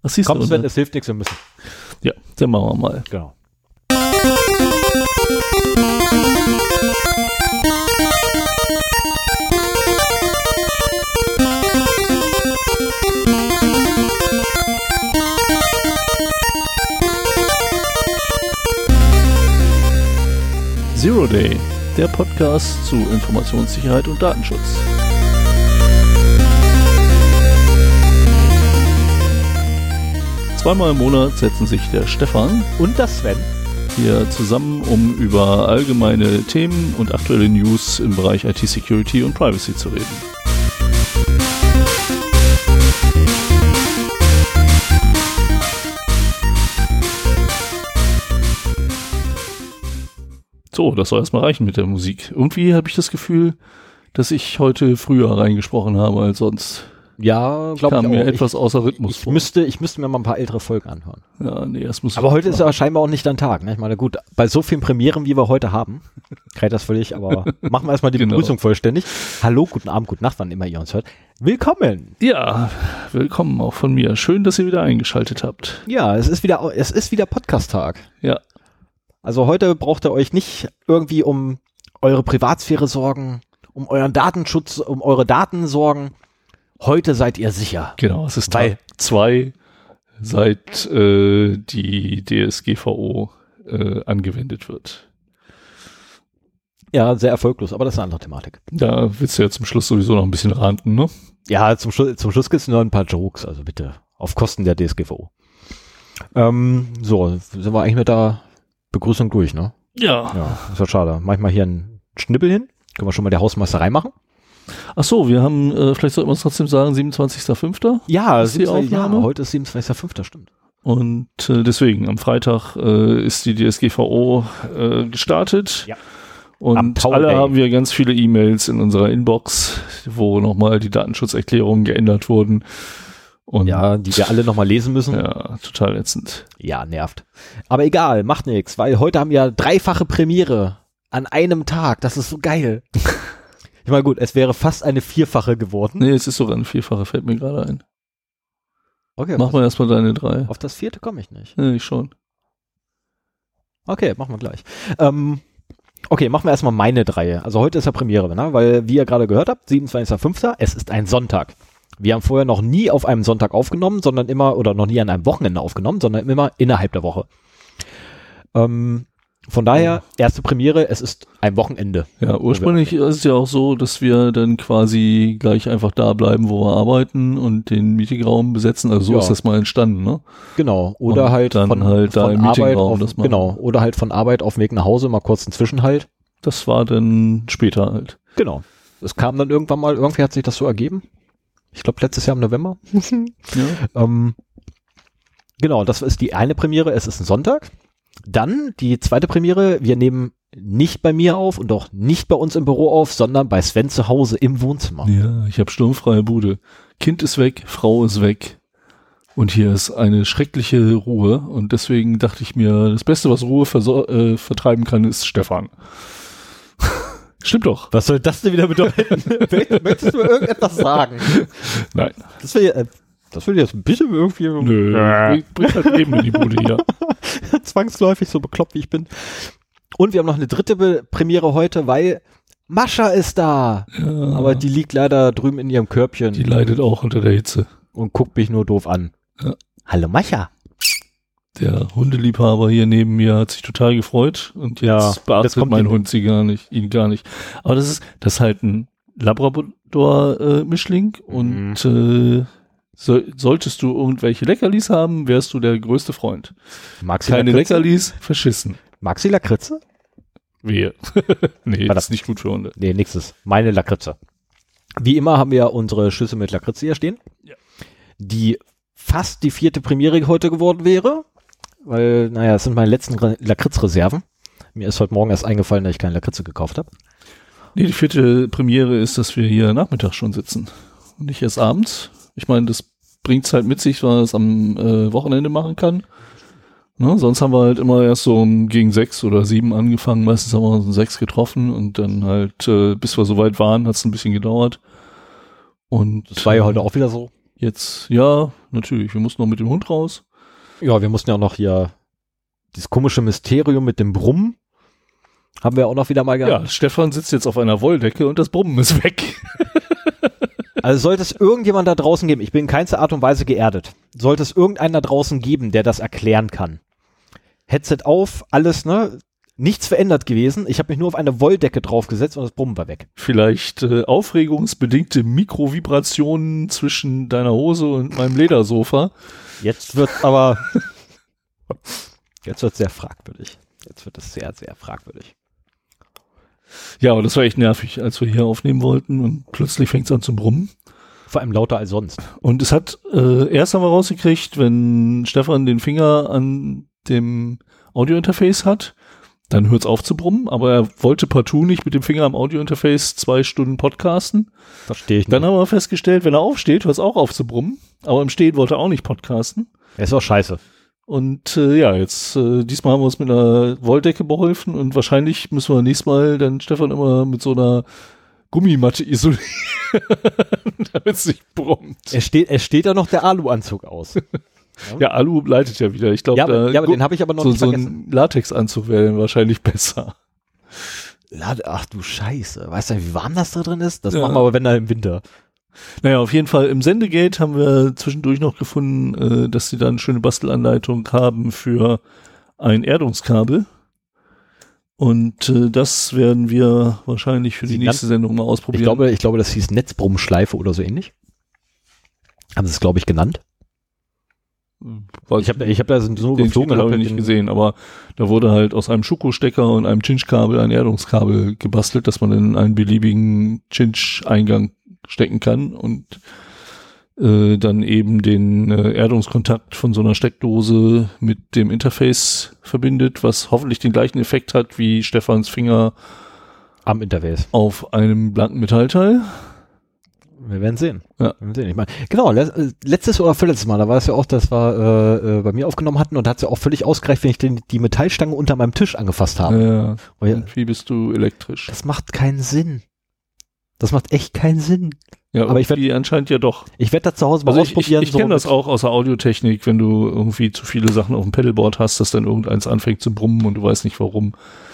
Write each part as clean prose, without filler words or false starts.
Was siehst Komm, du? Sven, es hilft nichts, wir müssen. Ja, dann machen wir mal. Genau. Zero Day, der Podcast zu Informationssicherheit und Datenschutz. Zweimal im Monat setzen sich der Stefan Und das Sven. hier zusammen, um über allgemeine Themen und aktuelle News im Bereich IT-Security und Privacy zu reden. So, das soll erstmal reichen mit der Musik. Irgendwie habe ich das Gefühl, dass ich heute früher reingesprochen habe als sonst. Ja, glaube ich Kam auch. mir etwas außer Rhythmus vor. Ich müsste mir mal ein paar ältere Folgen anhören. Ja, nee, das muss. Aber heute ist ja scheinbar auch nicht dein Tag. Ne? Ich meine, gut, bei so vielen Premieren, wie wir heute haben, kreiert das völlig, aber machen wir erstmal die Genau. Begrüßung vollständig. Hallo, guten Abend, gute Nacht, wann immer ihr uns hört. Willkommen! Ja, willkommen auch von mir. Schön, dass ihr wieder eingeschaltet habt. Ja, es ist wieder Podcast-Tag. Ja. Also heute braucht ihr euch nicht irgendwie um eure Privatsphäre sorgen, um euren Datenschutz, um eure Daten sorgen. Heute seid ihr sicher. Genau, es ist Weil- Tag 2, seit die DSGVO angewendet wird. Ja, sehr erfolglos, aber das ist eine andere Thematik. Da willst du ja zum Schluss sowieso noch ein bisschen ranten, ne? Ja, zum Schluss gibt es nur ein paar Jokes, also bitte, auf Kosten der DSGVO. So, sind wir eigentlich mit der Begrüßung durch, ne? Ja. Ja, ist ja schade. Manchmal hier ein Schnippel hin. Können wir schon mal die Hausmeisterei machen? Ach so, wir haben, vielleicht sollten wir es trotzdem sagen, 27.05. Ja, Ist die Aufnahme? heute ist 27.05., stimmt. Und deswegen, am Freitag ist die DSGVO gestartet. Ja. Und Am Power alle Day. haben wir ganz viele E-Mails in unserer Inbox, wo nochmal die Datenschutzerklärungen geändert wurden. Und Ja, die wir alle nochmal lesen müssen. ja, total ätzend. Ja, nervt. Aber egal, macht nichts, weil heute haben wir dreifache Premiere an einem Tag. Das ist so geil. Ich meine, gut, es wäre fast eine vierfache geworden. Nee, es ist sogar eine Vierfache, fällt mir gerade ein. Okay, Mach mal erstmal deine 3. auf das vierte komme ich nicht. Nee, ich schon. Okay, machen wir gleich. Okay, machen wir erstmal meine 3. Also heute ist ja Premiere, ne? Weil, wie ihr gerade gehört habt, 27.05., es ist ein Sonntag. Wir haben vorher noch nie auf einem Sonntag aufgenommen, sondern immer, oder noch nie an einem Wochenende aufgenommen, sondern immer innerhalb der Woche. Von daher, erste Premiere, es ist ein Wochenende. Ja, ursprünglich ist es ja auch so, dass wir dann quasi gleich einfach da bleiben, wo wir arbeiten und den Meetingraum besetzen. Also so Ja. ist das mal entstanden, ne? Genau. Oder Und halt dann von, halt da von im Arbeit Meetingraum auf, das machen. genau. Oder halt von Arbeit auf dem Weg nach Hause, mal kurz einen Zwischenhalt. Das war dann später halt. Genau. Es kam dann irgendwann mal, irgendwie hat sich das so ergeben. Ich glaube, letztes Jahr im November. Ja. Genau, das ist die eine Premiere, es ist ein Sonntag. Dann die zweite Premiere, wir nehmen nicht bei mir auf und auch nicht bei uns im Büro auf, sondern bei Sven zu Hause im Wohnzimmer. Ja, ich habe sturmfreie Bude. Kind ist weg, Frau ist weg. Und hier ist eine schreckliche Ruhe. Und deswegen dachte ich mir, das Beste, was Ruhe vertreiben kann, ist Stefan. Stimmt doch. Was soll das denn wieder bedeuten? Möchtest du mir irgendetwas sagen? Nein. Das will jetzt ein bisschen irgendwie Nö. Bring halt eben in die Bude hier. zwangsläufig, so bekloppt wie ich bin. Und wir haben noch eine dritte Premiere heute, weil Mascha ist da. Ja, Aber die liegt leider drüben in ihrem Körbchen die leidet auch unter der Hitze. und guckt mich nur doof an. Ja. Hallo Mascha. Der Hundeliebhaber hier neben mir hat sich total gefreut und Ja, jetzt beachtet jetzt kommt mein die- Hund ihn gar nicht. Aber das ist halt ein Labrador-Mischling und solltest du irgendwelche Leckerlis haben, wärst du der größte Freund. Mag sie Keine Lakritze? Leckerlis, verschissen. Mag sie Lakritze? Wehe. Nee, War das ist nicht gut für Hunde. Nee, nächstes. Meine Lakritze. Wie immer haben wir unsere Schüssel mit Lakritze hier stehen. Ja. Die fast die vierte Premiere heute geworden wäre. Weil, naja, es sind meine letzten Lakritzreserven. Mir ist heute Morgen erst eingefallen, dass ich keine Lakritze gekauft habe. Nee, die vierte Premiere ist, dass wir hier Nachmittag schon sitzen. Und nicht erst abends. Ich meine, das bringt es halt mit sich, weil man es am Wochenende machen kann. Ne? Sonst haben wir halt immer erst so gegen 6 oder 7 angefangen. Meistens haben wir uns um 6 getroffen und dann halt, bis wir soweit waren, hat es ein bisschen gedauert. Und Das war ja heute auch wieder so. Jetzt, ja, natürlich, wir mussten noch mit dem Hund raus. Ja, wir mussten ja auch noch hier dieses komische Mysterium mit dem Brummen haben wir auch noch wieder mal gehabt. Ja, Stefan sitzt jetzt auf einer Wolldecke und das Brummen ist weg. Also sollte es irgendjemand da draußen geben, ich bin in keinster Art und Weise geerdet, sollte es irgendeinen da draußen geben, der das erklären kann. Headset auf, alles, ne? Nichts verändert gewesen. Ich habe mich nur auf eine Wolldecke draufgesetzt und das Brummen war weg. Vielleicht aufregungsbedingte Mikrovibrationen zwischen deiner Hose und meinem Ledersofa. Jetzt wird sehr fragwürdig. Jetzt wird es sehr, sehr fragwürdig. Ja, aber das war echt nervig, als wir hier aufnehmen wollten und plötzlich fängt es an zu brummen. Vor allem lauter als sonst. Und es hat, erst haben wir rausgekriegt, wenn Stefan den Finger an dem Audiointerface hat, dann hört es auf zu brummen, aber er wollte partout nicht mit dem Finger am Audiointerface 2 Stunden podcasten. Verstehe ich nicht. Dann haben wir festgestellt, wenn er aufsteht, hört es auch auf zu brummen, aber im Stehen wollte er auch nicht podcasten. Er ist auch scheiße. Und jetzt, diesmal haben wir uns mit einer Wolldecke beholfen und wahrscheinlich müssen wir nächstes Mal dann Stefan immer mit so einer Gummimatte isolieren, damit es nicht brummt. Es steht da noch der Alu-Anzug aus. Ja, Alu leitet ja wieder. Ich glaube, ja, aber den habe ich aber noch nicht vergessen. So ein Latexanzug wäre dann wahrscheinlich besser. Ach du Scheiße. Weißt du, wie warm das da drin ist? Das machen wir aber, wenn dann im Winter. Naja, auf jeden Fall im Sendegate haben wir zwischendurch noch gefunden, dass sie da eine schöne Bastelanleitung haben für ein Erdungskabel. Und das werden wir wahrscheinlich für die nächste Sendung mal ausprobieren. Ich glaube, das hieß Netzbrummschleife oder so ähnlich. Haben sie es, glaube ich, genannt. Ich hab da so geflogen, habe ich nicht gesehen, aber da wurde halt aus einem Schuko-Stecker und einem Cinch-Kabel ein Erdungskabel gebastelt, dass man in einen beliebigen Cinch-Eingang stecken kann und dann eben den Erdungskontakt von so einer Steckdose mit dem Interface verbindet, was hoffentlich den gleichen Effekt hat wie Stefans Finger am Interface auf einem blanken Metallteil. Wir werden sehen. Ja. Ich meine, genau, letztes oder vorletztes Mal, da war es ja auch, dass wir bei mir aufgenommen hatten und da hat es ja auch völlig ausgereicht, wenn ich die Metallstange unter meinem Tisch angefasst habe. Ja. Und wie bist du elektrisch? Das macht keinen Sinn. Das macht echt keinen Sinn. Ja, aber ich werde anscheinend ja doch. Ich werde das zu Hause mal ausprobieren. Ich kenne das auch aus der Audiotechnik, wenn du irgendwie zu viele Sachen auf dem Pedalboard hast, dass dann irgendeins anfängt zu brummen und du weißt nicht warum.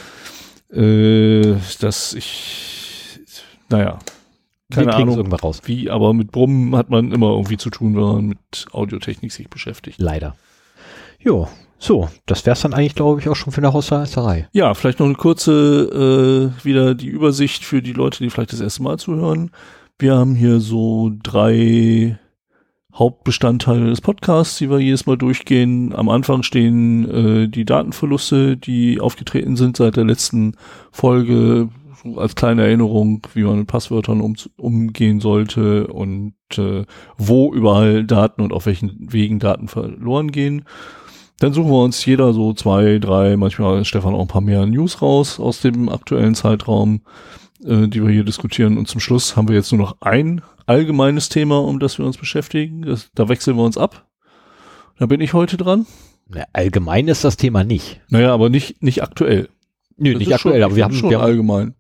Keine Ahnung, raus. Wie, aber mit Brummen hat man immer irgendwie zu tun, wenn man mit Audiotechnik sich beschäftigt. Leider. Jo, so, das wär's dann eigentlich, glaube ich, auch schon für eine Hausmeisterei. Ja, vielleicht noch eine kurze, wieder die Übersicht für die Leute, die vielleicht das erste Mal zuhören. Wir haben hier so 3 Hauptbestandteile des Podcasts, die wir jedes Mal durchgehen. Am Anfang stehen die Datenverluste, die aufgetreten sind seit der letzten Folge, als kleine Erinnerung, wie man mit Passwörtern umgehen sollte und wo überall Daten und auf welchen Wegen Daten verloren gehen. Dann suchen wir uns jeder so 2, 3, manchmal hat Stefan auch ein paar mehr News raus aus dem aktuellen Zeitraum, die wir hier diskutieren. Und zum Schluss haben wir jetzt nur noch ein allgemeines Thema, um das wir uns beschäftigen. Da wechseln wir uns ab. Da bin ich heute dran. Na, allgemein ist das Thema nicht. Naja, aber nicht aktuell. Nö, nicht aktuell, aber wir haben schon allgemein.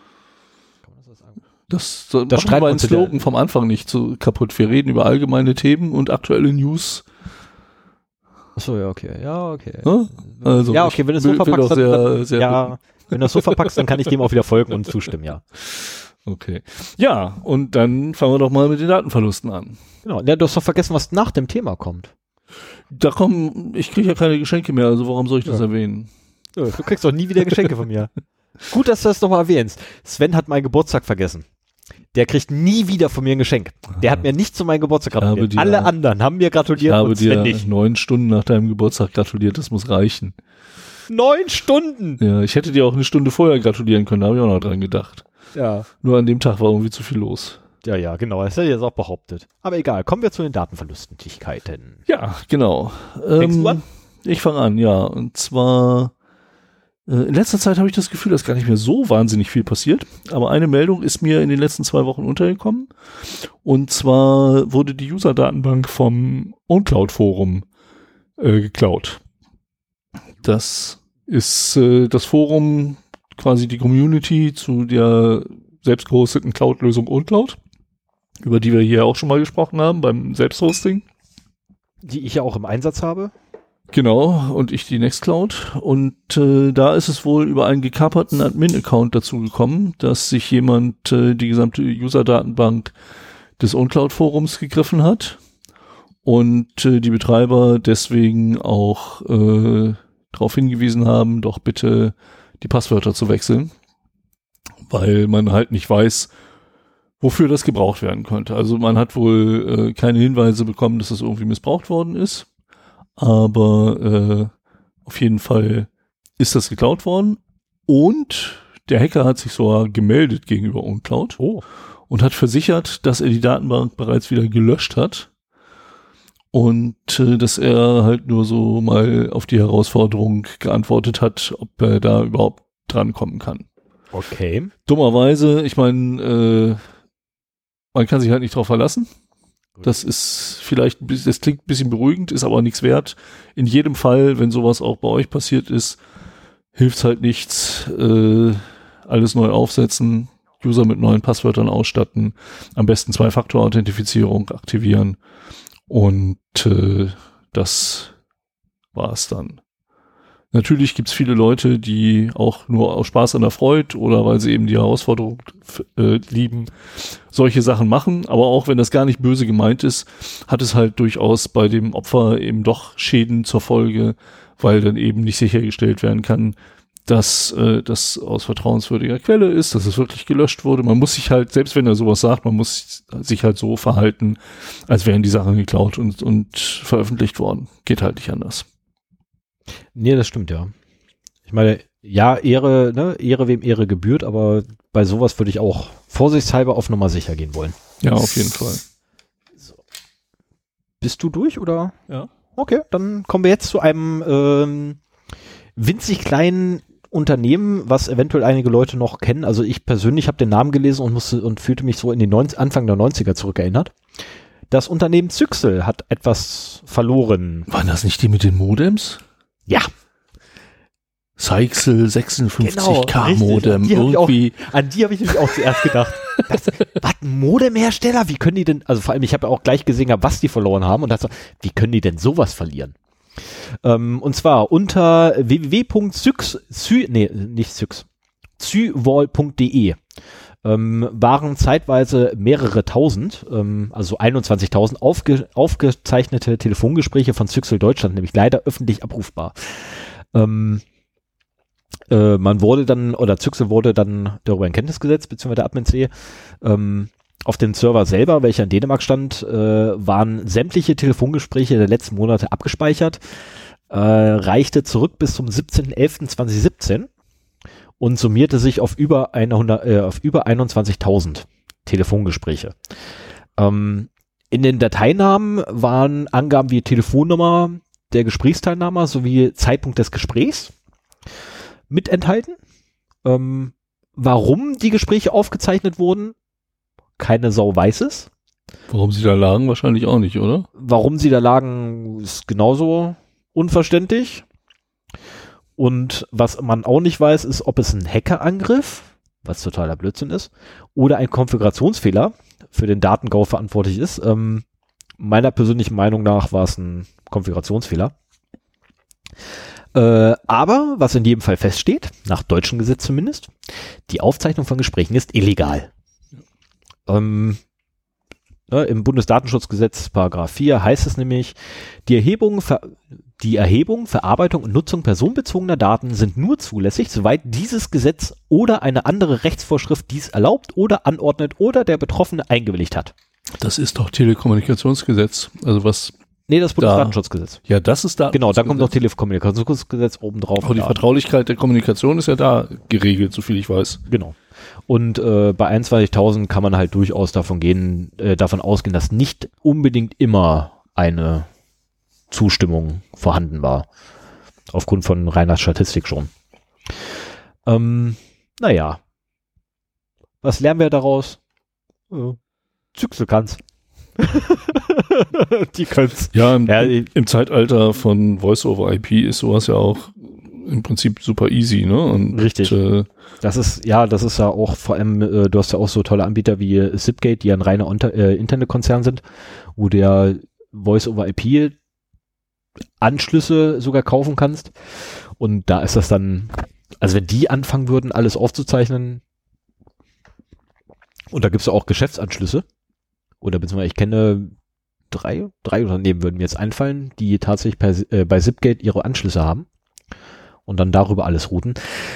Das streiten wir einen Slogan vom Anfang nicht so kaputt. Wir reden über allgemeine Themen und aktuelle News. Achso, ja, okay. Ja, okay. Ja? Also ja, okay, wenn du es so verpackst, wenn du es so verpackst, dann kann ich dem auch wieder folgen und zustimmen, ja. Okay. Ja, und dann fangen wir doch mal mit den Datenverlusten an. Genau. Ja, du hast doch vergessen, was nach dem Thema kommt. Ich kriege ja keine Geschenke mehr, also warum soll ich das erwähnen? Ja, du kriegst doch nie wieder Geschenke von mir. Gut, dass du das nochmal erwähnst. Sven hat meinen Geburtstag vergessen. Der kriegt nie wieder von mir ein Geschenk. Der hat mir nicht zu meinem Geburtstag gratuliert. Alle anderen haben mir gratuliert. Ich habe dir 9 Stunden nach deinem Geburtstag gratuliert, das muss reichen. 9 Stunden? Ja, ich hätte dir auch eine Stunde vorher gratulieren können, da habe ich auch noch dran gedacht. Ja. Nur an dem Tag war irgendwie zu viel los. Ja, genau, das hätte ich jetzt auch behauptet. Aber egal, kommen wir zu den Datenverlustigkeiten. Ja, genau. Fängst du an? Ich fange an, ja. Und zwar in letzter Zeit habe ich das Gefühl, dass gar nicht mehr so wahnsinnig viel passiert. Aber eine Meldung ist mir in den letzten 2 Wochen untergekommen. Und zwar wurde die User-Datenbank vom OwnCloud-Forum geklaut. Das ist das Forum, quasi die Community zu der selbst gehosteten Cloud-Lösung OwnCloud. über die wir hier auch schon mal gesprochen haben, beim Selbsthosting. Die ich ja auch im Einsatz habe. Genau, und ich die Nextcloud. Und da ist es wohl über einen gekaperten Admin-Account dazu gekommen, dass sich jemand die gesamte User-Datenbank des OwnCloud-Forums gegriffen hat und die Betreiber deswegen auch darauf hingewiesen haben, doch bitte die Passwörter zu wechseln, weil man halt nicht weiß, wofür das gebraucht werden könnte. Also man hat wohl keine Hinweise bekommen, dass das irgendwie missbraucht worden ist, aber auf jeden Fall ist das geklaut worden und der Hacker hat sich sogar gemeldet gegenüber OwnCloud und hat versichert, dass er die Datenbank bereits wieder gelöscht hat und dass er halt nur so mal auf die Herausforderung geantwortet hat, ob er da überhaupt drankommen kann. Okay. Dummerweise, ich meine, man kann sich halt nicht drauf verlassen. Das ist vielleicht, das klingt ein bisschen beruhigend, ist aber nichts wert. In jedem Fall, wenn sowas auch bei euch passiert ist, hilft's halt nichts. Alles neu aufsetzen, User mit neuen Passwörtern ausstatten, am besten 2-Faktor-Authentifizierung aktivieren und das war's dann. Natürlich gibt's viele Leute, die auch nur aus Spaß an der Freude oder weil sie eben die Herausforderung lieben, solche Sachen machen. Aber auch wenn das gar nicht böse gemeint ist, hat es halt durchaus bei dem Opfer eben doch Schäden zur Folge, weil dann eben nicht sichergestellt werden kann, dass das aus vertrauenswürdiger Quelle ist, dass es wirklich gelöscht wurde. Man muss sich halt, selbst wenn er sowas sagt, man muss sich halt so verhalten, als wären die Sachen geklaut und veröffentlicht worden. Geht halt nicht anders. Nee, das stimmt, ja. Ich meine, ja, Ehre, ne, Ehre wem Ehre gebührt, aber bei sowas würde ich auch vorsichtshalber auf Nummer sicher gehen wollen. Ja, auf jeden Fall. So. Bist du durch, oder? Ja. Okay, dann kommen wir jetzt zu einem winzig kleinen Unternehmen, was eventuell einige Leute noch kennen. Also ich persönlich habe den Namen gelesen und fühlte mich so in den Anfang der 90er zurückerinnert. Das Unternehmen Zyxel hat etwas verloren. Waren das nicht die mit den Modems? Ja. Zyxel 56K Modem. An die habe ich nämlich auch zuerst gedacht. Was, ein Modemhersteller? Wie können die denn, also vor allem, ich habe ja auch gleich gesehen, was die verloren haben und dachte, wie können die denn sowas verlieren? Und zwar unter www.zywall.de waren zeitweise mehrere tausend, also 21.000 aufgezeichnete Telefongespräche von Zyxel Deutschland, nämlich leider öffentlich abrufbar. Man wurde dann, oder Zyxel wurde dann darüber in Kenntnis gesetzt, beziehungsweise der Admin C. Auf dem Server selber, welcher in Dänemark stand, waren sämtliche Telefongespräche der letzten Monate abgespeichert, reichte zurück bis zum 17.11.2017 und summierte sich auf über 21.000 Telefongespräche. In den Dateinamen waren Angaben wie Telefonnummer der Gesprächsteilnehmer sowie Zeitpunkt des Gesprächs mit enthalten. Warum die Gespräche aufgezeichnet wurden, keine Sau weiß es. Warum sie da lagen, wahrscheinlich auch nicht, oder? Warum sie da lagen, ist genauso unverständlich. Und was man auch nicht weiß, ist, ob es ein Hackerangriff, was totaler Blödsinn ist, oder ein Konfigurationsfehler für den Datengau verantwortlich ist. Meiner persönlichen Meinung nach war es ein Konfigurationsfehler. Aber, was in jedem Fall feststeht, nach deutschem Gesetz zumindest, die Aufzeichnung von Gesprächen ist illegal. Im Bundesdatenschutzgesetz Paragraph 4 heißt es nämlich, die Erhebung, Verarbeitung und Nutzung personenbezogener Daten sind nur zulässig, soweit dieses Gesetz oder eine andere Rechtsvorschrift dies erlaubt oder anordnet oder der Betroffene eingewilligt hat. Das ist doch Telekommunikationsgesetz. Also was? Nee, das Bundesdatenschutzgesetz. Ja, das ist da. Genau, da kommt noch Telekommunikationsgesetz obendrauf. Aber die Vertraulichkeit der Kommunikation ist ja da geregelt, soviel ich weiß. Genau. Und bei 21.000 kann man halt durchaus davon ausgehen, dass nicht unbedingt immer eine Zustimmung vorhanden war. Aufgrund von reiner Statistik schon. Naja. Was lernen wir daraus? Zyxel kann's. Die können's. Ja, im Zeitalter von Voice-over-IP ist sowas ja auch im Prinzip super easy, ne? Und, richtig. Das ist ja auch vor allem, du hast ja auch so tolle Anbieter wie Zipgate, die ja ein reiner Internetkonzern sind, wo du ja Voice-over-IP Anschlüsse sogar kaufen kannst. Und da ist das dann, also wenn die anfangen würden, alles aufzuzeichnen, und da gibt es auch Geschäftsanschlüsse, oder beziehungsweise ich kenne drei Unternehmen würden mir jetzt einfallen, die tatsächlich bei Zipgate ihre Anschlüsse haben und dann darüber alles routen.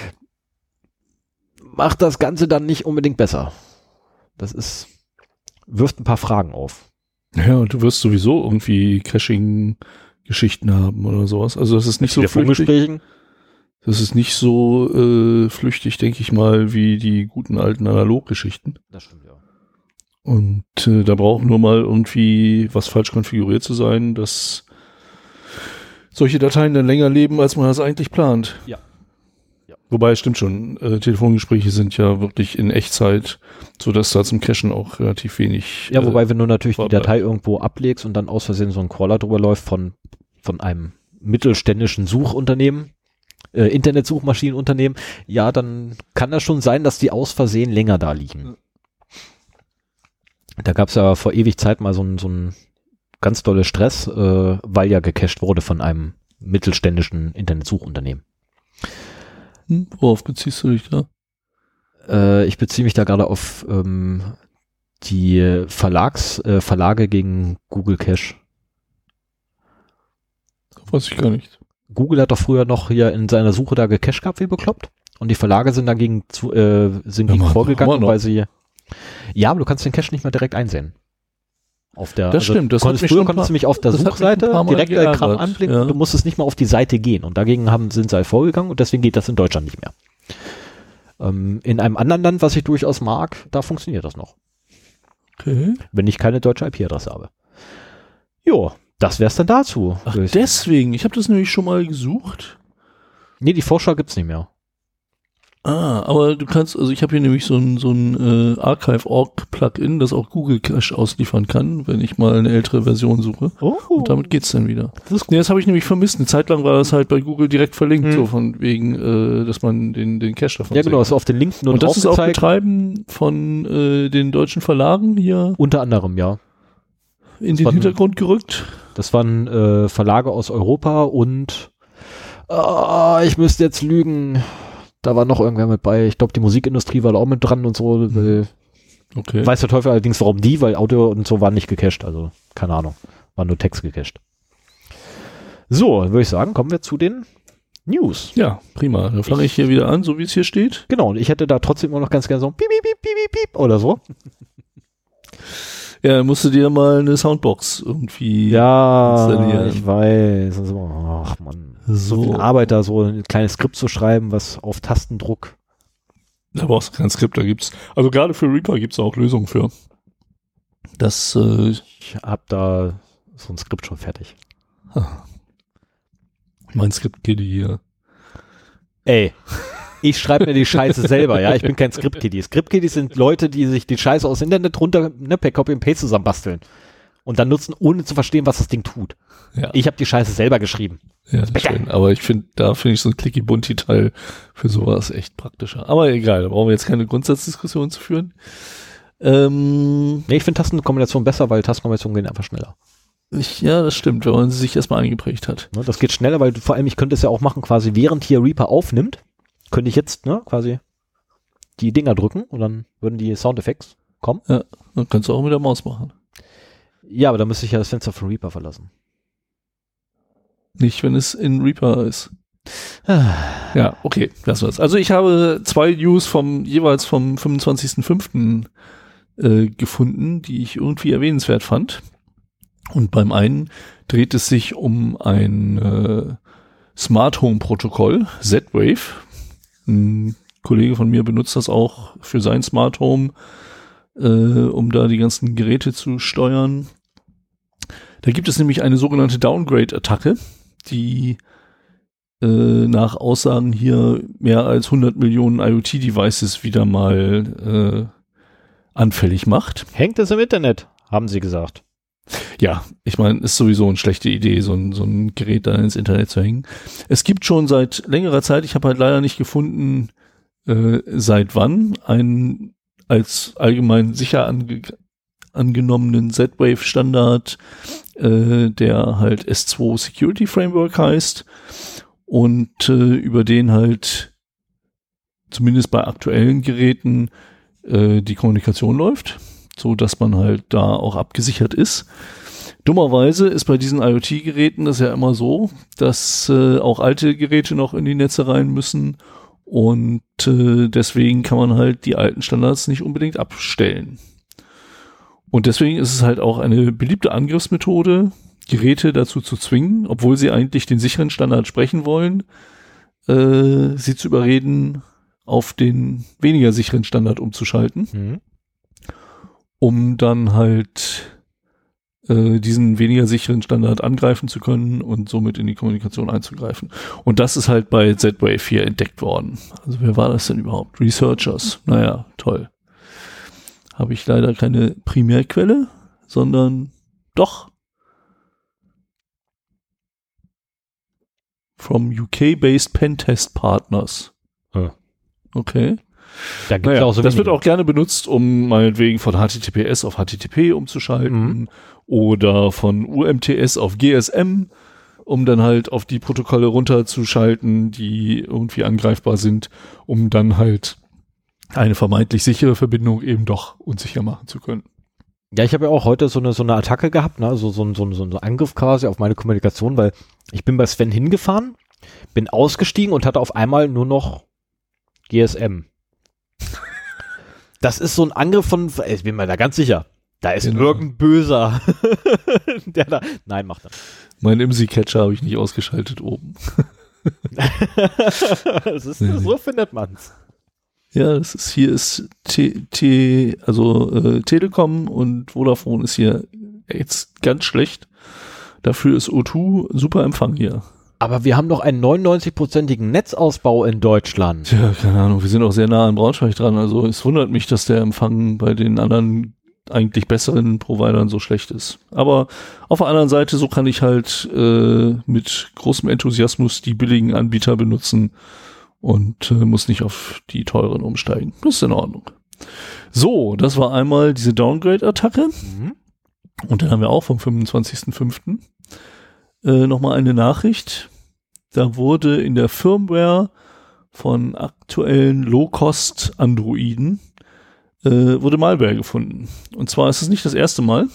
Macht das Ganze dann nicht unbedingt besser. Wirft ein paar Fragen auf. Ja, und du wirst sowieso irgendwie Caching-Geschichten haben oder sowas. Also das ist nicht so flüchtig. Das ist nicht so flüchtig, denke ich mal, wie die guten alten Analoggeschichten. Das stimmt, ja. Und da braucht nur mal irgendwie was falsch konfiguriert zu sein, dass solche Dateien dann länger leben, als man das eigentlich plant. Ja. Wobei, stimmt schon, Telefongespräche sind ja wirklich in Echtzeit, sodass da zum Cachen auch relativ wenig... Ja, wobei, wenn du natürlich die Datei irgendwo ablegst und dann aus Versehen so ein Crawler drüber läuft von einem mittelständischen Suchunternehmen, Internetsuchmaschinenunternehmen, ja, dann kann das schon sein, dass die aus Versehen länger da liegen. Da gab es ja vor ewig Zeit mal so ein ganz dolle Stress, weil ja gecached wurde von einem mittelständischen Internetsuchunternehmen. Worauf beziehst du dich da? Ich beziehe mich da gerade auf die Verlage gegen Google Cache. Das weiß ich gar nicht. Google hat doch früher noch hier in seiner Suche da gecached gehabt, wie bekloppt. Und die Verlage sind dagegen vorgegangen, weil sie... Ja, aber du kannst den Cache nicht mehr direkt einsehen. Stimmt. Das früher konntest du mich auf der Suchseite direkt bei Kram anblicken und du musstest nicht mal auf die Seite gehen. Und dagegen sind sie halt vorgegangen und deswegen geht das in Deutschland nicht mehr. In einem anderen Land, was ich durchaus mag, da funktioniert das noch. Okay. Wenn ich keine deutsche IP-Adresse habe. Jo, das wär's dann dazu. Ach, deswegen. Ich habe das nämlich schon mal gesucht. Nee, die Vorschau gibt's nicht mehr. Aber du kannst, also ich habe hier nämlich so ein Archive.org-Plugin, das auch Google Cache ausliefern kann, wenn ich mal eine ältere Version suche. Oh. Und damit geht's dann wieder. Das habe ich nämlich vermisst. Eine Zeit lang war das halt bei Google direkt verlinkt, so von wegen, dass man den Cache davon sieht. Ja, genau, ist auf den Link nur und das ist auch Betreiben von den deutschen Verlagen hier. Unter anderem, ja. In den Hintergrund gerückt. Das waren Verlage aus Europa und ich müsste jetzt lügen. Da war noch irgendwer mit bei. Ich glaube, die Musikindustrie war da auch mit dran und so. Okay. Weiß der Teufel allerdings, warum die, weil Audio und so waren nicht gecached. Also, keine Ahnung. War nur Text gecached. So, dann würde ich sagen, kommen wir zu den News. Ja, prima. Dann fange ich hier wieder an, so wie es hier steht. Genau, und ich hätte da trotzdem immer noch ganz gerne so ein Piep, Piep, Piep, Piep, Piep oder so. Ja, musst du dir mal eine Soundbox irgendwie installieren. Ich weiß. Ach man. So viel Arbeit da, so ein kleines Skript zu schreiben, was auf Tastendruck. Da brauchst du kein Skript, da gibt's, also gerade für Reaper gibt's auch Lösungen für. Ich hab da so ein Skript schon fertig. Mein Skript-Kiddy hier. Ey, ich schreibe mir die Scheiße selber, ja, ich bin kein Skript-Kiddy. Skript-Kiddies sind Leute, die sich die Scheiße aus dem Internet runter, per Copy and Paste zusammenbasteln. Und dann nutzen, ohne zu verstehen, was das Ding tut. Ja. Ich habe die Scheiße selber geschrieben. Ja, das schön. Aber da finde ich so ein Clicky-Bunty-Teil für sowas echt praktischer. Aber egal, da brauchen wir jetzt keine Grundsatzdiskussion zu führen. Nee, ich finde Tastenkombination besser, weil Tastenkombinationen gehen einfach schneller. Ja, das stimmt, wenn man sie sich erstmal eingeprägt hat. Das geht schneller, weil vor allem, ich könnte es ja auch machen, quasi während hier Reaper aufnimmt, könnte ich jetzt quasi die Dinger drücken und dann würden die Soundeffekte kommen. Ja, dann kannst du auch mit der Maus machen. Ja, aber dann müsste ich ja das Fenster von Reaper verlassen. Nicht, wenn es in Reaper ist. Ja, okay, das war's. Also ich habe 2 News jeweils vom 25.05. Gefunden, die ich irgendwie erwähnenswert fand. Und beim einen dreht es sich um ein Smart Home Protokoll, Z-Wave. Ein Kollege von mir benutzt das auch für sein Smart Home, um da die ganzen Geräte zu steuern. Da gibt es nämlich eine sogenannte Downgrade-Attacke, die nach Aussagen hier mehr als 100 Millionen IoT-Devices wieder mal anfällig macht. Hängt es im Internet, haben sie gesagt. Ja, ich meine, ist sowieso eine schlechte Idee, so ein Gerät da ins Internet zu hängen. Es gibt schon seit längerer Zeit, ich habe halt leider nicht gefunden, seit wann, einen als allgemein sicher angenommenen Z-Wave-Standard, der halt S2 Security Framework heißt und über den halt zumindest bei aktuellen Geräten die Kommunikation läuft, so dass man halt da auch abgesichert ist. Dummerweise ist bei diesen IoT-Geräten das ja immer so, dass auch alte Geräte noch in die Netze rein müssen und deswegen kann man halt die alten Standards nicht unbedingt abstellen. Und deswegen ist es halt auch eine beliebte Angriffsmethode, Geräte dazu zu zwingen, obwohl sie eigentlich den sicheren Standard sprechen wollen, sie zu überreden, auf den weniger sicheren Standard umzuschalten, um dann halt diesen weniger sicheren Standard angreifen zu können und somit in die Kommunikation einzugreifen. Und das ist halt bei Z-Wave hier entdeckt worden. Also wer war das denn überhaupt? Researchers. Naja, toll. Habe ich leider keine Primärquelle, sondern doch from UK-based Pentest Partners. Okay. Da gibt's auch so das wird auch gerne benutzt, um meinetwegen von HTTPS auf HTTP umzuschalten oder von UMTS auf GSM, um dann halt auf die Protokolle runterzuschalten, die irgendwie angreifbar sind, um dann halt eine vermeintlich sichere Verbindung eben doch unsicher machen zu können. Ja, ich habe ja auch heute so eine Attacke gehabt, ne? Also so ein Angriff quasi auf meine Kommunikation, weil ich bin bei Sven hingefahren, bin ausgestiegen und hatte auf einmal nur noch GSM. Das ist so ein Angriff von, ich bin mir da ganz sicher, da ist irgendein Böser, der da, nein, macht er. Mein IMSI-Catcher habe ich nicht ausgeschaltet oben. Das ist, so findet man's. Ja, hier ist Telekom und Vodafone ist hier jetzt ganz schlecht. Dafür ist O2 super Empfang hier. Aber wir haben doch einen 99%igen Netzausbau in Deutschland. Tja, keine Ahnung, wir sind auch sehr nah an Braunschweig dran. Also es wundert mich, dass der Empfang bei den anderen eigentlich besseren Providern so schlecht ist. Aber auf der anderen Seite, so kann ich halt mit großem Enthusiasmus die billigen Anbieter benutzen und muss nicht auf die teuren umsteigen. Das ist in Ordnung. So, das war einmal diese Downgrade-Attacke. Und dann haben wir auch vom 25.05. Nochmal eine Nachricht. Da wurde in der Firmware von aktuellen Low-Cost-Androiden wurde Malware gefunden. Und zwar ist es nicht das erste Mal.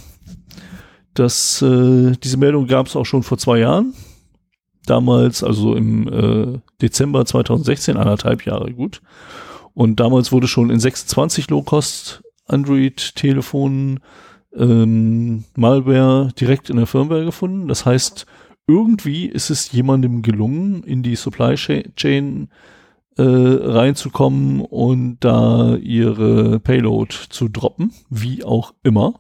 Diese Meldung gab es auch schon vor 2 Jahren. Damals, also im Dezember 2016, 1,5 Jahre gut. Und damals wurde schon in 26 Low-Cost-Android-Telefonen Malware direkt in der Firmware gefunden. Das heißt, irgendwie ist es jemandem gelungen, in die Supply Chain reinzukommen und da ihre Payload zu droppen, wie auch immer.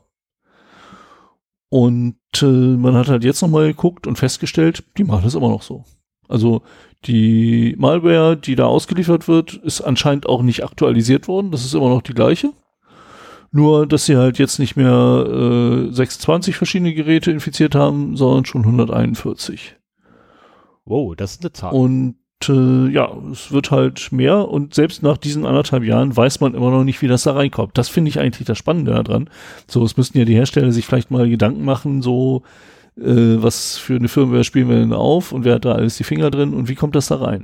Und man hat halt jetzt nochmal geguckt und festgestellt, die machen das immer noch so. Also die Malware, die da ausgeliefert wird, ist anscheinend auch nicht aktualisiert worden. Das ist immer noch die gleiche. Nur, dass sie halt jetzt nicht mehr 26 verschiedene Geräte infiziert haben, sondern schon 141. Wow, das ist eine Zahl. Und ja, es wird halt mehr und selbst nach diesen 1,5 Jahren weiß man immer noch nicht, wie das da reinkommt. Das finde ich eigentlich das Spannende daran. So, es müssten ja die Hersteller sich vielleicht mal Gedanken machen, so was für eine Firmware spielen wir denn auf und wer hat da alles die Finger drin und wie kommt das da rein?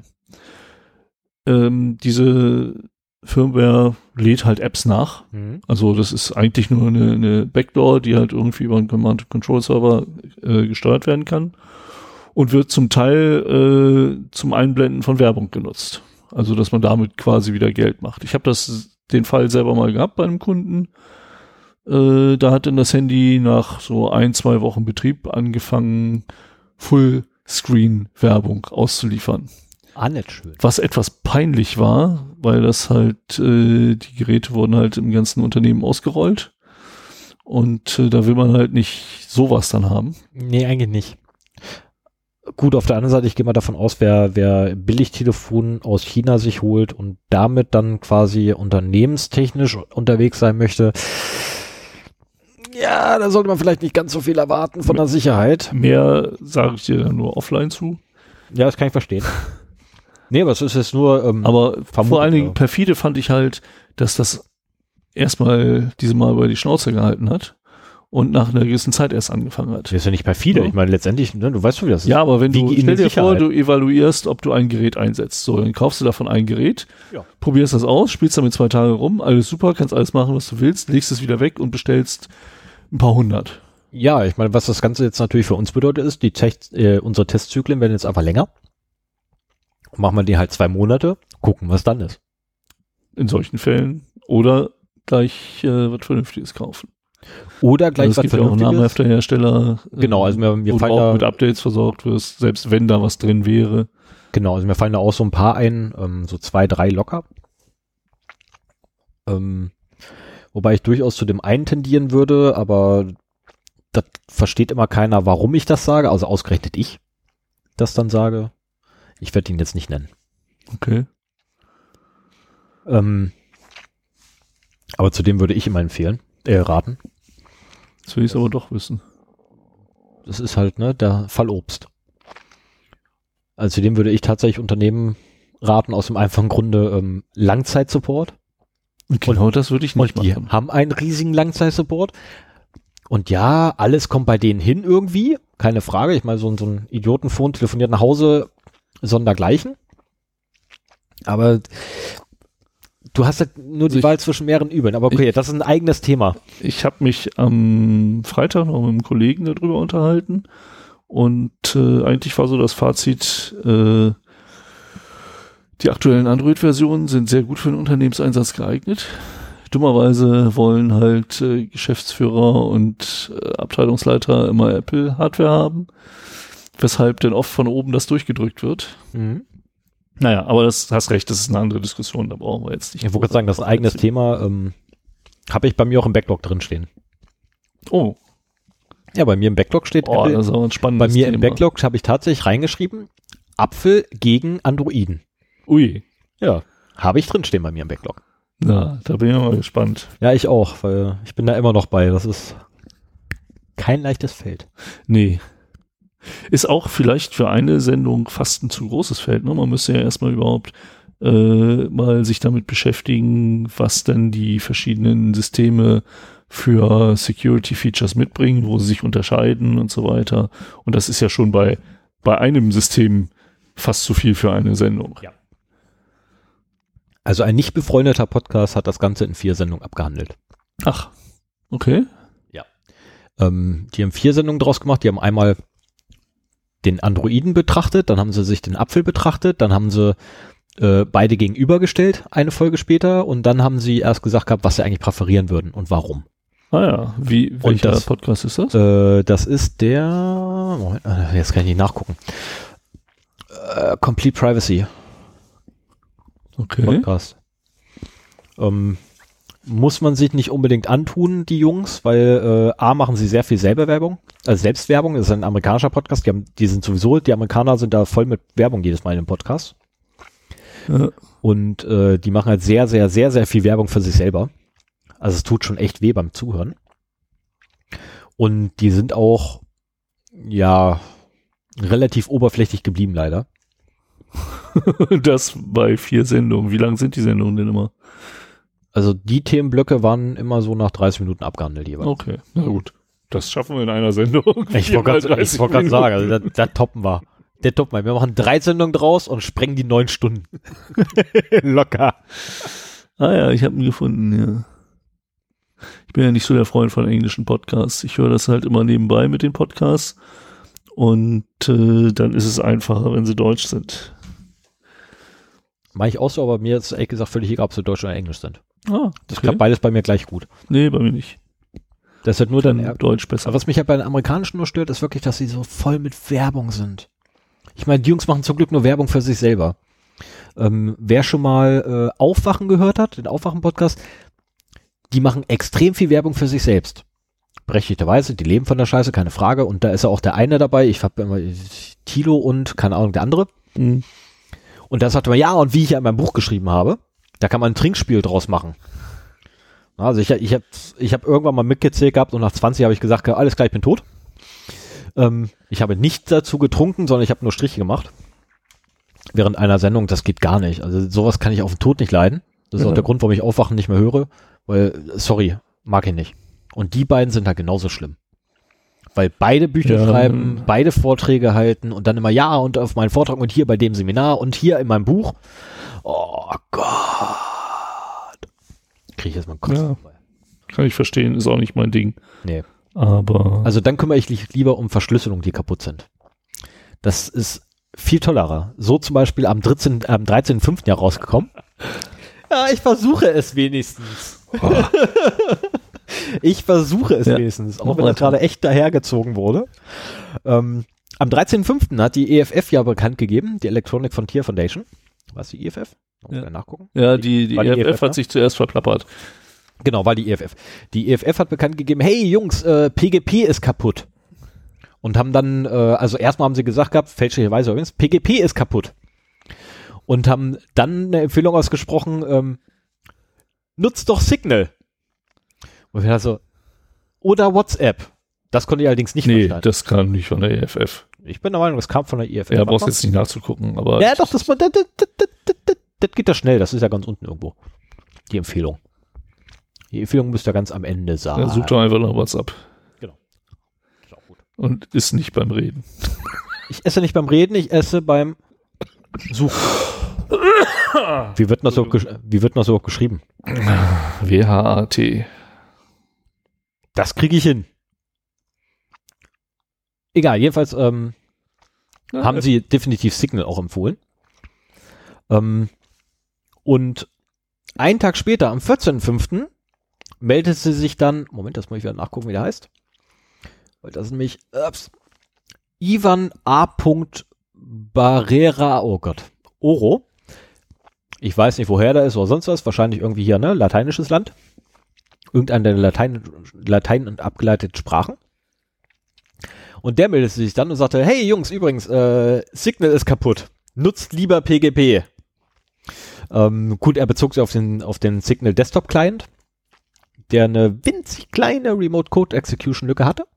Diese Firmware lädt halt Apps nach. Also das ist eigentlich nur eine Backdoor, die halt irgendwie über einen Command-Control-Server gesteuert werden kann und wird zum Teil zum Einblenden von Werbung genutzt. Also dass man damit quasi wieder Geld macht. Ich habe den Fall selber mal gehabt bei einem Kunden. Da hat dann das Handy nach so 1-2 Wochen Betrieb angefangen, Fullscreen-Werbung auszuliefern. Nicht schön. Was etwas peinlich war, weil das halt, die Geräte wurden halt im ganzen Unternehmen ausgerollt. Und da will man halt nicht sowas dann haben. Nee, eigentlich nicht. Gut, auf der anderen Seite, ich gehe mal davon aus, wer Billigtelefon aus China sich holt und damit dann quasi unternehmenstechnisch unterwegs sein möchte, Ja, da sollte man vielleicht nicht ganz so viel erwarten von der Sicherheit. Mehr sage ich dir dann nur offline zu. Ja, das kann ich verstehen. Nee, aber es ist jetzt nur aber vor allen Dingen perfide fand ich halt, dass das erstmal diese Mal über die Schnauze gehalten hat und nach einer gewissen Zeit erst angefangen hat. Das ist ja nicht perfide. Ja. Ich meine, letztendlich, ne, du weißt schon, wie das ist. Ja, aber wenn du, stell dir vor, Sicherheit. du evaluierst, ob du ein Gerät einsetzt. So, dann kaufst du davon ein Gerät, Ja. probierst das aus, spielst damit 2 Tage rum, alles super, kannst alles machen, was du willst, legst es wieder weg und bestellst ein paar 100. Ja, ich meine, was das Ganze jetzt natürlich für uns bedeutet ist, unsere Testzyklen werden jetzt einfach länger. Machen wir die halt 2 Monate, gucken, was dann ist. In solchen Fällen. Oder gleich was Vernünftiges kaufen. Oder gleich also es was gibt ja auch namhafte Hersteller, genau, also mir wo fallen du auch da mit Updates versorgt wirst, selbst wenn da was drin wäre. Genau, also mir fallen da auch so ein paar ein, so 2, 3 locker. Wobei ich durchaus zu dem einen tendieren würde, aber das versteht immer keiner, warum ich das sage, also ausgerechnet ich das dann sage. Ich werde ihn jetzt nicht nennen. Okay. Aber zu dem würde ich immer raten. Das will ich es aber doch wissen. Das ist halt, ne, der Fall Obst. Also zu dem würde ich tatsächlich Unternehmen raten, aus dem einfachen Grunde Langzeitsupport. Genau, das würde ich nicht Und die machen. haben einen riesigen Langzeitsupport. Und ja, alles kommt bei denen hin irgendwie. Keine Frage. Ich meine, so ein Idiotenphone telefoniert nach Hause, sondergleichen. Aber du hast halt nur die Wahl zwischen mehreren Übeln. Aber okay, das ist ein eigenes Thema. Ich habe mich am Freitag noch mit einem Kollegen darüber unterhalten und eigentlich war so das Fazit, die aktuellen Android-Versionen sind sehr gut für den Unternehmenseinsatz geeignet. Dummerweise wollen halt Geschäftsführer und Abteilungsleiter immer Apple-Hardware haben, weshalb denn oft von oben das durchgedrückt wird. Mhm. Naja, aber das hast recht, das ist eine andere Diskussion, da brauchen wir jetzt nicht. Ich wollte gerade sagen, das ist ein eigenes Thema. Habe ich bei mir auch im Backlog drin stehen. Oh. Ja, bei mir im Backlog steht Apple. Das ist auch ein spannendes Bei mir Thema. im Backlog habe ich tatsächlich reingeschrieben, Apfel gegen Androiden. Ui. Ja, habe ich drin stehen bei mir im Backlog. Na, da bin ich mal gespannt. Ja, ich auch, weil ich bin da immer noch bei. Das ist kein leichtes Feld. Nee. Ist auch vielleicht für eine Sendung fast ein zu großes Feld. Ne? Man müsste ja erstmal überhaupt mal sich damit beschäftigen, was denn die verschiedenen Systeme für Security-Features mitbringen, wo sie sich unterscheiden und so weiter. Und das ist ja schon bei einem System fast zu viel für eine Sendung. Ja. Also ein nicht befreundeter Podcast hat das Ganze in 4 Sendungen abgehandelt. Ach, okay. Ja. Die haben 4 Sendungen draus gemacht. Die haben einmal den Androiden betrachtet, dann haben sie sich den Apfel betrachtet, dann haben sie beide gegenübergestellt, eine Folge später, und dann haben sie erst gesagt gehabt, was sie eigentlich präferieren würden und warum. Ah ja, welcher Podcast ist das? Das ist der, Moment, jetzt kann ich nicht nachgucken. Complete Privacy. Okay. Podcast. Muss man sich nicht unbedingt antun, die Jungs, weil A, machen sie sehr viel Selbstwerbung, das ist ein amerikanischer Podcast, die Amerikaner sind da voll mit Werbung jedes Mal in dem Podcast. Ja. Und die machen halt sehr, sehr, sehr, sehr viel Werbung für sich selber. Also es tut schon echt weh beim Zuhören. Und die sind auch, ja, relativ oberflächlich geblieben, leider. Das bei 4 Sendungen. Wie lang sind die Sendungen denn immer? Also die Themenblöcke waren immer so nach 30 Minuten abgehandelt jeweils. Okay, na gut. Das schaffen wir in einer Sendung. Ich wollte gerade sagen, also da toppen wir. Der toppen wir. Wir machen 3 Sendungen draus und sprengen die 9 Stunden. Locker. Ah ja, ich habe ihn gefunden, ja. Ich bin ja nicht so der Freund von englischen Podcasts. Ich höre das halt immer nebenbei mit den Podcasts und dann ist es einfacher, wenn sie deutsch sind. Mach ich auch so, aber mir ist ehrlich gesagt völlig egal, ob sie Deutsch oder Englisch sind. Ah, Das klappt beides bei mir gleich gut. Nee, bei mir nicht. Das ist halt nur dann Deutsch besser. Aber was mich halt bei den amerikanischen nur stört, ist wirklich, dass sie so voll mit Werbung sind. Ich meine, die Jungs machen zum Glück nur Werbung für sich selber. Wer schon mal Aufwachen gehört hat, den Aufwachen-Podcast, die machen extrem viel Werbung für sich selbst. Berechtigterweise, die leben von der Scheiße, keine Frage. Und da ist ja auch der eine dabei, ich habe immer Thilo und, keine Ahnung, der andere. Mhm. Und da sagt man, ja, und wie ich ja in meinem Buch geschrieben habe, da kann man ein Trinkspiel draus machen. Also ich hab irgendwann mal mitgezählt gehabt und nach 20 habe ich gesagt, alles klar, ich bin tot. Ich habe nicht dazu getrunken, sondern ich habe nur Striche gemacht. Während einer Sendung, das geht gar nicht. Also sowas kann ich auf den Tod nicht leiden. Das ist auch der Grund, warum ich Aufwachen nicht mehr höre. Weil, sorry, mag ich nicht. Und die beiden sind halt genauso schlimm. Weil beide Bücher schreiben, beide Vorträge halten und dann immer ja und auf meinen Vortrag und hier bei dem Seminar und hier in meinem Buch. Oh Gott. Kriege ich jetzt mal einen Kopf dabei. Kann ich verstehen, ist auch nicht mein Ding. Nee. Aber. Also dann kümmere ich mich lieber um Verschlüsselungen, die kaputt sind. Das ist viel tollerer. So zum Beispiel am 13.05. Jahr rausgekommen. Ja, ich versuche es wenigstens. Oh. Ich versuche es wenigstens, auch wenn das gerade echt dahergezogen wurde. Am 13.05. hat die EFF ja bekannt gegeben, die Electronic Frontier Foundation. Was die EFF? Nachgucken. Ja, die EFF hat sich zuerst verplappert. Genau, war die EFF. Die EFF hat bekannt gegeben, hey Jungs, PGP ist kaputt. Und haben dann, also erstmal haben sie gesagt gehabt, fälschlicherweise übrigens, PGP ist kaputt. Und haben dann eine Empfehlung ausgesprochen, nutzt doch Signal. Und wir so, oder WhatsApp. Das konnte ich allerdings nicht verstehen. Nee, das kam nicht von der EFF. Ich bin der Meinung, das kam von der EFF. Ja, brauchst jetzt nicht nachzugucken, aber. Ja, doch, das geht ja schnell. Das ist ja ganz unten irgendwo. Die Empfehlung. Die Empfehlung müsste ja ganz am Ende sein. Ja, such doch einfach nach WhatsApp. Genau. Ist auch gut. Und isst nicht beim Reden. Ich esse nicht beim Reden, ich esse beim Suchen. Wie wird das so geschrieben? WHAT. Das kriege ich hin. Egal, jedenfalls haben sie definitiv Signal auch empfohlen. Und einen Tag später, am 14.05., meldete sie sich dann, Moment, das muss ich wieder nachgucken, wie der heißt. Weil das ist nämlich Ivan A. Barrera, oh Gott, Oro. Ich weiß nicht, woher der ist oder sonst was, wahrscheinlich irgendwie hier, ne, lateinisches Land. Irgendeine der Latein und abgeleiteten Sprachen. Und der meldete sich dann und sagte, hey Jungs, übrigens, Signal ist kaputt. Nutzt lieber PGP. Gut, er bezog sich auf den Signal Desktop Client, der eine winzig kleine Remote Code Execution Lücke hatte.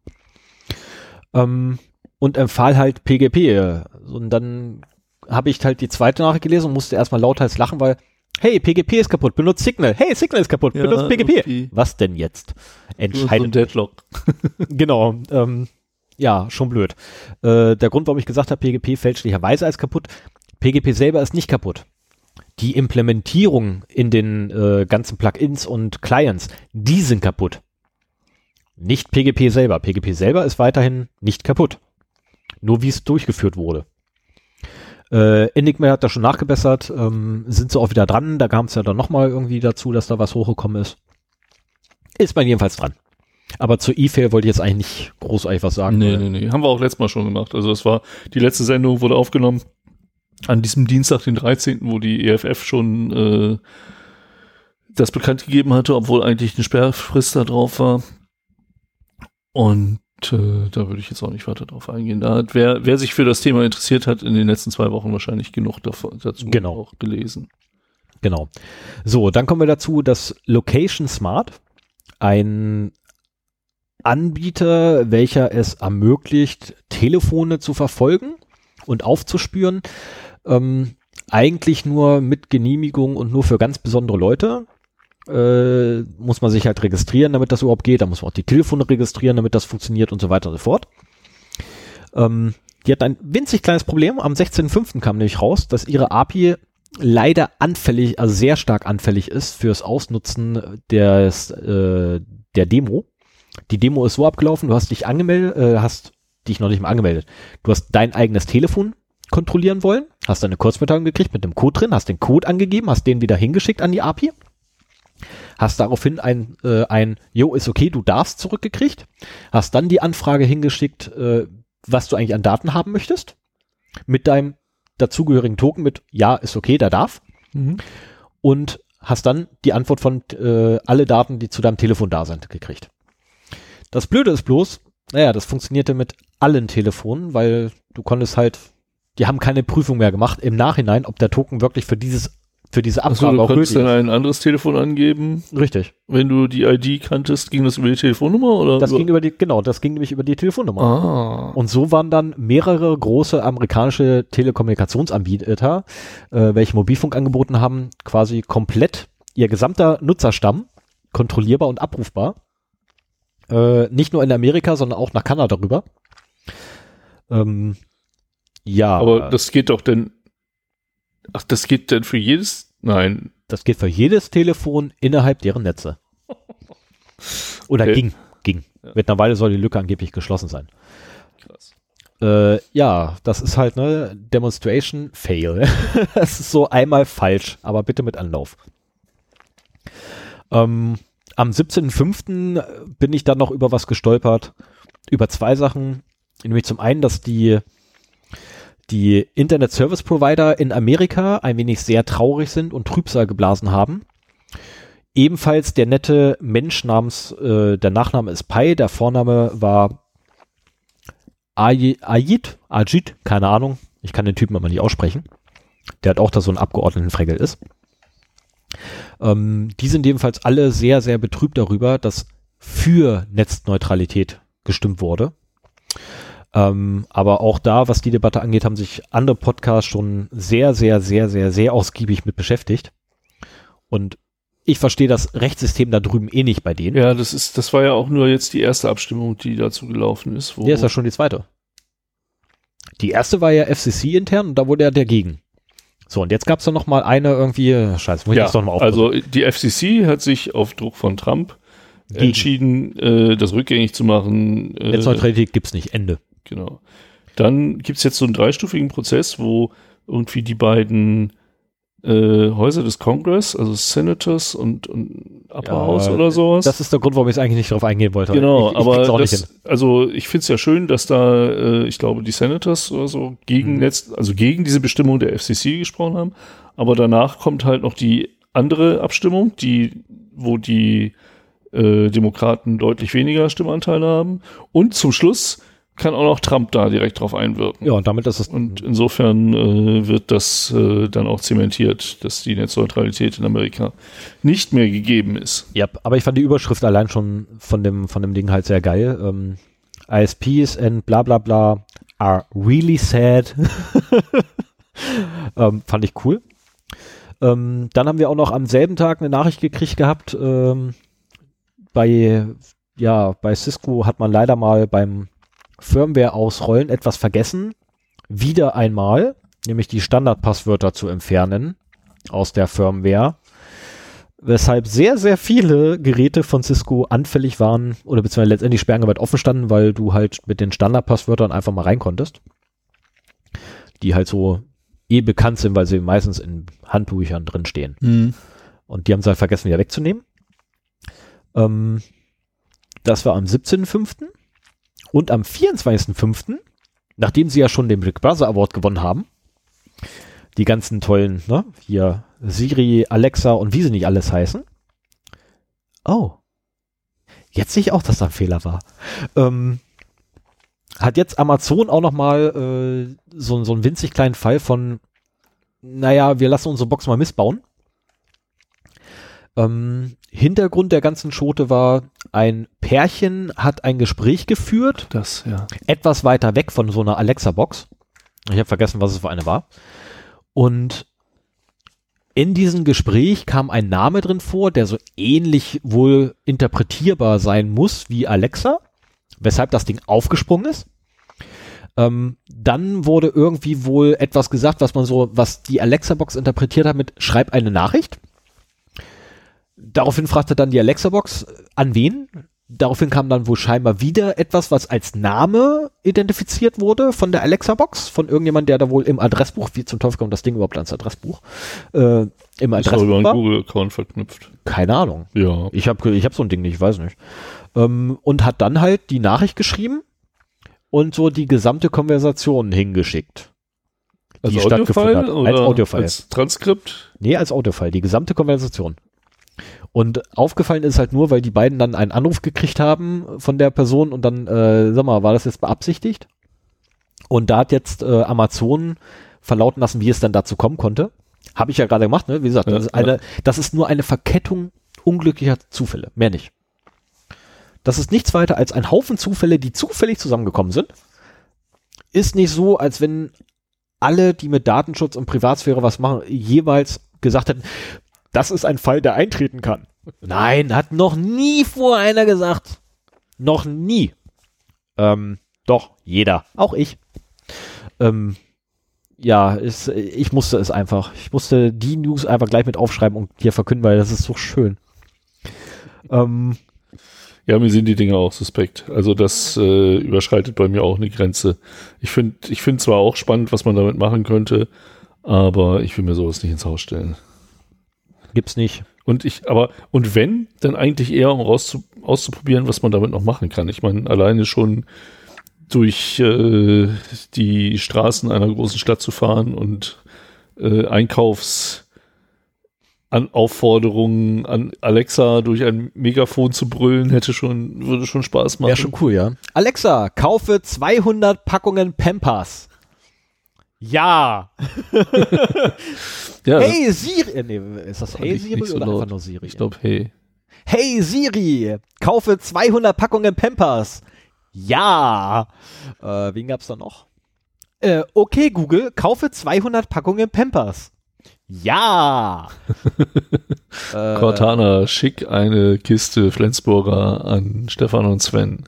Und empfahl halt PGP. Und dann habe ich halt die zweite Nachricht gelesen und musste erstmal lauthals lachen, weil hey, PGP ist kaputt, benutzt Signal. Hey, Signal ist kaputt, benutzt PGP. Okay. Was denn jetzt? Entscheidend. So Deadlock. Genau. Ja, schon blöd. Der Grund, warum ich gesagt habe, PGP fälschlicherweise als kaputt, PGP selber ist nicht kaputt. Die Implementierung in den ganzen Plugins und Clients, die sind kaputt. Nicht PGP selber. PGP selber ist weiterhin nicht kaputt. Nur wie es durchgeführt wurde. Enigma hat da schon nachgebessert, sind sie auch wieder dran, da kam es ja dann nochmal irgendwie dazu, dass da was hochgekommen ist. Ist man jedenfalls dran. Aber zu E-Fail wollte ich jetzt eigentlich nicht großartig was sagen. Nee. Haben wir auch letztes Mal schon gemacht. Also das war, die letzte Sendung wurde aufgenommen an diesem Dienstag, den 13., wo die EFF schon das bekannt gegeben hatte, obwohl eigentlich eine Sperrfrist da drauf war. Und da würde ich jetzt auch nicht weiter drauf eingehen. Da hat wer sich für das Thema interessiert hat, in den letzten 2 Wochen wahrscheinlich genug dazu auch gelesen. Genau. So, dann kommen wir dazu, dass Location Smart, ein Anbieter, welcher es ermöglicht, Telefone zu verfolgen und aufzuspüren, eigentlich nur mit Genehmigung und nur für ganz besondere Leute. Muss man sich halt registrieren, damit das überhaupt geht. Da muss man auch die Telefone registrieren, damit das funktioniert und so weiter und so fort. Die hat ein winzig kleines Problem. Am 16.05. kam nämlich raus, dass ihre API leider anfällig, also sehr stark anfällig ist fürs Ausnutzen der Demo. Die Demo ist so abgelaufen, du hast dich angemeldet, hast dich noch nicht mal angemeldet. Du hast dein eigenes Telefon kontrollieren wollen, hast eine Kurzmitteilung gekriegt mit dem Code drin, hast den Code angegeben, hast den wieder hingeschickt an die API. Hast daraufhin ein Jo, ist okay, du darfst zurückgekriegt. Hast dann die Anfrage hingeschickt, was du eigentlich an Daten haben möchtest. Mit deinem dazugehörigen Token mit Ja, ist okay, der darf. Mhm. Und hast dann die Antwort von alle Daten, die zu deinem Telefon da sind, gekriegt. Das Blöde ist bloß, das funktionierte mit allen Telefonen, weil du konntest halt, die haben keine Prüfung mehr gemacht im Nachhinein, ob der Token wirklich für dieses für diese Achso, Abfrage du auch konntest gültig dann ist. ein anderes Telefon angeben. Richtig. Wenn du die ID kanntest, ging das über die Telefonnummer? Oder Das ging das ging nämlich über die Telefonnummer. Ah. Und so waren dann mehrere große amerikanische Telekommunikationsanbieter, welche Mobilfunk angeboten haben, quasi komplett ihr gesamter Nutzerstamm kontrollierbar und abrufbar. Nicht nur in Amerika, sondern auch nach Kanada rüber. Ja. Aber das geht doch denn. Ach, das geht denn für jedes. Nein. Das geht für jedes Telefon innerhalb deren Netze. Oder Okay. ging. Ja. Mittlerweile soll die Lücke angeblich geschlossen sein. Krass. Ja, das ist halt eine Demonstration Fail. Das ist so einmal falsch, aber bitte mit Anlauf. Am 17.05. bin ich dann noch über was gestolpert. Über zwei Sachen. Nämlich zum einen, dass die Internet Service Provider in Amerika ein wenig sehr traurig sind und Trübsal geblasen haben. Ebenfalls der nette Mensch namens, der Nachname ist Pai, der Vorname war Ajit, keine Ahnung. Ich kann den Typen aber nicht aussprechen. Der hat auch da so einen Abgeordnetenfregel ist. Die sind ebenfalls alle sehr, sehr betrübt darüber, dass für Netzneutralität gestimmt wurde. Aber auch da, was die Debatte angeht, haben sich andere Podcasts schon sehr, sehr, sehr, sehr, sehr ausgiebig mit beschäftigt. Und ich verstehe das Rechtssystem da drüben eh nicht bei denen. Ja, das war ja auch nur jetzt die erste Abstimmung, die dazu gelaufen ist. Ja, ist ja schon die zweite. Die erste war ja FCC intern und da wurde er dagegen. So, und jetzt gab es dann noch mal eine irgendwie, scheiße, muss ich das doch mal aufpassen. Also die FCC hat sich auf Druck von Trump entschieden, das rückgängig zu machen. Netzneutralität gibt's nicht, Ende. Genau. Dann gibt's jetzt so einen dreistufigen Prozess, wo irgendwie die beiden Häuser des Congress, also Senators und Upper House oder sowas. Das ist der Grund, warum ich eigentlich nicht darauf eingehen wollte. Genau, ich aber krieg's auch nicht hin. also ich finde es ja schön, dass da, ich glaube, die Senators oder so gegen gegen diese Bestimmung der FCC gesprochen haben. Aber danach kommt halt noch die andere Abstimmung, wo die Demokraten deutlich weniger Stimmanteile haben. Und zum Schluss kann auch noch Trump da direkt drauf einwirken. Ja, und damit ist es. Und insofern wird das dann auch zementiert, dass die Netzneutralität in Amerika nicht mehr gegeben ist. Ja, aber ich fand die Überschrift allein schon von dem Ding halt sehr geil. ISPs and bla bla bla are really sad. Fand ich cool. Dann haben wir auch noch am selben Tag eine Nachricht gekriegt gehabt. Bei Cisco hat man leider mal beim Firmware ausrollen etwas vergessen, wieder einmal, nämlich die Standardpasswörter zu entfernen aus der Firmware, weshalb sehr, sehr viele Geräte von Cisco anfällig waren oder beziehungsweise letztendlich sperrangeweiht offen standen, weil du halt mit den Standardpasswörtern einfach mal rein konntest, die halt so bekannt sind, weil sie meistens in Handbüchern drin stehen. Mhm. Und die haben sie halt vergessen, wieder wegzunehmen. Das war am 17.05. Und am 24.05., nachdem sie ja schon den Big Brother Award gewonnen haben, die ganzen tollen, ne, hier Siri, Alexa und wie sie nicht alles heißen. Oh. Jetzt sehe ich auch, dass da ein Fehler war. Hat jetzt Amazon auch nochmal so einen winzig kleinen Fall von, naja, wir lassen unsere Box mal missbauen. Hintergrund der ganzen Schote war, ein Pärchen hat ein Gespräch geführt, etwas weiter weg von so einer Alexa-Box. Ich habe vergessen, was es für eine war. Und in diesem Gespräch kam ein Name drin vor, der so ähnlich wohl interpretierbar sein muss wie Alexa, weshalb das Ding aufgesprungen ist. Dann wurde irgendwie wohl etwas gesagt, was die Alexa-Box interpretiert hat mit schreib eine Nachricht. Daraufhin fragte dann die Alexa-Box, an wen? Daraufhin kam dann wohl scheinbar wieder etwas, was als Name identifiziert wurde von der Alexa-Box, von irgendjemand, der da wohl im Adressbuch, wie zum Teufel kommt das Ding überhaupt ans Adressbuch, im Adressbuch ist über einen war. Google-Account verknüpft. Keine Ahnung. Ja. Ich hab so ein Ding nicht, ich weiß nicht. Und hat dann halt die Nachricht geschrieben und so die gesamte Konversation hingeschickt. Als Die stattgefunden hat. Audiofile? Als Audiofile. Als Transkript? Nee, als Audiofile, die gesamte Konversation. Und aufgefallen ist halt nur, weil die beiden dann einen Anruf gekriegt haben von der Person und dann, sag mal, war das jetzt beabsichtigt? Und da hat jetzt Amazon verlauten lassen, wie es dann dazu kommen konnte. Habe ich ja gerade gemacht, ne? Wie gesagt, das ist nur eine Verkettung unglücklicher Zufälle, mehr nicht. Das ist nichts weiter als ein Haufen Zufälle, die zufällig zusammengekommen sind. Ist nicht so, als wenn alle, die mit Datenschutz und Privatsphäre was machen, jeweils gesagt hätten, das ist ein Fall, der eintreten kann. Nein, hat noch nie vorher einer gesagt. Noch nie. Doch, jeder. Auch ich. Ich musste es einfach. Ich musste die News einfach gleich mit aufschreiben und hier verkünden, weil das ist so schön. Ja, mir sind die Dinge auch suspekt. Also das überschreitet bei mir auch eine Grenze. Ich finde zwar auch spannend, was man damit machen könnte, aber ich will mir sowas nicht ins Haus stellen. Gibt's nicht. Und wenn, dann eigentlich eher, um auszuprobieren, was man damit noch machen kann. Ich meine, alleine schon durch die Straßen einer großen Stadt zu fahren und Aufforderungen an Alexa durch ein Megafon zu brüllen, würde schon Spaß machen. Wäre schon cool, ja. Alexa, kaufe 200 Packungen Pampers. Ja. Ja. Hey Siri. Ist das Hey Siri so oder laut. einfach nur Siri? Ich glaube Hey. Hey Siri, kaufe 200 Packungen Pampers. Ja. Wen gab's da noch? Okay Google, kaufe 200 Packungen Pampers. Ja. Cortana, schick eine Kiste Flensburger an Stefan und Sven.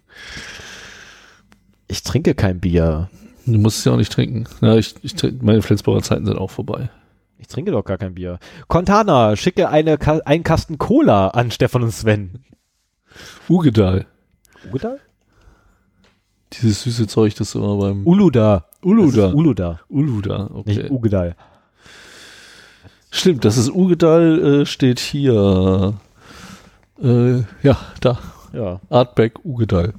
Ich trinke kein Bier. Du musst es ja auch nicht trinken. Ja, meine Flensburger Zeiten sind auch vorbei. Ich trinke doch gar kein Bier. Cortana, schicke einen Kasten Cola an Stefan und Sven. Ugedal. Ugedal? Dieses süße Zeug, das immer beim... Uluda, okay. Nicht Ugedal. Stimmt, das ist Ugedal, steht hier. Da. Ja. Artback Ugedal.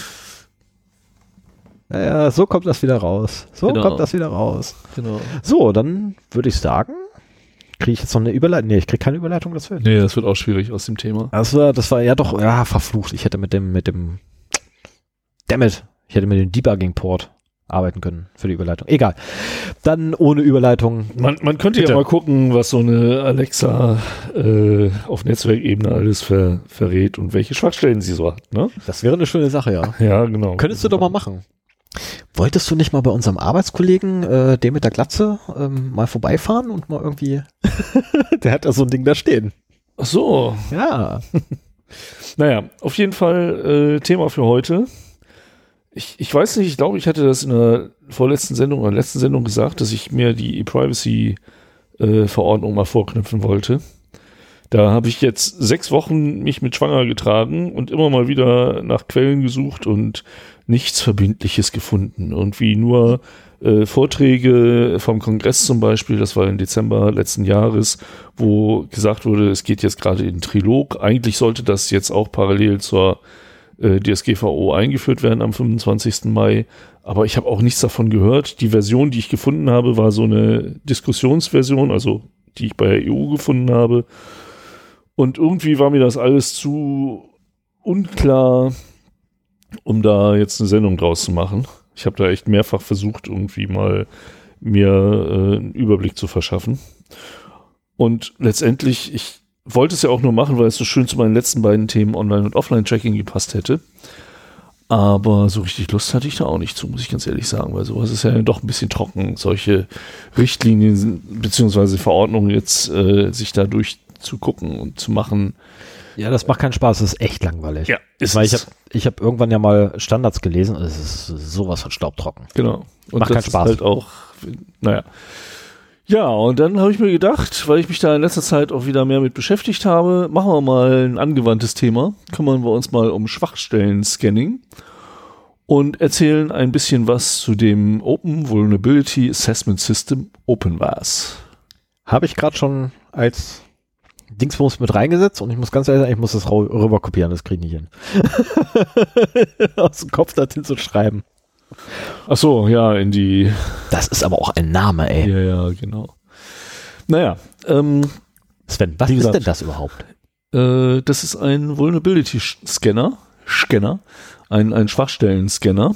Ja, so kommt das wieder raus. Genau. So, dann würde ich sagen, kriege ich jetzt noch eine Überleitung? Nee, ich kriege keine Überleitung dazu. Nee, das wird auch schwierig aus dem Thema. Also, das war ja doch, verflucht. Ich hätte mit dem Debugging-Port arbeiten können für die Überleitung. Egal. Dann ohne Überleitung. Man könnte ja mal gucken, was so eine Alexa auf Netzwerkebene alles verrät und welche Schwachstellen sie so hat. Ne? Das wäre eine schöne Sache, ja. Ja, genau. Könntest du doch mal machen. Wolltest du nicht mal bei unserem Arbeitskollegen, dem mit der Glatze, mal vorbeifahren und mal irgendwie... Der hat da so ein Ding da stehen. Ach so. Ja. Naja, auf jeden Fall Thema für heute. Ich weiß nicht, ich glaube, ich hatte das in der vorletzten Sendung oder letzten Sendung gesagt, dass ich mir die E-Privacy-Verordnung mal vorknüpfen wollte. Da habe ich jetzt 6 Wochen mich mit schwanger getragen und immer mal wieder nach Quellen gesucht und nichts Verbindliches gefunden. Irgendwie nur Vorträge vom Kongress zum Beispiel, das war im Dezember letzten Jahres, wo gesagt wurde, es geht jetzt gerade in Trilog. Eigentlich sollte das jetzt auch parallel zur DSGVO eingeführt werden am 25. Mai. Aber ich habe auch nichts davon gehört. Die Version, die ich gefunden habe, war so eine Diskussionsversion, also die ich bei der EU gefunden habe. Und irgendwie war mir das alles zu unklar, um da jetzt eine Sendung draus zu machen. Ich habe da echt mehrfach versucht, irgendwie mal mir einen Überblick zu verschaffen. Und letztendlich, ich wollte es ja auch nur machen, weil es so schön zu meinen letzten beiden Themen Online- und Offline-Tracking gepasst hätte. Aber so richtig Lust hatte ich da auch nicht zu, muss ich ganz ehrlich sagen, weil sowas ist ja doch ein bisschen trocken, solche Richtlinien bzw. Verordnungen jetzt sich da durchzugucken und zu machen. Ja, das macht keinen Spaß, das ist echt langweilig. Ja, ich hab irgendwann ja mal Standards gelesen und es ist sowas von staubtrocken. Genau. Und macht das keinen Spaß. Ist halt auch, naja. Ja, und dann habe ich mir gedacht, weil ich mich da in letzter Zeit auch wieder mehr mit beschäftigt habe, machen wir mal ein angewandtes Thema. Kümmern wir uns mal um Schwachstellen-Scanning und erzählen ein bisschen was zu dem Open Vulnerability Assessment System OpenVAS. Habe ich gerade schon als Dingsbums mit reingesetzt und ich muss ganz ehrlich sagen, ich muss das rüber kopieren, das kriege ich nicht hin. Aus dem Kopf dorthin zu schreiben. Ach so, ja, in die... Das ist aber auch ein Name, ey. Ja, genau. Naja. Sven, was ist denn das überhaupt? Das ist ein Vulnerability-Scanner, ein Schwachstellen-Scanner.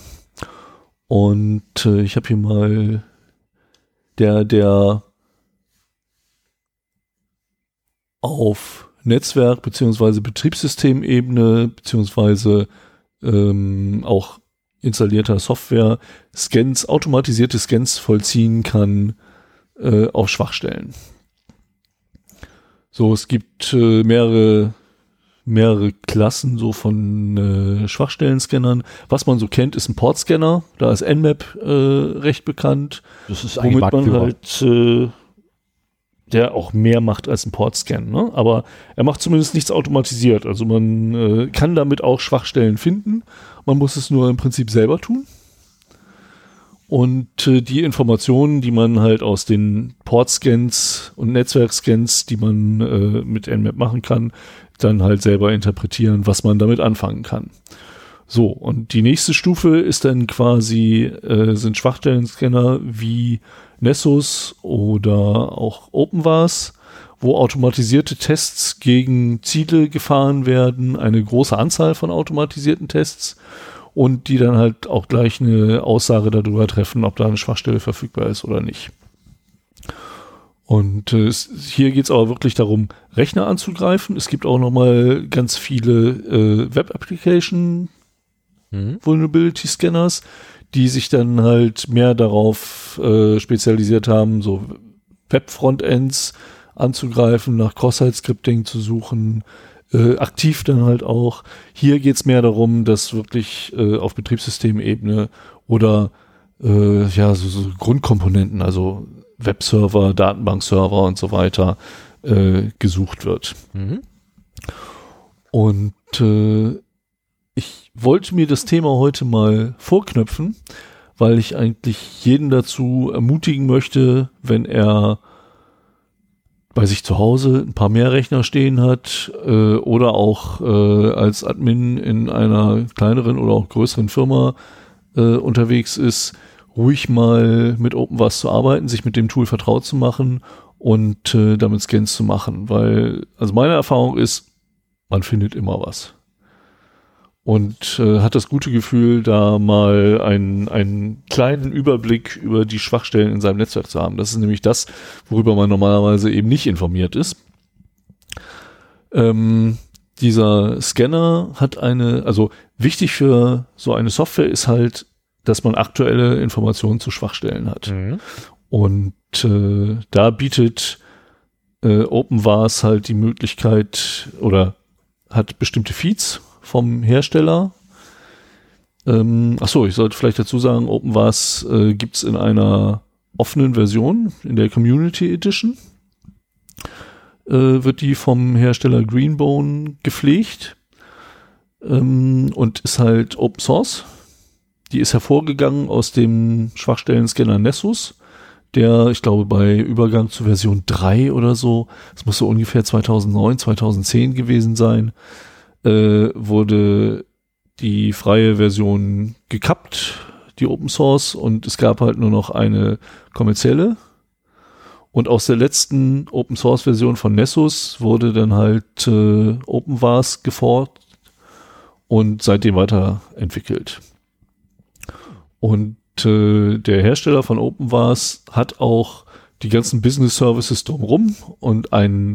Und ich habe hier mal der auf Netzwerk- bzw. Betriebssystemebene beziehungsweise auch installierter Software Scans, automatisierte Scans vollziehen kann auf Schwachstellen. So, es gibt mehrere Klassen so von Schwachstellen-Scannern. Was man so kennt, ist ein Portscanner. Da ist Nmap recht bekannt. Das ist eigentlich womit man Marktführer. halt der auch mehr macht als ein Portscan, ne? Aber er macht zumindest nichts automatisiert. Also man kann damit auch Schwachstellen finden. Man muss es nur im Prinzip selber tun. Und die Informationen, die man halt aus den Portscans und Netzwerkscans, die man mit Nmap machen kann, dann halt selber interpretieren, was man damit anfangen kann. So, und die nächste Stufe ist dann quasi, sind Schwachstellen-Scanner wie Nessus oder auch OpenVAS, wo automatisierte Tests gegen Ziele gefahren werden, eine große Anzahl von automatisierten Tests und die dann halt auch gleich eine Aussage darüber treffen, ob da eine Schwachstelle verfügbar ist oder nicht. Und hier geht es aber wirklich darum, Rechner anzugreifen. Es gibt auch nochmal ganz viele Web-Application Vulnerability Scanners, die sich dann halt mehr darauf spezialisiert haben, so Web-Frontends anzugreifen, nach Cross-Site-Scripting zu suchen, aktiv dann halt auch. Hier geht es mehr darum, dass wirklich auf Betriebssystemebene oder so Grundkomponenten, also Webserver, Datenbankserver und so weiter gesucht wird. Und ich wollte mir das Thema heute mal vorknöpfen, weil ich eigentlich jeden dazu ermutigen möchte, wenn er bei sich zu Hause ein paar mehr Rechner stehen hat oder auch als Admin in einer kleineren oder auch größeren Firma unterwegs ist, ruhig mal mit OpenVAS zu arbeiten, sich mit dem Tool vertraut zu machen und damit Scans zu machen, weil, also meine Erfahrung ist, man findet immer was. Und hat das gute Gefühl, da mal einen kleinen Überblick über die Schwachstellen in seinem Netzwerk zu haben. Das ist nämlich das, worüber man normalerweise eben nicht informiert ist. Dieser Scanner hat also wichtig für so eine Software ist halt, dass man aktuelle Informationen zu Schwachstellen hat. Und da bietet OpenVAS halt die Möglichkeit oder hat bestimmte Feeds vom Hersteller. Ich sollte vielleicht dazu sagen, OpenVAS gibt es in einer offenen Version, in der Community Edition. Wird die vom Hersteller Greenbone gepflegt und ist halt Open Source. Die ist hervorgegangen aus dem Schwachstellen-Scanner Nessus, der, ich glaube, bei Übergang zu Version 3 oder so, das muss so ungefähr 2009, 2010 gewesen sein, wurde die freie Version gekappt, die Open Source, und es gab halt nur noch eine kommerzielle. Und aus der letzten Open Source Version von Nessus wurde dann halt OpenVAS geforkt und seitdem weiterentwickelt. Und der Hersteller von OpenVAS hat auch die ganzen Business Services drumherum und ein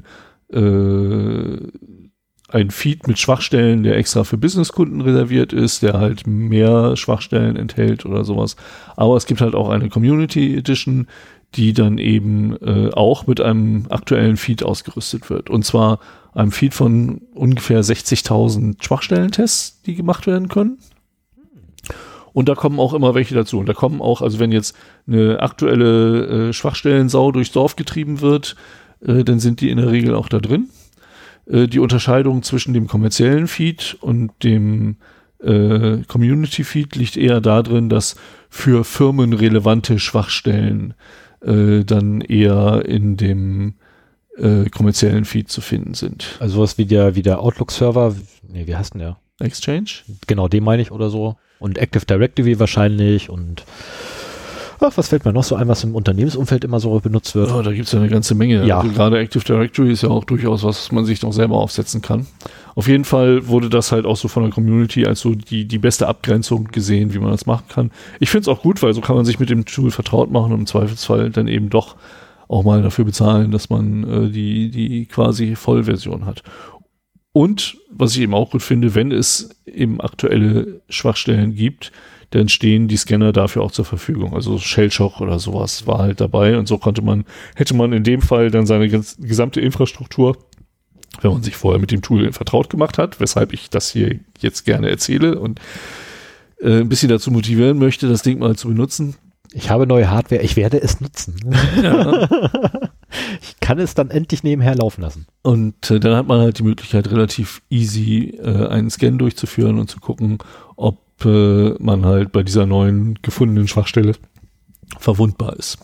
Feed mit Schwachstellen, der extra für Businesskunden reserviert ist, der halt mehr Schwachstellen enthält oder sowas. Aber es gibt halt auch eine Community Edition, die dann eben auch mit einem aktuellen Feed ausgerüstet wird. Und zwar einem Feed von ungefähr 60.000 Schwachstellentests, die gemacht werden können. Und da kommen auch immer welche dazu. Und da kommen auch, also wenn jetzt eine aktuelle Schwachstellensau durchs Dorf getrieben wird, dann sind die in der Regel auch da drin. Die Unterscheidung zwischen dem kommerziellen Feed und dem Community-Feed liegt eher darin, dass für Firmen relevante Schwachstellen dann eher in dem kommerziellen Feed zu finden sind. Also was wie der Outlook-Server, wie heißt denn der? Exchange? Genau, den meine ich oder so. Und Active Directory wahrscheinlich und was fällt mir noch so ein, was im Unternehmensumfeld immer so benutzt wird? Ja, da gibt es ja eine ganze Menge. Ja. Also gerade Active Directory ist ja auch durchaus was man sich noch selber aufsetzen kann. Auf jeden Fall wurde das halt auch so von der Community als so die beste Abgrenzung gesehen, wie man das machen kann. Ich finde es auch gut, weil so kann man sich mit dem Tool vertraut machen und im Zweifelsfall dann eben doch auch mal dafür bezahlen, dass man die quasi Vollversion hat. Und was ich eben auch gut finde, wenn es eben aktuelle Schwachstellen gibt, dann stehen die Scanner dafür auch zur Verfügung. Also Shellshock oder sowas war halt dabei und so hätte man in dem Fall dann seine gesamte Infrastruktur, wenn man sich vorher mit dem Tool vertraut gemacht hat, weshalb ich das hier jetzt gerne erzähle und ein bisschen dazu motivieren möchte, das Ding mal zu benutzen. Ich habe neue Hardware, ich werde es nutzen. Ja. Ich kann es dann endlich nebenher laufen lassen. Und dann hat man halt die Möglichkeit, relativ easy einen Scan durchzuführen und zu gucken, ob man halt bei dieser neuen gefundenen Schwachstelle verwundbar ist.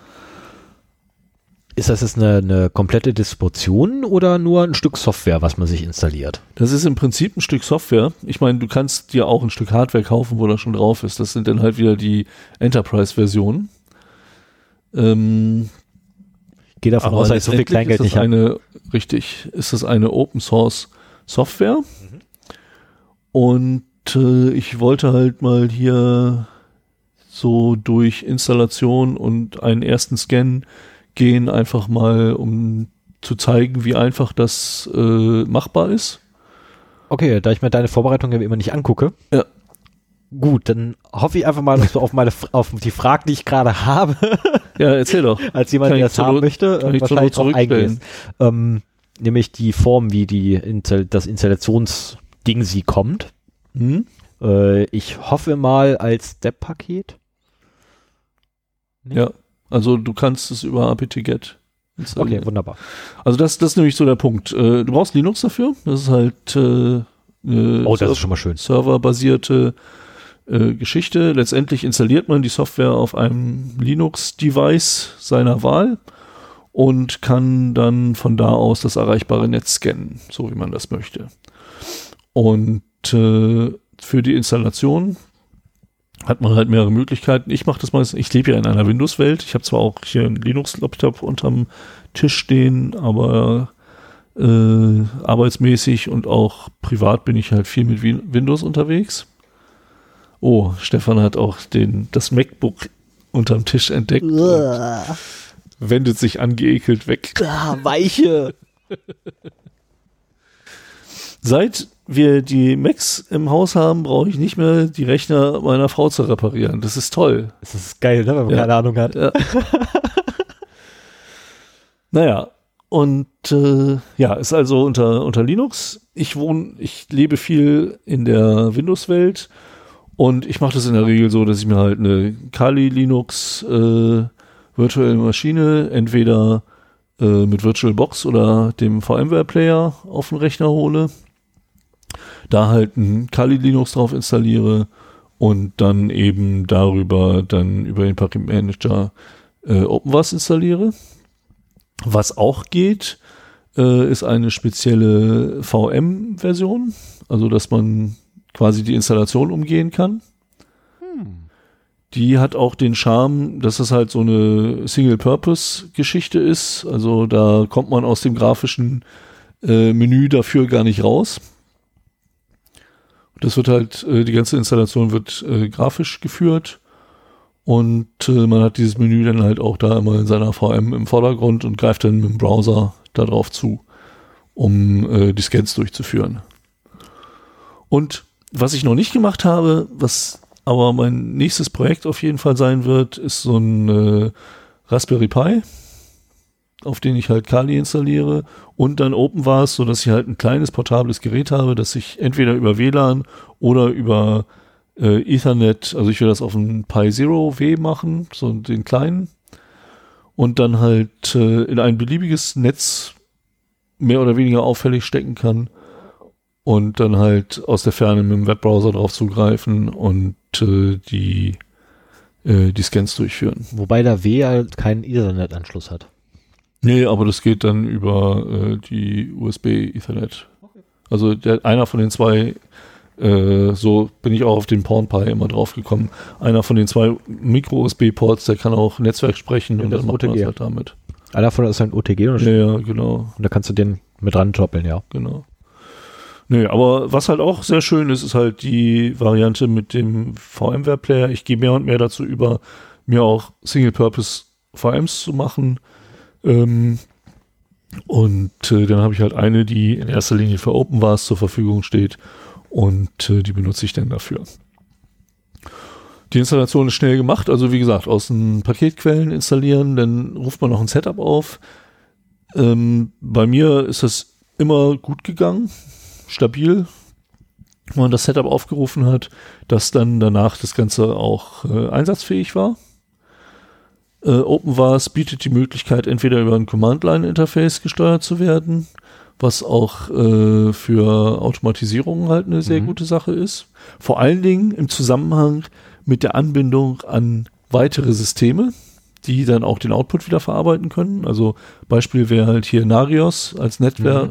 Ist das jetzt eine komplette Distribution oder nur ein Stück Software, was man sich installiert? Das ist im Prinzip ein Stück Software. Ich meine, du kannst dir auch ein Stück Hardware kaufen, wo das schon drauf ist. Das sind dann halt wieder die Enterprise-Versionen. Gehe davon aus, dass so viel Kleingeld nicht habe. Richtig, ist das eine Open-Source-Software. Und ich wollte halt mal hier so durch Installation und einen ersten Scan gehen, einfach mal, um zu zeigen, wie einfach das machbar ist. Okay, da ich mir deine Vorbereitung ja immer nicht angucke. Ja. Gut, dann hoffe ich einfach mal, dass du auf die Fragen, die ich gerade habe, ja, erzähl doch. als jemand, der das haben möchte, wahrscheinlich drauf eingehst. Nämlich die Form, wie das Installationsding sie kommt. Ich hoffe mal als Step-Paket. Nee? Ja, also du kannst es über apt-get installieren. Okay, wunderbar. Also das ist nämlich so der Punkt. Du brauchst Linux dafür. Das ist halt das ist schon mal schön. Serverbasierte Geschichte. Letztendlich installiert man die Software auf einem Linux-Device seiner Wahl und kann dann von da aus das erreichbare Netz scannen, so wie man das möchte. Und für die Installation hat man halt mehrere Möglichkeiten. Ich mache das meistens, ich lebe ja in einer Windows-Welt. Ich habe zwar auch hier einen Linux-Laptop unterm Tisch stehen, aber arbeitsmäßig und auch privat bin ich halt viel mit Windows unterwegs. Oh, Stefan hat auch das MacBook unterm Tisch entdeckt und wendet sich angeekelt weg. Weiche! Seit wir die Macs im Haus haben, brauche ich nicht mehr die Rechner meiner Frau zu reparieren. Das ist toll. Das ist geil, ne, wenn man keine Ahnung hat. Ja. Naja, und ist also unter Linux. Ich lebe viel in der Windows-Welt und ich mache das in der Regel so, dass ich mir halt eine Kali Linux virtuelle Maschine entweder mit VirtualBox oder dem VMware-Player auf den Rechner hole, da halt ein Kali Linux drauf installiere und dann eben über den Paketmanager OpenVAS installiere. Was auch geht, ist eine spezielle VM-Version, also dass man quasi die Installation umgehen kann. Die hat auch den Charme, dass es halt so eine Single-Purpose-Geschichte ist. Also da kommt man aus dem grafischen Menü dafür gar nicht raus. Das wird halt, die ganze Installation wird grafisch geführt und man hat dieses Menü dann halt auch da immer in seiner VM im Vordergrund und greift dann mit dem Browser darauf zu, um die Scans durchzuführen. Und was ich noch nicht gemacht habe, was aber mein nächstes Projekt auf jeden Fall sein wird, ist so ein Raspberry Pi, auf den ich halt Kali installiere und dann OpenVAS, sodass ich halt ein kleines portables Gerät habe, das ich entweder über WLAN oder über Ethernet, also ich will das auf einen Pi Zero W machen, so den kleinen, und dann halt in ein beliebiges Netz mehr oder weniger auffällig stecken kann und dann halt aus der Ferne mit dem Webbrowser drauf zugreifen und die Scans durchführen. Wobei der W ja keinen Ethernet-Anschluss hat. Nee, aber das geht dann über die USB-Ethernet. Okay. Also einer von den zwei, so bin ich auch auf den PornPi immer drauf gekommen, einer von den zwei Micro-USB-Ports, der kann auch Netzwerk sprechen und dann macht man das halt damit. Einer von ist ein OTG? Oder? Ja, genau. Und da kannst du den mit rantoppeln, ja. Genau. Nee, aber was halt auch sehr schön ist, ist halt die Variante mit dem VMware-Player. Ich gehe mehr und mehr dazu über, mir auch Single-Purpose VMs zu machen. Und dann habe ich halt eine, die in erster Linie für OpenVAS zur Verfügung steht und die benutze ich dann dafür. Die Installation ist schnell gemacht, also wie gesagt, aus den Paketquellen installieren, dann ruft man noch ein Setup auf. Bei mir ist das immer gut gegangen, stabil, wenn man das Setup aufgerufen hat, dass dann danach das Ganze auch einsatzfähig war. OpenVAS bietet die Möglichkeit, entweder über ein Command-Line-Interface gesteuert zu werden, was auch für Automatisierung halt eine sehr gute Sache ist. Vor allen Dingen im Zusammenhang mit der Anbindung an weitere Systeme, die dann auch den Output wieder verarbeiten können. Also Beispiel wäre halt hier Narios als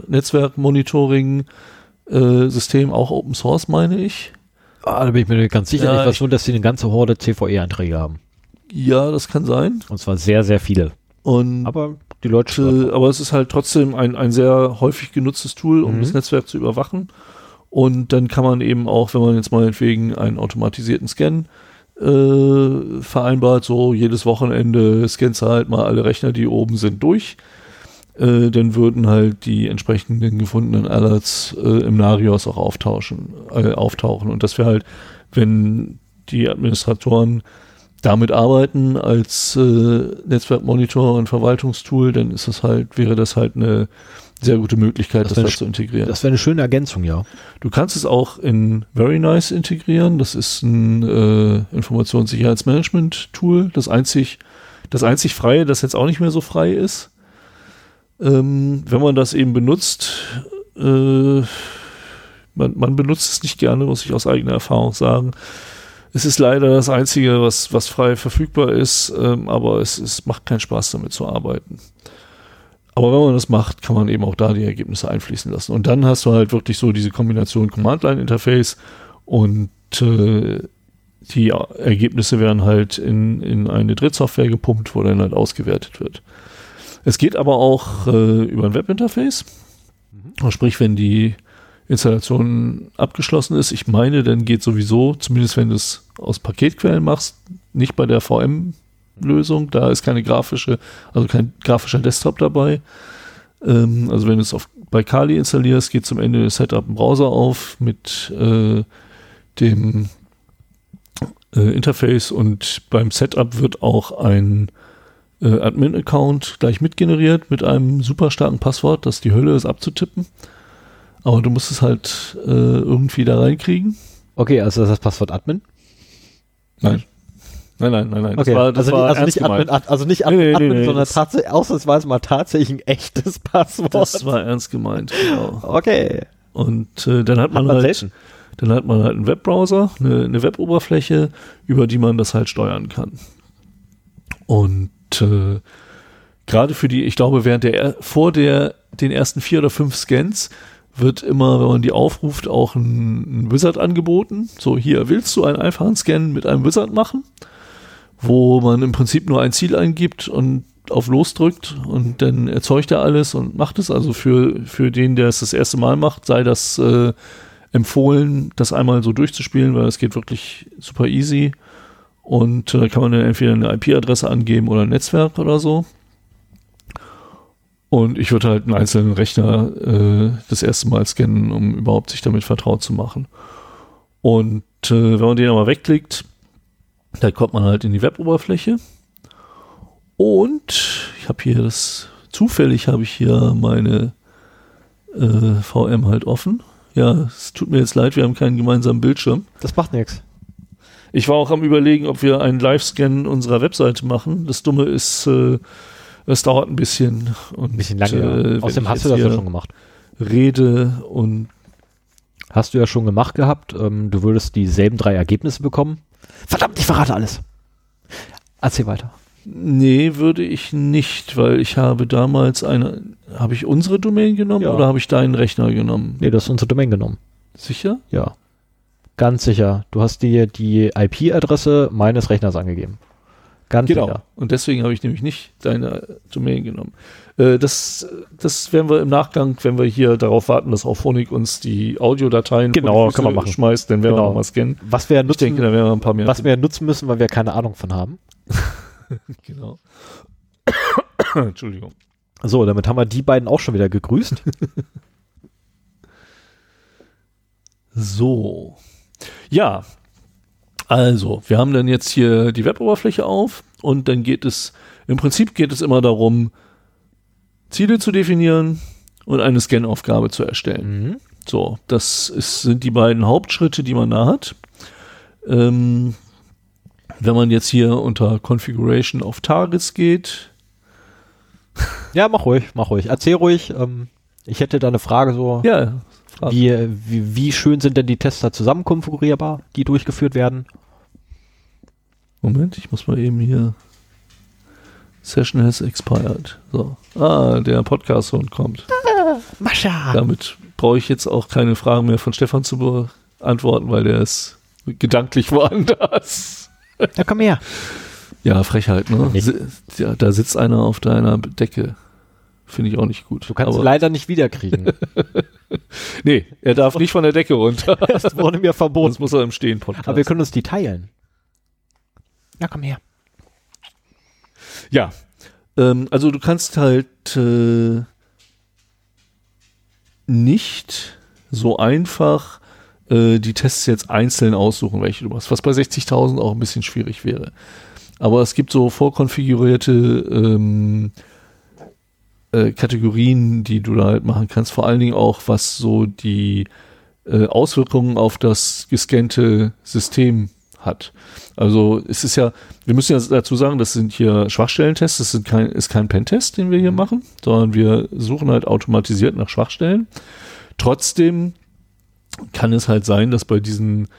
Netzwerk-Monitoring-System, auch Open Source, meine ich. Da bin ich mir nicht ganz sicher. Ja, ich weiß nur, dass sie eine ganze Horde CVE-Einträge haben. Ja, das kann sein. Und zwar sehr, sehr viele. Aber die Leute... aber es ist halt trotzdem ein sehr häufig genutztes Tool, um das Netzwerk zu überwachen. Und dann kann man eben auch, wenn man jetzt meinetwegen einen automatisierten Scan vereinbart, so jedes Wochenende scannst du halt mal alle Rechner, die oben sind, durch. Dann würden halt die entsprechenden gefundenen Alerts im Narios auch auftauchen. Und das wäre halt, wenn die Administratoren damit arbeiten als Netzwerkmonitor und Verwaltungstool, dann ist das halt, wäre das halt eine sehr gute Möglichkeit, das da zu integrieren. Das wäre eine schöne Ergänzung, ja. Du kannst es auch in Very Nice integrieren. Das ist ein Informationssicherheitsmanagement-Tool. Das einzig freie, das jetzt auch nicht mehr so frei ist. Wenn man das eben benutzt, man benutzt es nicht gerne, muss ich aus eigener Erfahrung sagen. Es ist leider das Einzige, was frei verfügbar ist, aber es macht keinen Spaß, damit zu arbeiten. Aber wenn man das macht, kann man eben auch da die Ergebnisse einfließen lassen. Und dann hast du halt wirklich so diese Kombination Command-Line-Interface und die Ergebnisse werden halt in eine Drittsoftware gepumpt, wo dann halt ausgewertet wird. Es geht aber auch über ein Webinterface. Sprich, wenn die Installation abgeschlossen ist, ich meine, dann geht sowieso, zumindest wenn du es aus Paketquellen machst, nicht bei der VM-Lösung, da ist kein grafischer Desktop dabei. Also wenn du es bei Kali installierst, geht zum Ende des Setup ein Browser auf mit dem Interface und beim Setup wird auch ein Admin-Account gleich mitgeneriert mit einem super starken Passwort, das die Hölle ist abzutippen. Aber du musst es halt irgendwie da reinkriegen. Okay, also das Passwort Admin? Nein. Nein. Okay. Das war nicht Admin, Nee. sondern tatsächlich, ausnahmsweise mal tatsächlich ein echtes Passwort. Das war ernst gemeint, genau. Okay. Und dann hat man halt einen Webbrowser, eine Weboberfläche, über die man das halt steuern kann. Und gerade für die, ich glaube, vor den ersten 4 oder 5 Scans wird immer, wenn man die aufruft, auch ein Wizard angeboten. So, hier willst du einen einfachen Scan mit einem Wizard machen, wo man im Prinzip nur ein Ziel eingibt und auf Los drückt und dann erzeugt er alles und macht es. Also für den, der es das erste Mal macht, sei das empfohlen, das einmal so durchzuspielen, weil es geht wirklich super easy. Und da kann man dann entweder eine IP-Adresse angeben oder ein Netzwerk oder so. Und ich würde halt einen einzelnen Rechner das erste Mal scannen, um überhaupt sich damit vertraut zu machen. Und wenn man den aber wegklickt, dann kommt man halt in die Weboberfläche. Und ich habe hier zufällig habe ich hier meine VM halt offen. Ja, es tut mir jetzt leid, wir haben keinen gemeinsamen Bildschirm. Das macht nichts. Ich war auch am Überlegen, ob wir einen Live-Scan unserer Webseite machen. Das Dumme ist, es dauert ein bisschen. Ein bisschen lange, ja. Außerdem hast du das ja schon gemacht. Rede und... Hast du ja schon gemacht gehabt. Du würdest dieselben 3 Ergebnisse bekommen. Verdammt, ich verrate alles. Erzähl weiter. Nee, würde ich nicht, weil ich habe damals habe ich unsere Domain genommen oder habe ich deinen Rechner genommen? Nee, du hast unsere Domain genommen. Sicher? Ja. Ganz sicher. Du hast dir die IP-Adresse meines Rechners angegeben. Ganz sicher. Und deswegen habe ich nämlich nicht deine Domain genommen. Das werden wir im Nachgang, wenn wir hier darauf warten, dass Auphonic uns die Audiodateien können wir machen. Schmeißt, dann werden wir mal scannen. Was wir nutzen, ich denke, da werden wir ein paar mehr. Was wir nutzen müssen, weil wir keine Ahnung von haben. Genau. Entschuldigung. So, damit haben wir die beiden auch schon wieder gegrüßt. So. Ja. Also, wir haben dann jetzt hier die Web-Oberfläche auf und dann im Prinzip geht es immer darum, Ziele zu definieren und eine Scan-Aufgabe zu erstellen. So, sind die beiden Hauptschritte, die man da hat. Wenn man jetzt hier unter Configuration of Targets geht. Ja, mach ruhig. Erzähl ruhig. Ich hätte da eine Frage so. Ja. Wie schön sind denn die Tester zusammen konfigurierbar, die durchgeführt werden? Moment, ich muss mal eben hier. Session has expired. So. Der Podcast-Hund kommt. Mascha! Damit brauche ich jetzt auch keine Fragen mehr von Stefan zu beantworten, weil der ist gedanklich woanders. Ja, komm her. Ja, Frechheit, ne? Ja, da sitzt einer auf deiner Decke. Finde ich auch nicht gut. Du kannst ihn leider nicht wiederkriegen. Nee, er darf nicht von der Decke runter. Das wurde mir verboten. Sonst muss er im Stehen podcasten. Aber wir können uns die teilen. Ja, komm her. Ja, also du kannst halt nicht so einfach die Tests jetzt einzeln aussuchen, welche du machst, was bei 60.000 auch ein bisschen schwierig wäre. Aber es gibt so vorkonfigurierte Kategorien, die du da halt machen kannst, vor allen Dingen auch, was so die Auswirkungen auf das gescannte System hat. Also es ist ja, wir müssen ja dazu sagen, das sind hier Schwachstellentests, das ist kein Pentest, den wir hier machen, sondern wir suchen halt automatisiert nach Schwachstellen. Trotzdem kann es halt sein, dass bei diesen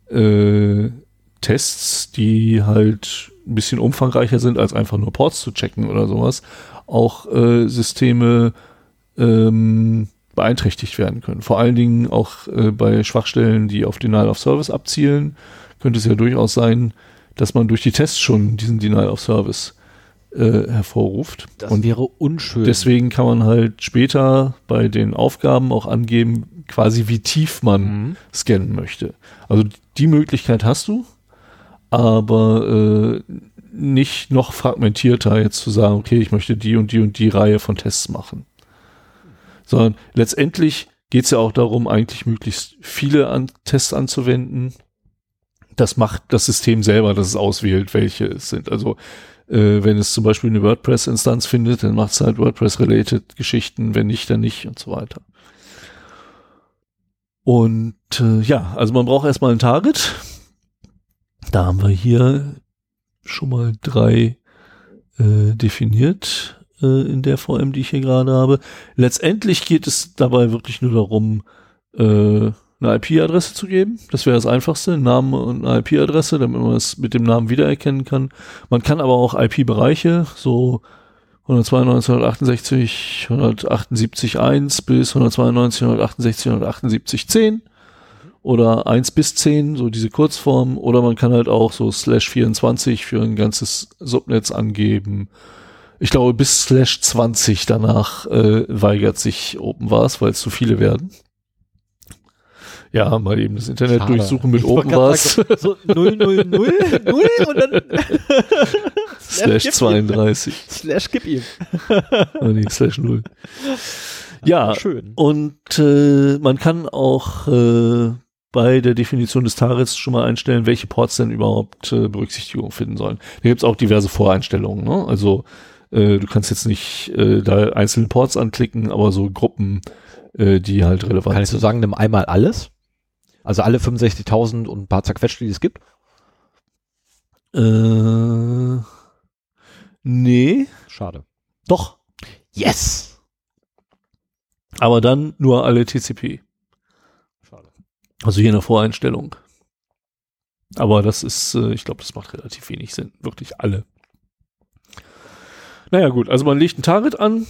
Tests, die halt ein bisschen umfangreicher sind, als einfach nur Ports zu checken oder sowas, auch Systeme beeinträchtigt werden können. Vor allen Dingen auch bei Schwachstellen, die auf Denial of Service abzielen, könnte es ja durchaus sein, dass man durch die Tests schon diesen Denial of Service hervorruft. Das wäre unschön. Deswegen kann man halt später bei den Aufgaben auch angeben, quasi wie tief man scannen möchte. Also die Möglichkeit hast du, aber nicht noch fragmentierter jetzt zu sagen, okay, ich möchte die und die und die Reihe von Tests machen. Sondern letztendlich geht es ja auch darum, eigentlich möglichst viele Tests anzuwenden. Das macht das System selber, dass es auswählt, welche es sind. Also wenn es zum Beispiel eine WordPress-Instanz findet, dann macht es halt WordPress-related Geschichten, wenn nicht, dann nicht und so weiter. Und ja, also man braucht erstmal ein Target. Da haben wir hier schon mal 3 definiert in der VM, die ich hier gerade habe. Letztendlich geht es dabei wirklich nur darum, eine IP-Adresse zu geben. Das wäre das Einfachste, Name und eine IP-Adresse, damit man es mit dem Namen wiedererkennen kann. Man kann aber auch IP-Bereiche, so 192, 168, 178.1 bis 192, 168, 178.10 oder 1 bis 10, so diese Kurzform. Oder man kann halt auch so /24 für ein ganzes Subnetz angeben. Ich glaube, bis /20 danach weigert sich OpenVARs, weil es zu viele werden. Ja, mal eben das Internet Schade. durchsuchen mit OpenVARs. So 0, 0, 0, 0 und dann /32. /gib ihm. Oh nee, /0. Ja, schön. Und man kann auch bei der Definition des Targets schon mal einstellen, welche Ports denn überhaupt Berücksichtigung finden sollen. Da gibt es auch diverse Voreinstellungen. Ne? Also du kannst jetzt nicht da einzelne Ports anklicken, aber so Gruppen, die halt relevant sind. Kann ich so sagen, nimm einmal alles? Also alle 65.000 und ein paar zerquetscht, die es gibt? Nee. Schade. Doch. Yes! Aber dann nur alle TCP. Schade. Also hier eine Voreinstellung. Aber das ist, ich glaube, das macht relativ wenig Sinn. Wirklich alle. Naja gut, also man legt ein Target an,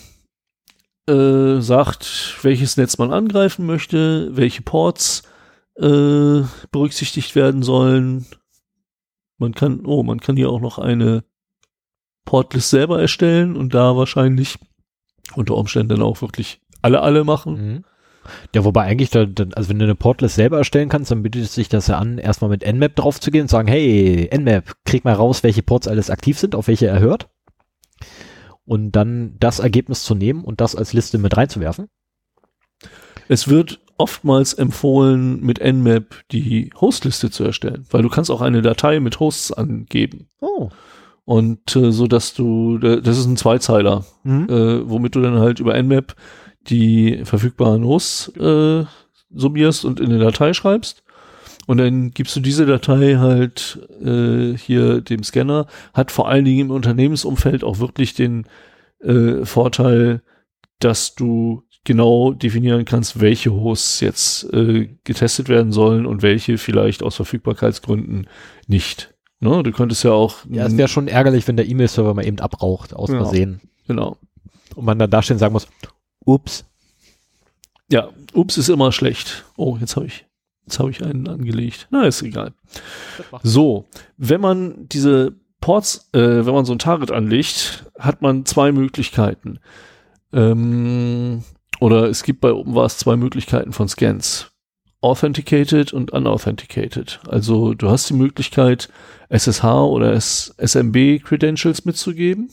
sagt, welches Netz man angreifen möchte, welche Ports berücksichtigt werden sollen. Man kann hier auch noch eine Portlist selber erstellen und da wahrscheinlich unter Umständen dann auch wirklich alle machen. Mhm. Ja, wobei eigentlich, also wenn du eine Portlist selber erstellen kannst, dann bietet es sich das ja an, erstmal mit Nmap drauf zu gehen und sagen, hey, Nmap, krieg mal raus, welche Ports alles aktiv sind, auf welche er hört. und dann das Ergebnis zu nehmen und das als Liste mit reinzuwerfen? Es wird oftmals empfohlen, mit Nmap die Hostliste zu erstellen, weil du kannst auch eine Datei mit Hosts angeben. Oh. Und so dass das ist ein Zweizeiler, womit du dann halt über Nmap die verfügbaren Hosts summierst und in eine Datei schreibst. Und dann gibst du diese Datei halt hier dem Scanner. Hat vor allen Dingen im Unternehmensumfeld auch wirklich den Vorteil, dass du genau definieren kannst, welche Hosts jetzt getestet werden sollen und welche vielleicht aus Verfügbarkeitsgründen nicht. Ne? Du könntest ja auch... Ja, es wäre schon ärgerlich, wenn der E-Mail-Server mal eben abraucht, aus Versehen. Genau. Und man dann da stehen sagen muss, ups. Ja, ups ist immer schlecht. Oh, jetzt habe ich einen angelegt. Na, ist egal. So, wenn man diese Ports, wenn man so ein Target anlegt, hat man zwei Möglichkeiten. Oder es gibt bei OpenVAS zwei Möglichkeiten von Scans. Authenticated und Unauthenticated. Also du hast die Möglichkeit, SSH oder SMB-Credentials mitzugeben.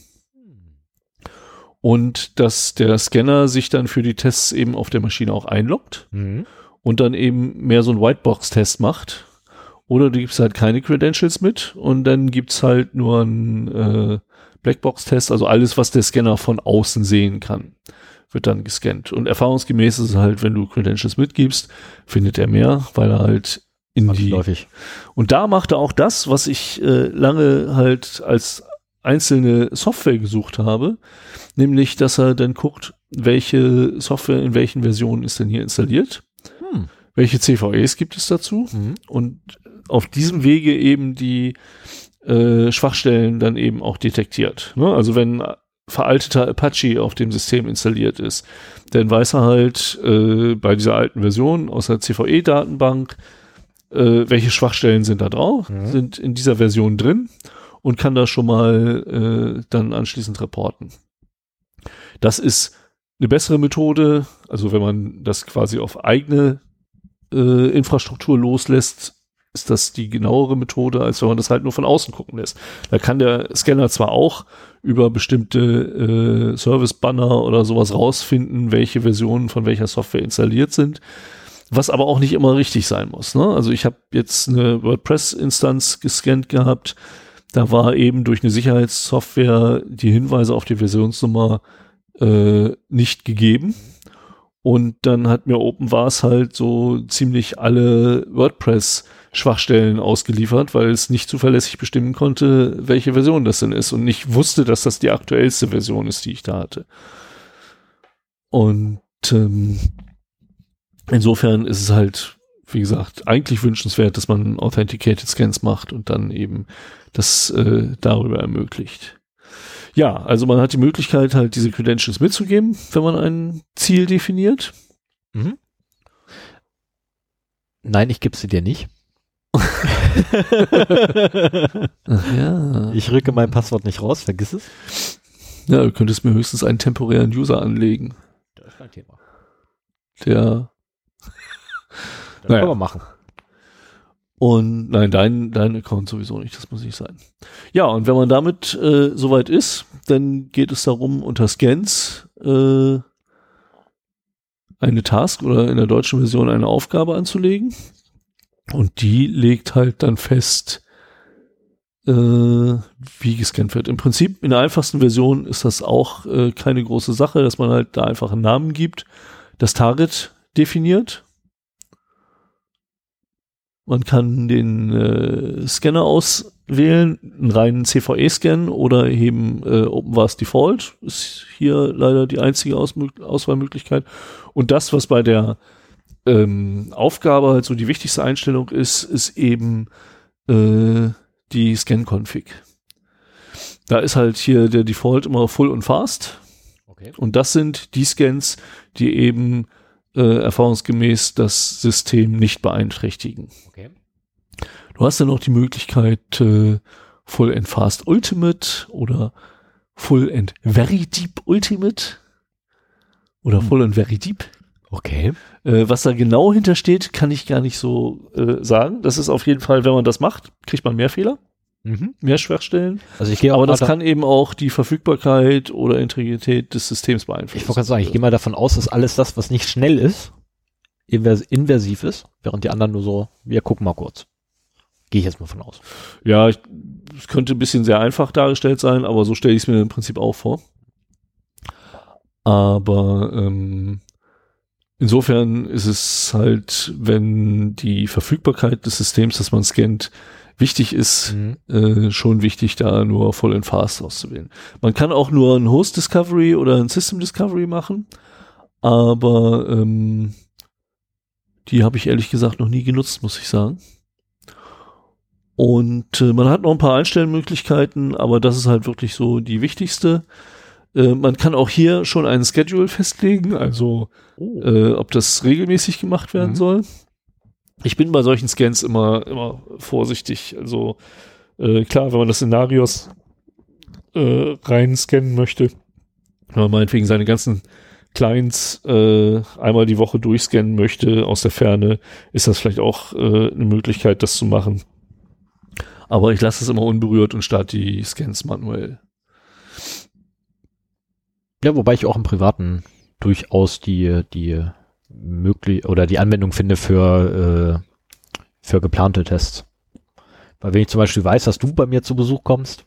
Und dass der Scanner sich dann für die Tests eben auf der Maschine auch einloggt und dann eben mehr so einen Whitebox-Test macht. Oder du gibst halt keine Credentials mit und dann gibt's halt nur einen Blackbox-Test, also alles, was der Scanner von außen sehen kann, wird dann gescannt. Und erfahrungsgemäß ist es halt, wenn du Credentials mitgibst, findet er mehr, weil er halt in die... Und da macht er auch das, was ich lange halt als einzelne Software gesucht habe, nämlich, dass er dann guckt, welche Software in welchen Versionen ist denn hier installiert, welche CVEs gibt es dazu und auf diesem Wege eben die Schwachstellen dann eben auch detektiert. Ne? Also wenn veralteter Apache auf dem System installiert ist, dann weiß er halt bei dieser alten Version aus der CVE-Datenbank, welche Schwachstellen sind da drauf, sind in dieser Version drin und kann da schon mal dann anschließend reporten. Das ist eine bessere Methode, also wenn man das quasi auf eigene Infrastruktur loslässt, ist das die genauere Methode, als wenn man das halt nur von außen gucken lässt. Da kann der Scanner zwar auch über bestimmte Service-Banner oder sowas rausfinden, welche Versionen von welcher Software installiert sind, was aber auch nicht immer richtig sein muss. Ne? Also ich habe jetzt eine WordPress-Instanz gescannt gehabt, da war eben durch eine Sicherheitssoftware die Hinweise auf die Versionsnummer nicht gegeben. Und dann hat mir OpenVAS halt so ziemlich alle WordPress-Schwachstellen ausgeliefert, weil es nicht zuverlässig bestimmen konnte, welche Version das denn ist und nicht wusste, dass das die aktuellste Version ist, die ich da hatte. Und insofern ist es halt, wie gesagt, eigentlich wünschenswert, dass man Authenticated Scans macht und dann eben das darüber ermöglicht. Ja, also man hat die Möglichkeit, halt diese Credentials mitzugeben, wenn man ein Ziel definiert. Nein, ich gebe sie dir nicht. Ach ja. Ich rücke mein Passwort nicht raus, vergiss es. Ja, du könntest mir höchstens einen temporären User anlegen. Das ist kein Thema. Der. Das können wir machen. Und nein, dein Account sowieso nicht, das muss nicht sein. Ja, und wenn man damit soweit ist, dann geht es darum, unter Scans eine Task oder in der deutschen Version eine Aufgabe anzulegen. Und die legt halt dann fest, wie gescannt wird. Im Prinzip in der einfachsten Version ist das auch keine große Sache, dass man halt da einfach einen Namen gibt, das Target definiert. Man kann den Scanner auswählen, einen reinen CVE-Scan oder eben OpenVAS Default. Ist hier leider die einzige Auswahlmöglichkeit. Und das, was bei der Aufgabe halt so die wichtigste Einstellung ist, ist eben die Scan-Config. Da ist halt hier der Default immer Full und Fast. Okay. Und das sind die Scans, die eben erfahrungsgemäß das System nicht beeinträchtigen. Okay. Du hast dann noch die Möglichkeit Full and Fast Ultimate oder Full and Very Deep Ultimate oder Full and Very Deep. Okay. Was da genau hintersteht, kann ich gar nicht so sagen. Das ist auf jeden Fall, wenn man das macht, kriegt man mehr Fehler. mehr Schwachstellen. Also ich gehe aber das kann eben auch die Verfügbarkeit oder Integrität des Systems beeinflussen. Ich wollte gerade sagen, ich gehe mal davon aus, dass alles das, was nicht schnell ist, inversiv ist, während die anderen nur so, wir gucken mal kurz. Gehe ich jetzt mal von aus. Ja, es könnte ein bisschen sehr einfach dargestellt sein, aber so stelle ich es mir im Prinzip auch vor. Aber insofern ist es halt, wenn die Verfügbarkeit des Systems, das man scannt, wichtig ist, schon wichtig, da nur Full and Fast auszuwählen. Man kann auch nur ein Host Discovery oder ein System Discovery machen, aber die habe ich ehrlich gesagt noch nie genutzt, muss ich sagen. Und man hat noch ein paar Einstellmöglichkeiten, aber das ist halt wirklich so die wichtigste. Man kann auch hier schon einen Schedule festlegen, also ob das regelmäßig gemacht werden soll. Ich bin bei solchen Scans immer vorsichtig. Also klar, wenn man das Szenarios rein scannen möchte, wenn man meinetwegen seine ganzen Clients einmal die Woche durchscannen möchte aus der Ferne, ist das vielleicht auch eine Möglichkeit, das zu machen. Aber ich lasse es immer unberührt und starte die Scans manuell. Ja, wobei ich auch im Privaten durchaus die Anwendung finde für geplante Tests. Weil wenn ich zum Beispiel weiß, dass du bei mir zu Besuch kommst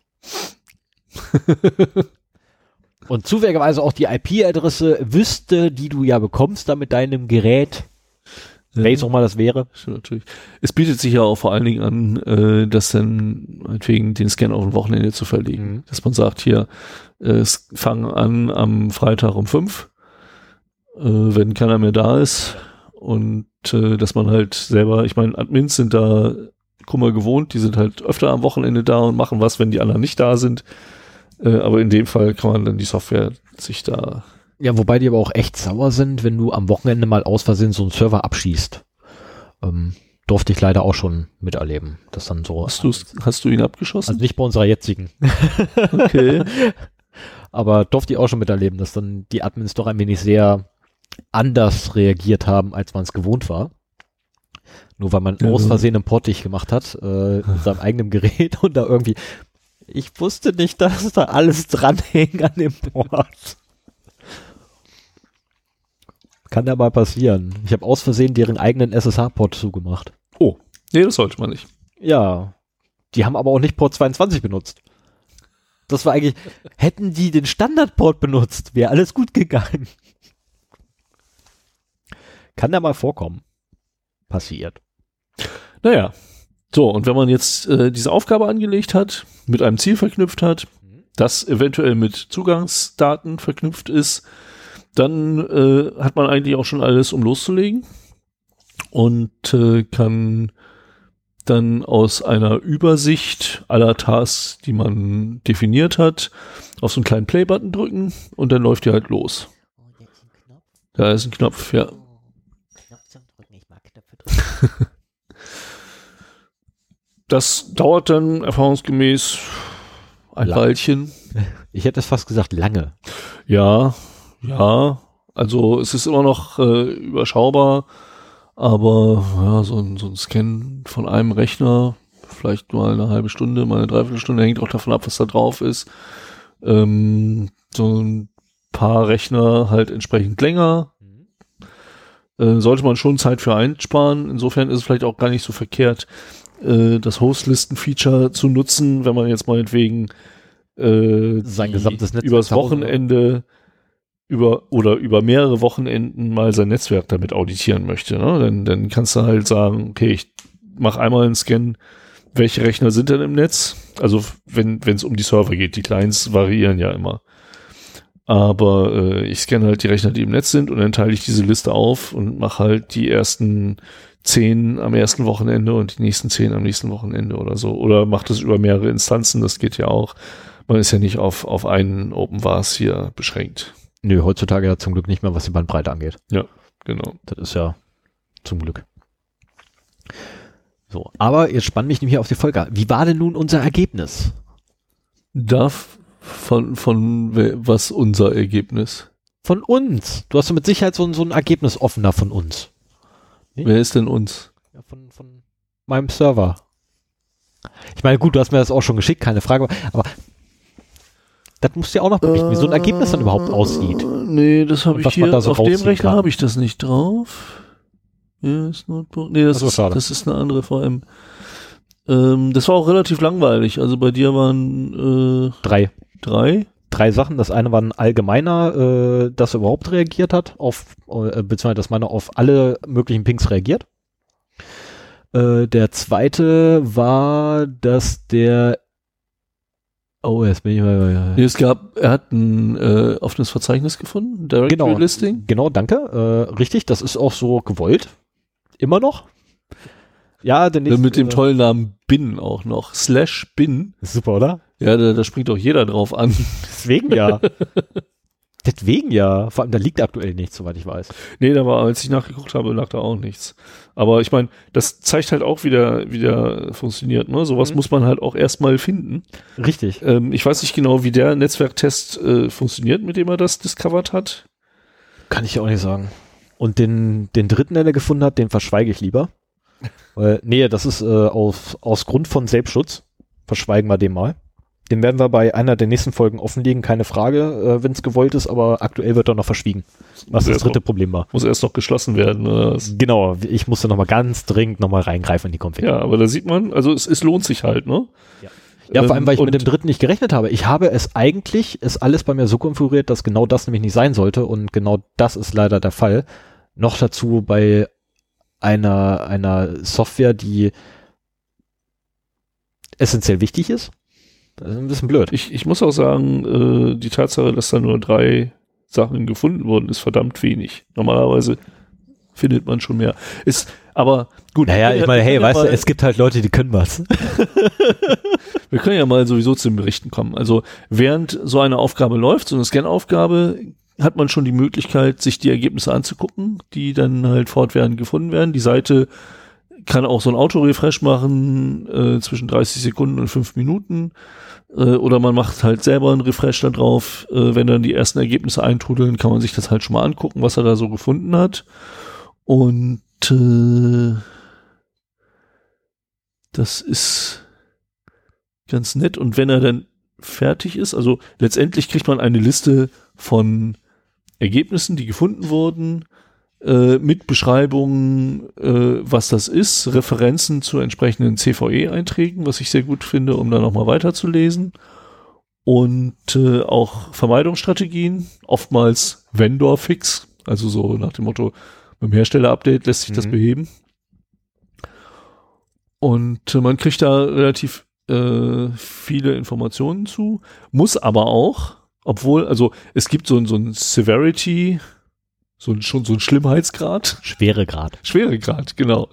und zufälligerweise auch die IP-Adresse wüsste, die du ja bekommst da mit deinem Gerät, welches auch mal das wäre. Natürlich. Es bietet sich ja auch vor allen Dingen an, das dann meinetwegen den Scan auf ein Wochenende zu verlegen. Dass man sagt, hier, fang an am Freitag um 5, wenn keiner mehr da ist. Und dass man halt selber, ich meine, Admins sind da Kummer gewohnt, die sind halt öfter am Wochenende da und machen was, wenn die anderen nicht da sind. Aber in dem Fall kann man dann die Software sich da... Ja, wobei die aber auch echt sauer sind, wenn du am Wochenende mal aus Versehen so einen Server abschießt. Durfte ich leider auch schon miterleben. Das dann so. Hast du ihn abgeschossen? Also nicht bei unserer jetzigen. Okay. Aber durfte ich auch schon miterleben, dass dann die Admins doch ein wenig sehr anders reagiert haben, als man es gewohnt war. Nur weil man aus Versehen einen Port dicht gemacht hat, mit seinem eigenen Gerät und da irgendwie, ich wusste nicht, dass da alles dranhängt an dem Port. Kann ja mal passieren. Ich habe aus Versehen deren eigenen SSH-Port zugemacht. Oh, nee, das sollte man nicht. Ja, die haben aber auch nicht Port 22 benutzt. Das war eigentlich, hätten die den Standardport benutzt, wäre alles gut gegangen. Kann ja mal vorkommen. Passiert. Naja, so, und wenn man jetzt diese Aufgabe angelegt hat, mit einem Ziel verknüpft hat, das eventuell mit Zugangsdaten verknüpft ist, dann hat man eigentlich auch schon alles, um loszulegen und kann dann aus einer Übersicht aller Tasks, die man definiert hat, auf so einen kleinen Play-Button drücken und dann läuft die halt los. Oh, jetzt ein Knopf. Da ist ein Knopf, ja. Oh, Knopf zum Drücken, ich mag Knöpfe drücken. Das dauert dann erfahrungsgemäß ein Weilchen. Ich hätte es fast gesagt, lange. Ja, also es ist immer noch überschaubar, aber ja, so ein Scan von einem Rechner, vielleicht mal eine halbe Stunde, mal eine Dreiviertelstunde, hängt auch davon ab, was da drauf ist. So ein paar Rechner halt entsprechend länger. Sollte man schon Zeit für einsparen. Insofern ist es vielleicht auch gar nicht so verkehrt, das Hostlisten-Feature zu nutzen, wenn man jetzt meinetwegen sein gesamtes Netzwerk übers Wochenende über mehrere Wochenenden mal sein Netzwerk damit auditieren möchte. Ne? Dann kannst du halt sagen, okay, ich mache einmal einen Scan, welche Rechner sind denn im Netz? Also wenn es um die Server geht, die Clients variieren ja immer. Aber ich scanne halt die Rechner, die im Netz sind und dann teile ich diese Liste auf und mache halt die ersten 10 am ersten Wochenende und die nächsten 10 am nächsten Wochenende oder so. Oder macht das über mehrere Instanzen, das geht ja auch. Man ist ja nicht auf einen OpenVAS hier beschränkt. Nö, heutzutage ja zum Glück nicht mehr, was die Bandbreite angeht. Ja, genau. Das ist ja zum Glück. So, aber jetzt spann mich nämlich auf die Folge. Wie war denn nun unser Ergebnis? Von was unser Ergebnis? Von uns. Du hast doch mit Sicherheit so ein Ergebnis offener von uns. Nee? Wer ist denn uns? Ja, von meinem Server. Ich meine, gut, du hast mir das auch schon geschickt, keine Frage, aber das musst du ja auch noch berichten, wie so ein Ergebnis dann überhaupt aussieht. Nee, das habe ich hier, da so auf dem rausziehen Rechner kann. habe ich das nicht drauf. Yes, Notebook. Nee, das, Ach so, schade. das ist eine andere VM. Das war auch relativ langweilig. Also bei dir waren 3 3. Sachen. Das eine war ein allgemeiner, das überhaupt reagiert hat, beziehungsweise dass meiner auf alle möglichen Pings reagiert. Der zweite war, dass der jetzt bin ich mal. Nee, er hat ein offenes Verzeichnis gefunden, Directory Listing. Genau, danke. Richtig, das ist auch so gewollt. Immer noch. Ja, der nächste, mit dem tollen Namen Bin auch noch. /bin. Super, oder? Ja, da springt auch jeder drauf an. Deswegen ja. Deswegen ja. Vor allem, da liegt aktuell nichts, soweit ich weiß. Nee, da war, als ich nachgeguckt habe, lag da auch nichts. Aber ich meine, das zeigt halt auch, wie der funktioniert. Ne? Sowas muss man halt auch erstmal finden. Richtig. Ich weiß nicht genau, wie der Netzwerktest funktioniert, mit dem er das discovered hat. Kann ich ja auch nicht sagen. Und den dritten, den er gefunden hat, den verschweige ich lieber. Nee, das ist aus Grund von Selbstschutz. Verschweigen wir den mal. Den werden wir bei einer der nächsten Folgen offenlegen, keine Frage, wenn es gewollt ist, aber aktuell wird er noch verschwiegen. Was das dritte Problem war. Muss erst noch geschlossen werden. Oder? Genau, ich musste nochmal ganz dringend nochmal reingreifen in die Config. Ja, aber da sieht man, also es lohnt sich halt, ne? Ja, vor allem, weil ich mit dem dritten nicht gerechnet habe. Ich habe ist alles bei mir so konfiguriert, dass genau das nämlich nicht sein sollte und genau das ist leider der Fall. Noch dazu bei einer Software, die essentiell wichtig ist. Das ist ein bisschen blöd. Ich muss auch sagen, die Tatsache, dass da nur 3 Sachen gefunden wurden, ist verdammt wenig. Normalerweise findet man schon mehr. Aber gut. Naja, ich meine, hey, weißt du, es gibt halt Leute, die können was. Wir können ja mal sowieso zu den Berichten kommen. Also während so eine Aufgabe läuft, so eine Scan-Aufgabe, hat man schon die Möglichkeit, sich die Ergebnisse anzugucken, die dann halt fortwährend gefunden werden. Die Seite kann auch so ein Auto-Refresh machen, zwischen 30 Sekunden und 5 Minuten. Oder man macht halt selber einen Refresh da drauf. Wenn dann die ersten Ergebnisse eintrudeln, kann man sich das halt schon mal angucken, was er da so gefunden hat. Und das ist ganz nett. Und wenn er dann fertig ist, also letztendlich kriegt man eine Liste von Ergebnissen, die gefunden wurden, mit Beschreibungen, was das ist, Referenzen zu entsprechenden CVE-Einträgen, was ich sehr gut finde, um da nochmal weiterzulesen. Und auch Vermeidungsstrategien, oftmals Vendor-Fix, also so nach dem Motto, beim Hersteller-Update lässt sich das beheben. Und man kriegt da relativ viele Informationen zu, muss aber auch, obwohl, also es gibt so ein Severity, schon so ein Schlimmheitsgrad. Schweregrad, genau.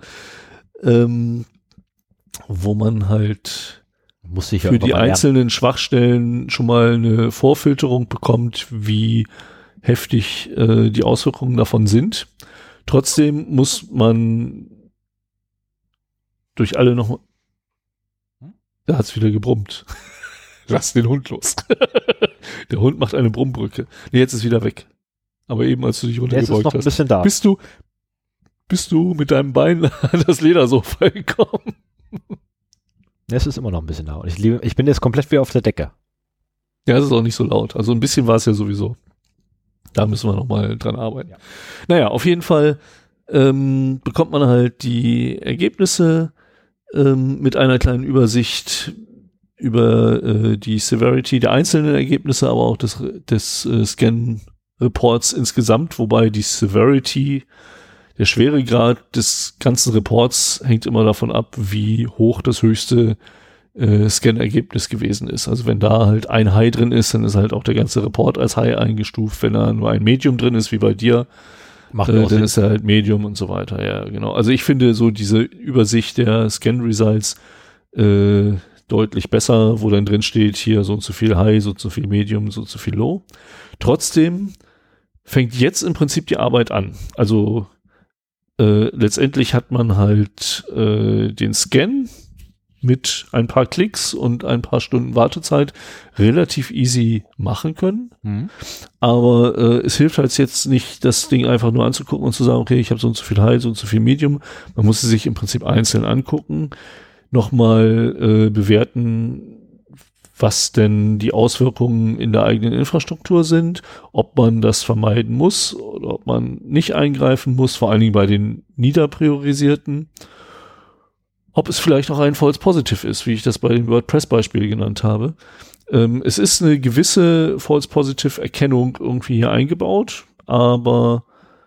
Wo man halt für die einzelnen Schwachstellen schon mal eine Vorfilterung bekommt, wie heftig die Auswirkungen davon sind. Trotzdem muss man durch alle noch. Da hat's wieder gebrummt. Lass den Hund los. Der Hund macht eine Brummbrücke. Nee, jetzt ist wieder weg. Aber eben, als du dich runtergebeugt hast. Ein bisschen da. Bist du mit deinem Bein an das Ledersofa gekommen? Es ist immer noch ein bisschen da. Und ich bin jetzt komplett wieder auf der Decke. Ja, es ist auch nicht so laut. Also ein bisschen war es ja sowieso. Da müssen wir nochmal dran arbeiten. Ja. Naja, auf jeden Fall bekommt man halt die Ergebnisse mit einer kleinen Übersicht über die Severity der einzelnen Ergebnisse, aber auch des Scan-Reports insgesamt, wobei die Severity, der Schweregrad des ganzen Reports hängt immer davon ab, wie hoch das höchste Scan-Ergebnis gewesen ist. Also wenn da halt ein High drin ist, dann ist halt auch der ganze Report als High eingestuft. Wenn da nur ein Medium drin ist, wie bei dir, dann ist er halt Medium und so weiter. Ja, genau. Also ich finde so diese Übersicht der Scan-Results deutlich besser, wo dann drin steht, hier so und so viel High, so und so viel Medium, so und so viel Low. Trotzdem fängt jetzt im Prinzip die Arbeit an. Also letztendlich hat man halt den Scan mit ein paar Klicks und ein paar Stunden Wartezeit relativ easy machen können. Aber es hilft halt jetzt nicht, das Ding einfach nur anzugucken und zu sagen, okay, ich habe so und so viel High, so und so viel Medium. Man muss es sich im Prinzip einzeln angucken. nochmal bewerten, was denn die Auswirkungen in der eigenen Infrastruktur sind, ob man das vermeiden muss oder ob man nicht eingreifen muss, vor allen Dingen bei den niederpriorisierten. Ob es vielleicht auch ein False Positive ist, wie ich das bei dem WordPress-Beispiel genannt habe. Es ist eine gewisse False Positive Erkennung irgendwie hier eingebaut, aber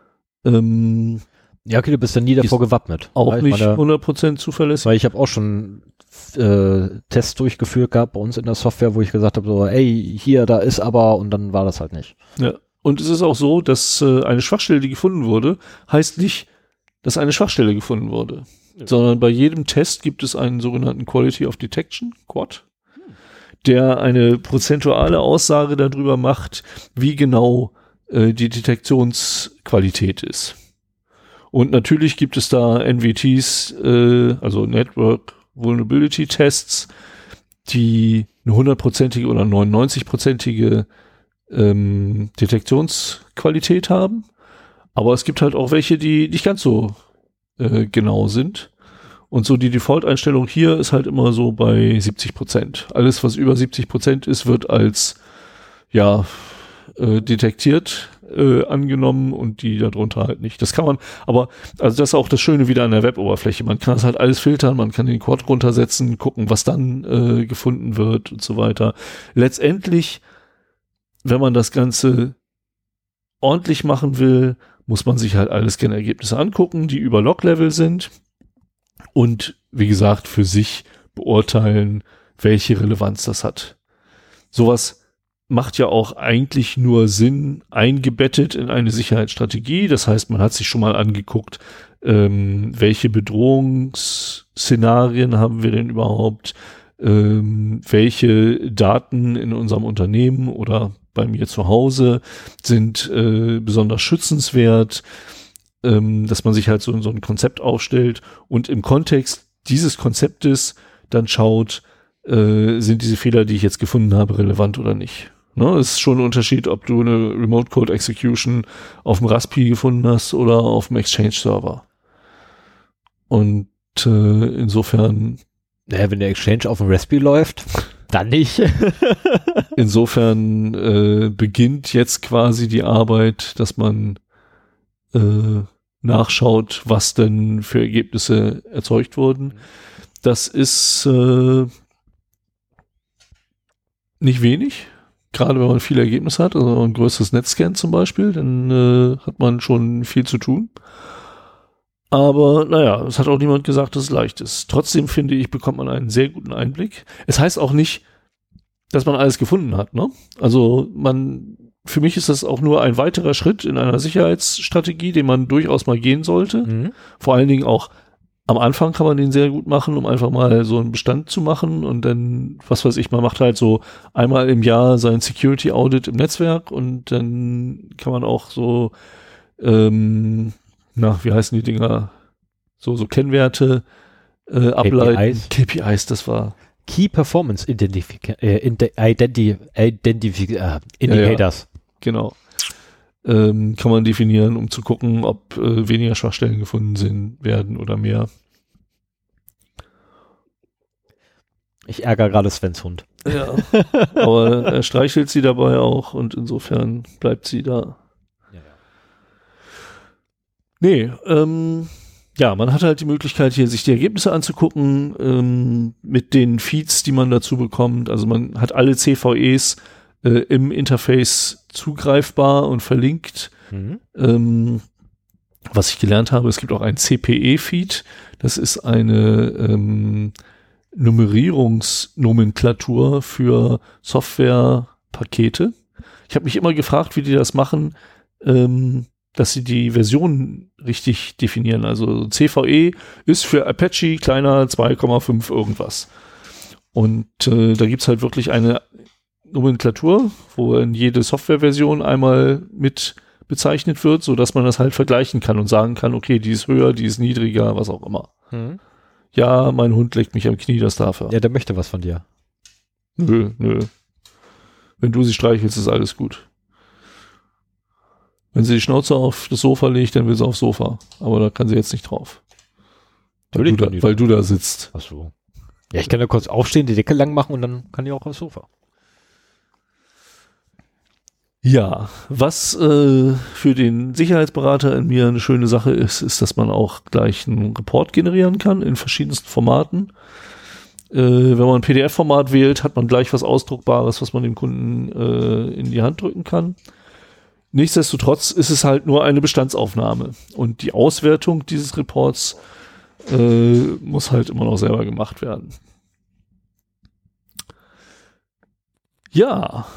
ja, okay, du bist ja nie davor gewappnet. auch nicht 100% zuverlässig. Weil ich habe auch schon Tests durchgeführt gehabt bei uns in der Software, wo ich gesagt habe, so, ey, hier, da ist aber, und dann war das halt nicht. Ja. Und es ist auch so, dass eine Schwachstelle, die gefunden wurde, heißt nicht, dass eine Schwachstelle gefunden wurde, sondern bei jedem Test gibt es einen sogenannten Quality of Detection, Quad, der eine prozentuale Aussage darüber macht, wie genau die Detektionsqualität ist. Und natürlich gibt es da NVTs, also Network Vulnerability Tests, die eine 100%ige oder 99%ige Detektionsqualität haben. Aber es gibt halt auch welche, die nicht ganz so genau sind. Und so die Default-Einstellung hier ist halt immer so bei 70%. Alles, was über 70% ist, wird als detektiert angenommen und die darunter halt nicht. Das kann man, aber also das ist auch das Schöne wieder an der Web-Oberfläche. Man kann das halt alles filtern, man kann den Quad runtersetzen, gucken, was dann gefunden wird und so weiter. Letztendlich, wenn man das Ganze ordentlich machen will, muss man sich halt alle Scan-Ergebnisse angucken, die über Log-Level sind und wie gesagt für sich beurteilen, welche Relevanz das hat. Sowas macht ja auch eigentlich nur Sinn, eingebettet in eine Sicherheitsstrategie. Das heißt, man hat sich schon mal angeguckt, welche Bedrohungsszenarien haben wir denn überhaupt, welche Daten in unserem Unternehmen oder bei mir zu Hause sind besonders schützenswert, dass man sich halt so ein Konzept aufstellt und im Kontext dieses Konzeptes dann schaut, sind diese Fehler, die ich jetzt gefunden habe, relevant oder nicht. Ne, es ist schon ein Unterschied, ob du eine Remote Code Execution auf dem Raspi gefunden hast oder auf dem Exchange Server. Und insofern. Naja, wenn der Exchange auf dem Raspi läuft, dann nicht. Insofern beginnt jetzt quasi die Arbeit, dass man nachschaut, was denn für Ergebnisse erzeugt wurden. Das ist nicht wenig. Gerade wenn man viele Ergebnisse hat, also ein größeres Netzscan zum Beispiel, dann hat man schon viel zu tun. Aber naja, es hat auch niemand gesagt, dass es leicht ist. Trotzdem finde ich, bekommt man einen sehr guten Einblick. Es heißt auch nicht, dass man alles gefunden hat, ne? Also für mich ist das auch nur ein weiterer Schritt in einer Sicherheitsstrategie, den man durchaus mal gehen sollte. Mhm. Vor allen Dingen auch am Anfang kann man den sehr gut machen, um einfach mal so einen Bestand zu machen und dann, was weiß ich, man macht halt so einmal im Jahr sein Security Audit im Netzwerk und dann kann man auch so, wie heißen die Dinger, so Kennwerte ableiten. KPIs, das war Key Performance Indicators. Ja, genau. Kann man definieren, um zu gucken, ob weniger Schwachstellen gefunden werden oder mehr. Ich ärgere gerade Svens Hund. Ja, aber er streichelt sie dabei auch und insofern bleibt sie da. Ja. Nee, man hat halt die Möglichkeit, hier sich die Ergebnisse anzugucken, mit den Feeds, die man dazu bekommt. Also man hat alle CVEs im Interface zugreifbar und verlinkt. Mhm. Was ich gelernt habe, es gibt auch ein CPE-Feed. Das ist eine Nummerierungsnomenklatur für Softwarepakete. Ich habe mich immer gefragt, wie die das machen, dass sie die Version richtig definieren. Also CVE ist für Apache kleiner 2,5 irgendwas. Und da gibt's halt wirklich eine Nomenklatur, wo in jede Softwareversion einmal mit bezeichnet wird, so dass man das halt vergleichen kann und sagen kann, okay, die ist höher, die ist niedriger, was auch immer. Hm. Ja, mein Hund leckt mich am Knie, das darf er. Ja, der möchte was von dir. Nö. Wenn du sie streichelst, ist alles gut. Wenn sie die Schnauze auf das Sofa legt, dann will sie aufs Sofa. Aber da kann sie jetzt nicht drauf. Weil du da sitzt. Ach so. Ja, ich kann da kurz aufstehen, die Decke lang machen und dann kann ich auch aufs Sofa. Ja, was für den Sicherheitsberater in mir eine schöne Sache ist, ist, dass man auch gleich einen Report generieren kann in verschiedensten Formaten. Wenn man ein PDF-Format wählt, hat man gleich was Ausdruckbares, was man dem Kunden in die Hand drücken kann. Nichtsdestotrotz ist es halt nur eine Bestandsaufnahme und die Auswertung dieses Reports muss halt immer noch selber gemacht werden. Ja,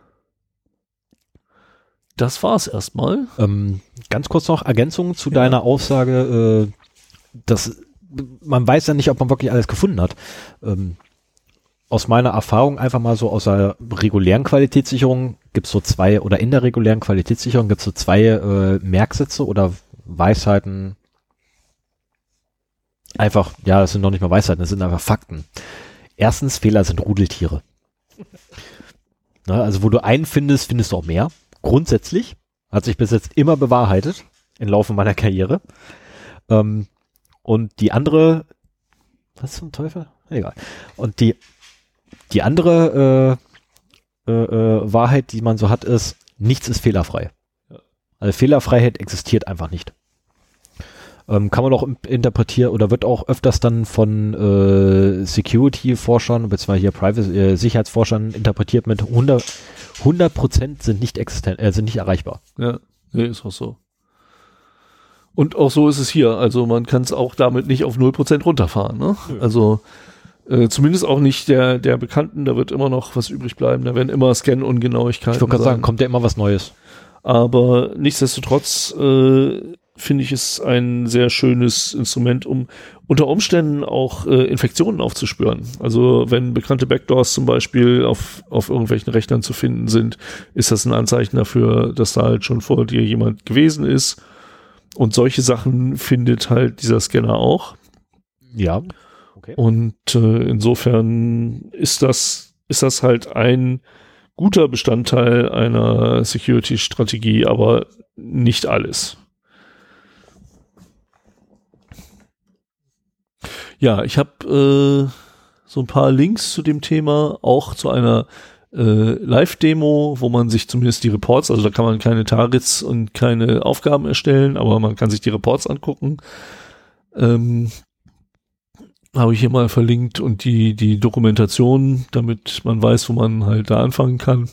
das war's erstmal. Ganz kurz noch Ergänzung zu deiner Aussage, dass man weiß ja nicht, ob man wirklich alles gefunden hat. Aus meiner Erfahrung einfach mal so aus der regulären Qualitätssicherung gibt's so zwei, oder in der regulären Qualitätssicherung gibt's so zwei Merksätze oder Weisheiten. Einfach, ja, das sind noch nicht mal Weisheiten, das sind einfach Fakten. Erstens, Fehler sind Rudeltiere. Na, also wo du einen findest, findest du auch mehr. Grundsätzlich hat sich bis jetzt immer bewahrheitet im Laufe meiner Karriere. Und die andere, was zum Teufel? Egal. Und die andere Wahrheit, die man so hat, ist, nichts ist fehlerfrei. Ja. Also Fehlerfreiheit existiert einfach nicht. Kann man auch interpretieren oder wird auch öfters dann von Security-Forschern, beziehungsweise hier Sicherheitsforschern interpretiert mit 100% sind nicht existent, sind nicht erreichbar. Ja, nee, ist auch so. Und auch so ist es hier. Also man kann es auch damit nicht auf 0% runterfahren. Ne? Ja. Also zumindest auch nicht der Bekannten, da wird immer noch was übrig bleiben. Da werden immer Scan-Ungenauigkeiten. Ich wollte gerade sagen, kommt ja immer was Neues. Aber nichtsdestotrotz finde ich es ein sehr schönes Instrument, um unter Umständen auch Infektionen aufzuspüren. Also wenn bekannte Backdoors zum Beispiel auf irgendwelchen Rechnern zu finden sind, ist das ein Anzeichen dafür, dass da halt schon vor dir jemand gewesen ist. Und solche Sachen findet halt dieser Scanner auch. Ja. Okay. Und insofern ist das halt ein guter Bestandteil einer Security-Strategie, aber nicht alles. Ja, ich habe so ein paar Links zu dem Thema, auch zu einer Live-Demo, wo man sich zumindest die Reports, also da kann man keine Targets und keine Aufgaben erstellen, aber man kann sich die Reports angucken. Habe ich hier mal verlinkt und die Dokumentation, damit man weiß, wo man halt da anfangen kann.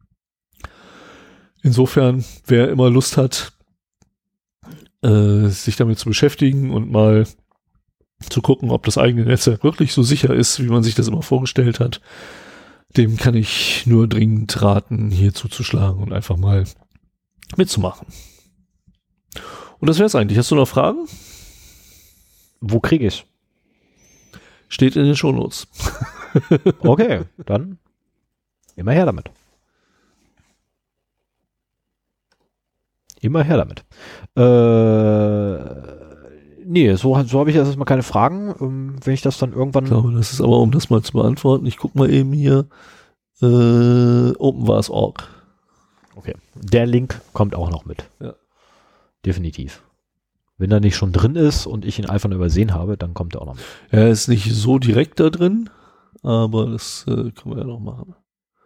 Insofern, wer immer Lust hat, sich damit zu beschäftigen und mal zu gucken, ob das eigene Netzwerk wirklich so sicher ist, wie man sich das immer vorgestellt hat, dem kann ich nur dringend raten, hier zuzuschlagen und einfach mal mitzumachen. Und das wäre es eigentlich. Hast du noch Fragen? Wo kriege ich? Steht in den Shownotes. Okay, dann immer her damit. Immer her damit. Nee, so habe ich erstmal keine Fragen. Wenn ich das dann irgendwann... Ich glaube, das ist aber, um das mal zu beantworten, ich gucke mal eben hier, openvars.org. Okay, der Link kommt auch noch mit. Ja. Definitiv. Wenn er nicht schon drin ist und ich ihn einfach nur übersehen habe, dann kommt er auch noch mit. Er ist nicht so direkt da drin, aber das können wir ja noch machen.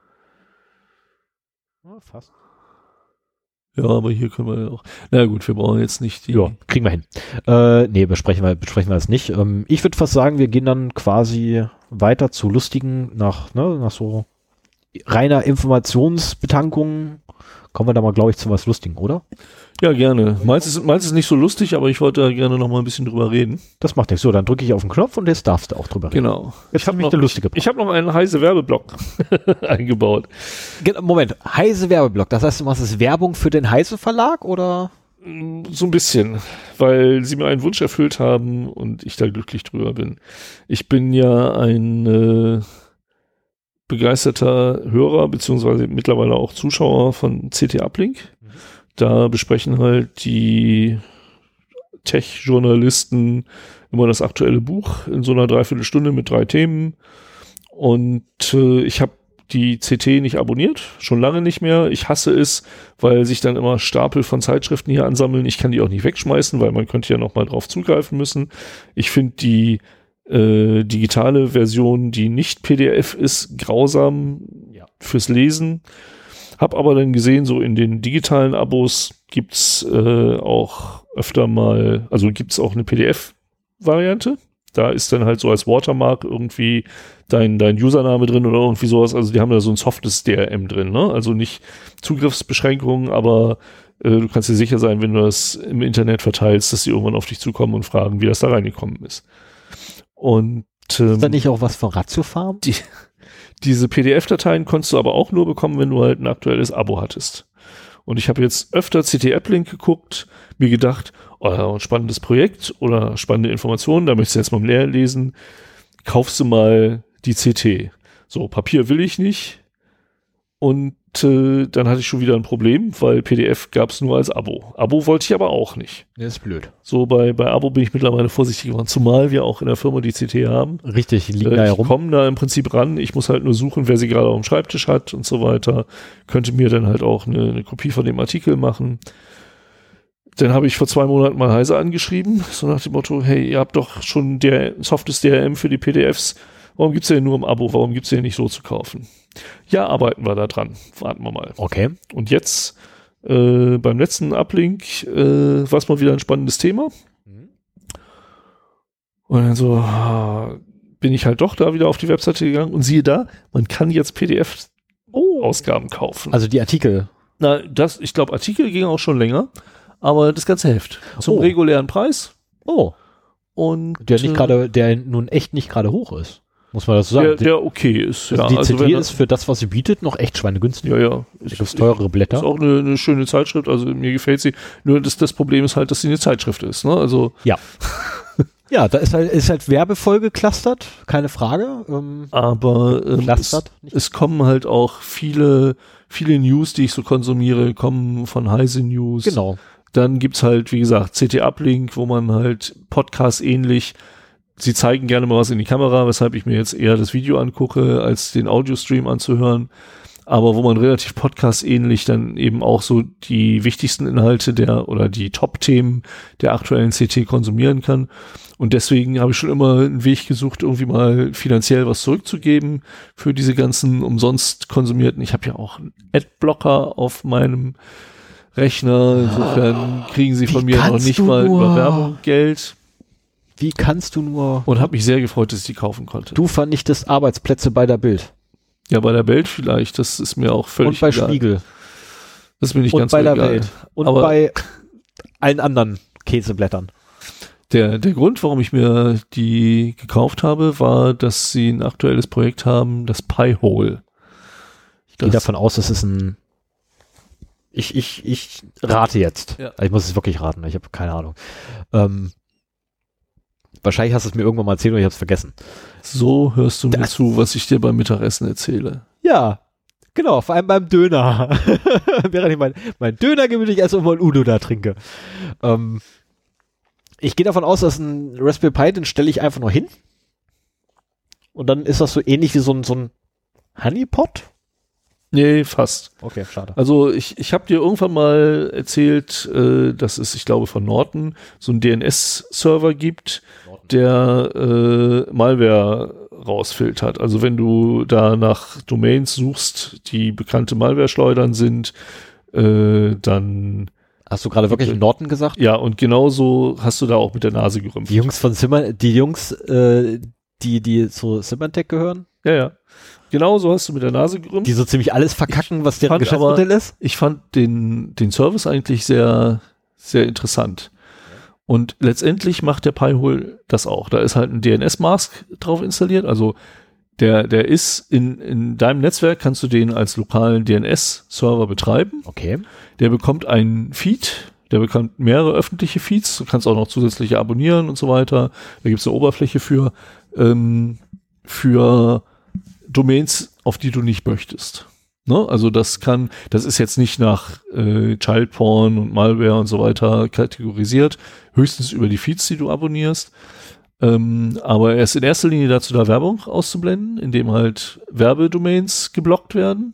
Ja, fast. Ja, aber hier können wir ja auch. Na gut, wir brauchen jetzt nicht die. Ja, kriegen wir hin. Nee, besprechen wir das nicht. Ich würde fast sagen, wir gehen dann quasi weiter zu lustigen, nach so reiner Informationsbetankung. Kommen wir da mal, glaube ich, zu was Lustigen, oder? Ja, gerne. Meins ist nicht so lustig, aber ich wollte da gerne noch mal ein bisschen drüber reden. Das macht nichts. So, dann drücke ich auf den Knopf und jetzt darfst du auch drüber reden. Genau. Jetzt habe ich der lustige. Ich habe noch einen Heise Werbeblock eingebaut. Moment, Heise Werbeblock. Das heißt, du machst es Werbung für den Heise Verlag oder? So ein bisschen, weil sie mir einen Wunsch erfüllt haben und ich da glücklich drüber bin. Ich bin ja ein begeisterter Hörer beziehungsweise mittlerweile auch Zuschauer von CT Uplink. Da besprechen halt die Tech-Journalisten immer das aktuelle Buch in so einer Dreiviertelstunde mit 3 Themen. Und ich habe die CT nicht abonniert, schon lange nicht mehr. Ich hasse es, weil sich dann immer Stapel von Zeitschriften hier ansammeln. Ich kann die auch nicht wegschmeißen, weil man könnte ja noch mal drauf zugreifen müssen. Ich finde die digitale Version, die nicht PDF ist, grausam fürs Lesen. Hab aber dann gesehen, so in den digitalen Abos gibt's auch öfter mal, also gibt's auch eine PDF-Variante. Da ist dann halt so als Watermark irgendwie dein Username drin oder irgendwie sowas. Also die haben da so ein softes DRM drin, ne? Also nicht Zugriffsbeschränkungen, aber du kannst dir sicher sein, wenn du das im Internet verteilst, dass sie irgendwann auf dich zukommen und fragen, wie das da reingekommen ist. Und ist da nicht auch was von Ratiofarm? Diese PDF-Dateien konntest du aber auch nur bekommen, wenn du halt ein aktuelles Abo hattest. Und ich habe jetzt öfter CT-App-Link geguckt, mir gedacht, oh, ein spannendes Projekt oder spannende Informationen, da möchtest du jetzt mal mehr lesen, kaufst du mal die CT. So, Papier will ich nicht. Und dann hatte ich schon wieder ein Problem, weil PDF gab es nur als Abo. Abo wollte ich aber auch nicht. Das ist blöd. So, bei Abo bin ich mittlerweile vorsichtig geworden, zumal wir auch in der Firma die CT haben. Richtig, die liegen da Ich herum. komme da im Prinzip ran, ich muss halt nur suchen, wer sie gerade auf dem Schreibtisch hat und so weiter. Könnte mir dann halt auch eine Kopie von dem Artikel machen. Dann habe ich vor 2 Monaten mal Heise angeschrieben, so nach dem Motto, hey, ihr habt doch schon softes DRM für die PDFs, warum gibt's den nur im Abo, warum gibt's den nicht so zu kaufen? Ja, arbeiten wir da dran, warten wir mal. Okay. Und jetzt, beim letzten Uplink, war es mal wieder ein spannendes Thema. Und dann so, bin ich halt doch da wieder auf die Webseite gegangen und siehe da, man kann jetzt PDF-Ausgaben kaufen. Also die Artikel. Na, ich glaube, Artikel ging auch schon länger, aber das ganze Heft zum regulären Preis. Oh. Und der nun echt nicht gerade hoch ist. Muss man das so sagen. Der okay ist. Also ja. die Also CD ist für das, was sie bietet, noch echt schweinegünstig. Ja. Da gibt's teurere Blätter. Ist auch eine schöne Zeitschrift, also mir gefällt sie. Nur das Problem ist halt, dass sie eine Zeitschrift ist. Ne? Also ja. Ja, da ist halt werbevoll geclustert, keine Frage. Aber es kommen halt auch viele News, die ich so konsumiere, kommen von Heise News. Genau. Dann gibt's halt, wie gesagt, CT-Uplink, wo man halt Podcast ähnlich, sie zeigen gerne mal was in die Kamera, weshalb ich mir jetzt eher das Video angucke, als den Audio-Stream anzuhören. Aber wo man relativ Podcast-ähnlich dann eben auch so die wichtigsten Inhalte oder die Top-Themen der aktuellen CT konsumieren kann. Und deswegen habe ich schon immer einen Weg gesucht, irgendwie mal finanziell was zurückzugeben für diese ganzen umsonst konsumierten. Ich habe ja auch einen Adblocker auf meinem Rechner. Insofern kriegen sie von mir noch nicht mal über Werbung Geld. Wie kannst du nur? Und habe mich sehr gefreut, dass ich die kaufen konnte. Du vernichtest Arbeitsplätze bei der Bild. Ja, bei der Welt vielleicht. Das ist mir auch völlig egal. Und bei egal. Spiegel. Das bin ich und ganz bei der egal. Welt. Und aber bei allen anderen Käseblättern. Der Grund, warum ich mir die gekauft habe, war, dass sie ein aktuelles Projekt haben, das Pi-Hole. Ich gehe davon aus, das ist ein... Ich rate jetzt. Ja. Ich muss es wirklich raten, ich habe keine Ahnung. Wahrscheinlich hast du es mir irgendwann mal erzählt und ich habe es vergessen. So hörst du mir zu, was ich dir beim Mittagessen erzähle. Ja, genau, vor allem beim Döner. Während ich mein Döner gemütlich esse und mal Udo da trinke. Ich gehe davon aus, dass ein Raspberry Pi, den stelle ich einfach nur hin. Und dann ist das so ähnlich wie so ein Honeypot. Nee, fast. Okay, schade. Also ich habe dir irgendwann mal erzählt, dass es, ich glaube, von Norton so einen DNS-Server gibt, der Malware rausfiltert. Also wenn du da nach Domains suchst, die bekannte Malware-Schleudern sind, dann... Hast du gerade wirklich Norton gesagt? Ja, und genauso hast du da auch mit der Nase gerümpft. Die Jungs von die zu Symantec gehören? Ja. Genau so hast du mit der Nase gerümpft. Die so ziemlich alles verkacken, was deren Geschäftsmodell ist? Ich fand den Service eigentlich sehr, sehr interessant. Und letztendlich macht der Pi-Hole das auch. Da ist halt ein DNS-Mask drauf installiert. Also der ist in deinem Netzwerk, kannst du den als lokalen DNS-Server betreiben. Okay. Der bekommt einen Feed, der bekommt mehrere öffentliche Feeds. Du kannst auch noch zusätzliche abonnieren und so weiter. Da gibt es eine Oberfläche für Domains, auf die du nicht möchtest. Ne? Also das ist jetzt nicht nach Child Porn und Malware und so weiter kategorisiert, höchstens über die Feeds, die du abonnierst. Aber er ist in erster Linie dazu da, Werbung auszublenden, indem halt Werbedomains geblockt werden.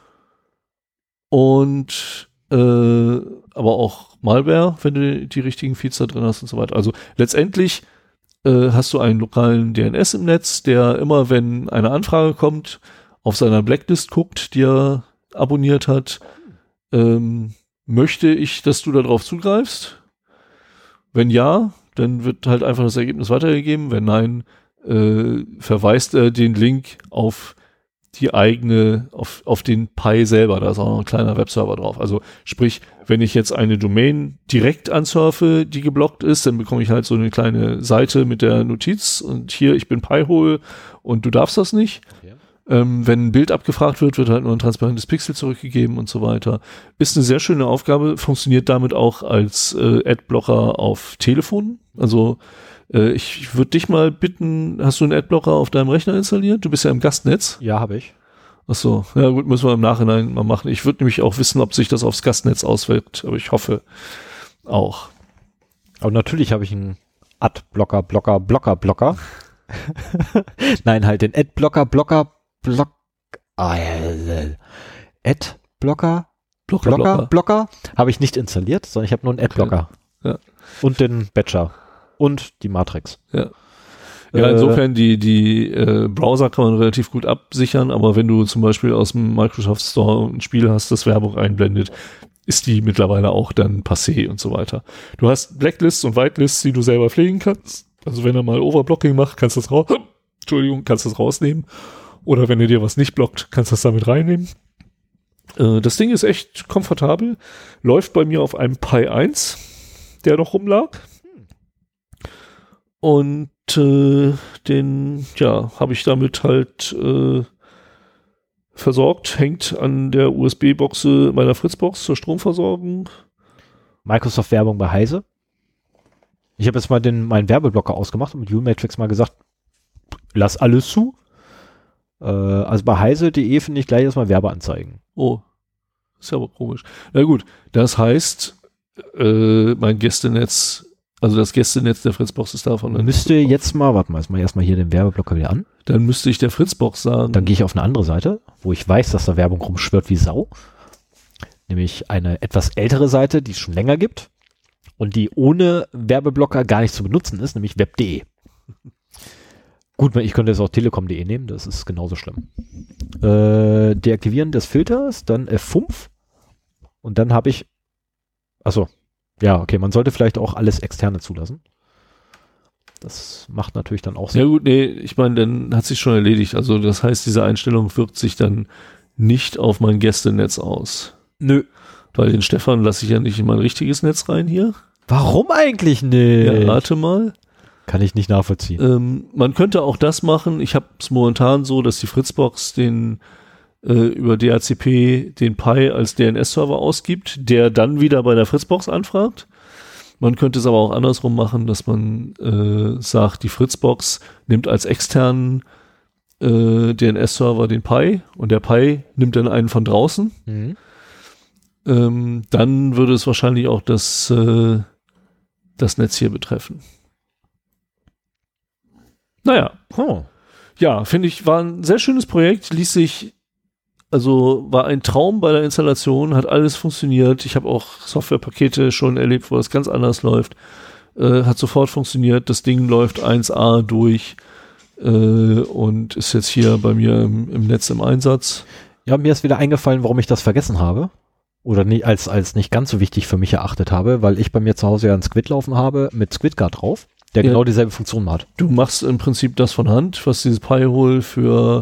Und aber auch Malware, wenn du die richtigen Feeds da drin hast und so weiter. Also letztendlich hast du einen lokalen DNS im Netz, der immer, wenn eine Anfrage kommt, auf seiner Blacklist guckt, die er abonniert hat, möchte ich, dass du darauf zugreifst? Wenn ja, dann wird halt einfach das Ergebnis weitergegeben. Wenn nein, verweist er den Link auf die eigene, auf den Pi selber. Da ist auch noch ein kleiner Webserver drauf. Also sprich, wenn ich jetzt eine Domain direkt ansurfe, die geblockt ist, dann bekomme ich halt so eine kleine Seite mit der Notiz und hier, ich bin Pi-Hole und du darfst das nicht. Okay. Wenn ein Bild abgefragt wird, wird halt nur ein transparentes Pixel zurückgegeben und so weiter. Ist eine sehr schöne Aufgabe, funktioniert damit auch als Adblocker auf Telefonen. Also ich würde dich mal bitten, hast du einen Adblocker auf deinem Rechner installiert? Du bist ja im Gastnetz. Ja, habe ich. Ach so, ja gut, müssen wir im Nachhinein mal machen. Ich würde nämlich auch wissen, ob sich das aufs Gastnetz auswirkt, aber ich hoffe auch. Aber natürlich habe ich einen Adblocker, Blocker. Nein, halt den Adblocker, Blocker habe ich nicht installiert, sondern ich habe nur einen Adblocker. Okay. Ja. Und den Batcher. Und die Matrix. Ja. Ja, insofern die Browser kann man relativ gut absichern, aber wenn du zum Beispiel aus dem Microsoft Store ein Spiel hast, das Werbung einblendet, ist die mittlerweile auch dann passé und so weiter. Du hast Blacklists und Whitelists, die du selber pflegen kannst. Also wenn er mal Overblocking macht, kannst du das rausnehmen. Oder wenn er dir was nicht blockt, kannst du das damit reinnehmen. Das Ding ist echt komfortabel. Läuft bei mir auf einem Pi 1, der noch rumlag. Und den, ja, habe ich damit halt versorgt. Hängt an der USB-Boxe meiner Fritzbox zur Stromversorgung. Microsoft-Werbung bei Heise. Ich habe jetzt mal meinen Werbeblocker ausgemacht und mit Umatrix mal gesagt, lass alles zu. Also bei heise.de finde ich gleich erstmal Werbeanzeigen. Oh, ist ja aber komisch. Na gut, das heißt, mein Gästenetz, also das Gästenetz der Fritzbox ist davon. Müsste jetzt mal, warte mal, erstmal hier den Werbeblocker wieder an. Dann müsste ich der Fritzbox sagen. Dann gehe ich auf eine andere Seite, wo ich weiß, dass da Werbung rumschwirrt wie Sau. Nämlich eine etwas ältere Seite, die es schon länger gibt und die ohne Werbeblocker gar nicht zu benutzen ist, nämlich web.de. Gut, ich könnte jetzt auch telekom.de nehmen, das ist genauso schlimm. Deaktivieren des Filters, dann F5 und dann habe ich, achso, ja, okay, man sollte vielleicht auch alles Externe zulassen. Das macht natürlich dann auch Sinn. Ja gut, nee, ich meine, dann hat sich schon erledigt. Also das heißt, diese Einstellung wirkt sich dann nicht auf mein Gästenetz aus. Nö. Weil den Stefan lasse ich ja nicht in mein richtiges Netz rein hier. Warum eigentlich nicht? Ja, rate mal. Kann ich nicht nachvollziehen. Man könnte auch das machen. Ich habe es momentan so, dass die Fritzbox über DHCP den Pi als DNS-Server ausgibt, der dann wieder bei der Fritzbox anfragt. Man könnte es aber auch andersrum machen, dass man sagt, die Fritzbox nimmt als externen DNS-Server den Pi und der Pi nimmt dann einen von draußen. Mhm. Dann würde es wahrscheinlich auch das Netz hier betreffen. Naja. Oh. Ja, finde ich, war ein sehr schönes Projekt, war ein Traum bei der Installation, hat alles funktioniert. Ich habe auch Softwarepakete schon erlebt, wo das ganz anders läuft. Hat sofort funktioniert, das Ding läuft 1A durch und ist jetzt hier bei mir im Netz im Einsatz. Ja, mir ist wieder eingefallen, warum ich das vergessen habe. Oder nie, als nicht ganz so wichtig für mich erachtet habe, weil ich bei mir zu Hause ja einen Squid laufen habe mit SquidGuard drauf, der genau dieselbe Funktion hat. Du machst im Prinzip das von Hand, was dieses Pi-Hole für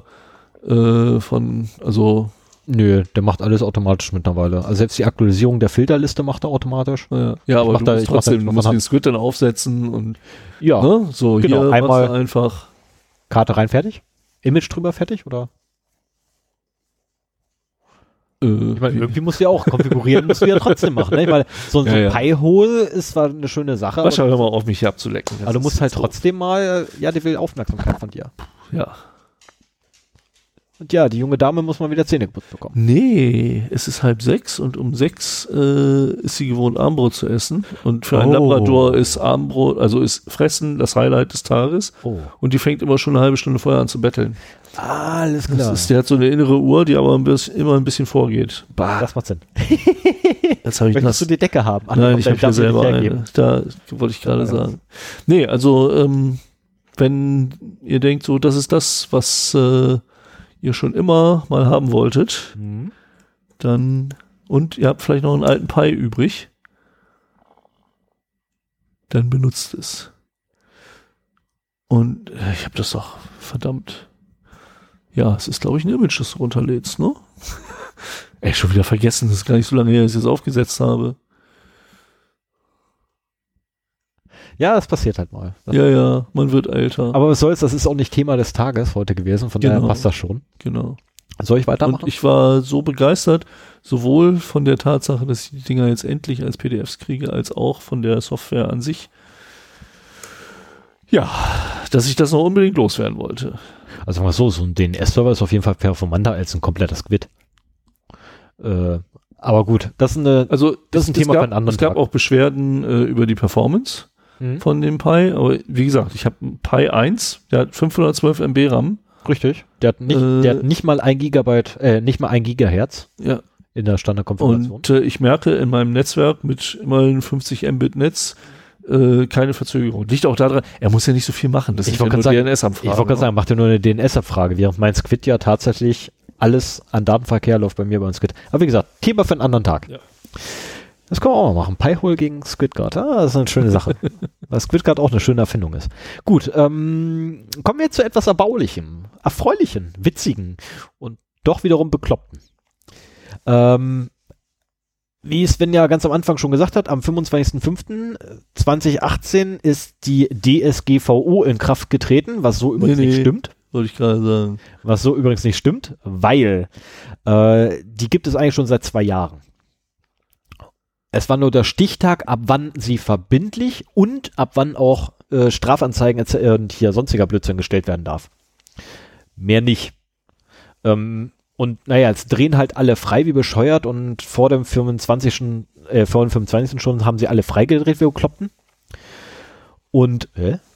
Nö, der macht alles automatisch mittlerweile. Also selbst die Aktualisierung der Filterliste macht er automatisch. Ja, aber du musst trotzdem, du musst den Squid dann aufsetzen und ja, ne? So genau, hier einmal einfach Karte rein, fertig? Image drüber, fertig, oder? Ich meine, irgendwie musst du ja auch konfigurieren, musst du ja trotzdem machen. Ne? Ich meine, so ein Pi-Hole ist zwar eine schöne Sache, aber hör mal auf, mich hier abzulecken. Aber du musst halt trotzdem mal, ja, der will Aufmerksamkeit von dir. Ja. Und ja, die junge Dame muss mal wieder Zähne geputzt bekommen. Nee, es ist 5:30 und um 6 ist sie gewohnt, Armbrot zu essen. Und für einen Labrador ist Armbrot, also ist Fressen das Highlight des Tages. Oh. Und die fängt immer schon eine halbe Stunde vorher an zu betteln. Alles klar. Die hat so eine innere Uhr, die aber immer ein bisschen vorgeht. Bah. Das macht Sinn. Jetzt habe ich Möchtest du die Decke haben? Nein, ich habe hier selber eine. Da wollte ich gerade sagen. Nee, also wenn ihr denkt, so, das ist das, was ihr schon immer mal haben wolltet, dann, und ihr habt vielleicht noch einen alten Pi übrig, dann benutzt es. Und ich habe das doch, verdammt. Ja, es ist, glaube ich, ein Image, das du runterlädst, ne? Schon wieder vergessen, das ist gar nicht so lange her, dass ich es aufgesetzt habe. Ja, das passiert halt mal. Ja, man wird älter. Aber was soll's, das ist auch nicht Thema des Tages heute gewesen, von daher passt das schon. Genau. Soll ich weitermachen? Und ich war so begeistert, sowohl von der Tatsache, dass ich die Dinger jetzt endlich als PDFs kriege, als auch von der Software an sich. Ja, dass ich das noch unbedingt loswerden wollte. Also sagen wir so ein DNS-Server ist auf jeden Fall performanter als ein kompletter Squid. Aber gut, das ist ein Thema für einen anderen Es gab Tag. auch Beschwerden über die Performance von dem Pi, aber wie gesagt, ich habe einen Pi 1, der hat 512 MB RAM. Richtig. Der hat nicht mal 1 Gigabyte, nicht mal 1 Gigahertz in der Standardkonfiguration. Und ich merke in meinem Netzwerk mit immerhin 50 Mbit Netz keine Verzögerung. Liegt auch daran, er muss ja nicht so viel machen. Das ist ja nur DNS-Abfrage. Ich wollte gerade sagen, macht ja nur eine DNS-Abfrage, während mein Squid ja tatsächlich alles an Datenverkehr läuft bei mir beim Squid. Aber wie gesagt, Thema für einen anderen Tag. Ja. Das können wir auch mal machen. Pi-Hole gegen SquidGuard. Das ist eine schöne Sache. Weil SquidGuard auch eine schöne Erfindung ist. Gut, kommen wir zu etwas Erbaulichem, Erfreulichen, Witzigen und doch wiederum Bekloppten. Wie Sven ja ganz am Anfang schon gesagt hat, am 25.05.2018 ist die DSGVO in Kraft getreten, was so übrigens nicht stimmt. Wollte ich gerade sagen. Was so übrigens nicht stimmt, weil die gibt es eigentlich schon seit 2 Jahren. Es war nur der Stichtag, ab wann sie verbindlich und ab wann auch Strafanzeigen und hier sonstiger Blödsinn gestellt werden darf. Mehr nicht. Und naja, jetzt drehen halt alle frei wie bescheuert und vor dem 25. schon haben sie alle freigedreht, wir Bekloppten. Und,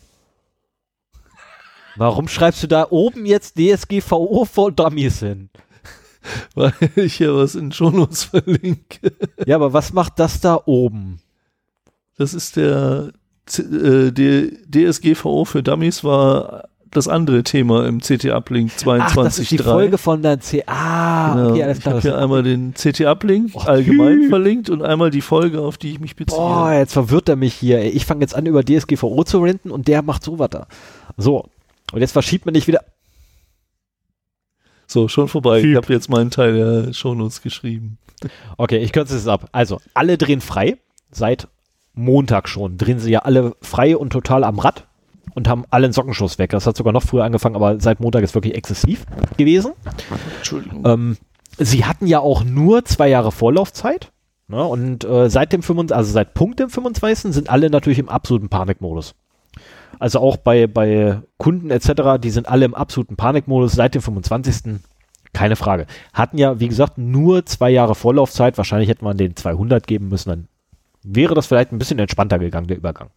warum schreibst du da oben jetzt DSGVO for Dummies hin? Weil ich hier was in Shownotes verlinke. Ja, aber was macht das da oben? Das ist der DSGVO für Dummies war das andere Thema im CT-Uplink 22.3. Ach, das ist die Folge von der genau. Okay, alles klar. Ich habe hier einmal den CT-Uplink allgemein verlinkt und einmal die Folge, auf die ich mich beziehe. Boah, jetzt verwirrt er mich hier. Ich fange jetzt an, über DSGVO zu renten und der macht sowas da. So, und jetzt verschiebt man nicht wieder. So, schon vorbei. Ich habe jetzt meinen Teil der Shownotes geschrieben. Okay, ich kürze es ab. Also, alle drehen frei. Seit Montag schon drehen sie ja alle frei und total am Rad. Und haben alle einen Sockenschuss weg. Das hat sogar noch früher angefangen, aber seit Montag ist wirklich exzessiv gewesen. Entschuldigung. Sie hatten ja auch nur 2 Jahre Vorlaufzeit. Ne? Und seit Punkt dem 25. sind alle natürlich im absoluten Panikmodus. Also auch bei Kunden etc., die sind alle im absoluten Panikmodus seit dem 25. Keine Frage. Hatten ja, wie gesagt, nur 2 Jahre Vorlaufzeit. Wahrscheinlich hätte man den 200 geben müssen. Dann wäre das vielleicht ein bisschen entspannter gegangen, der Übergang.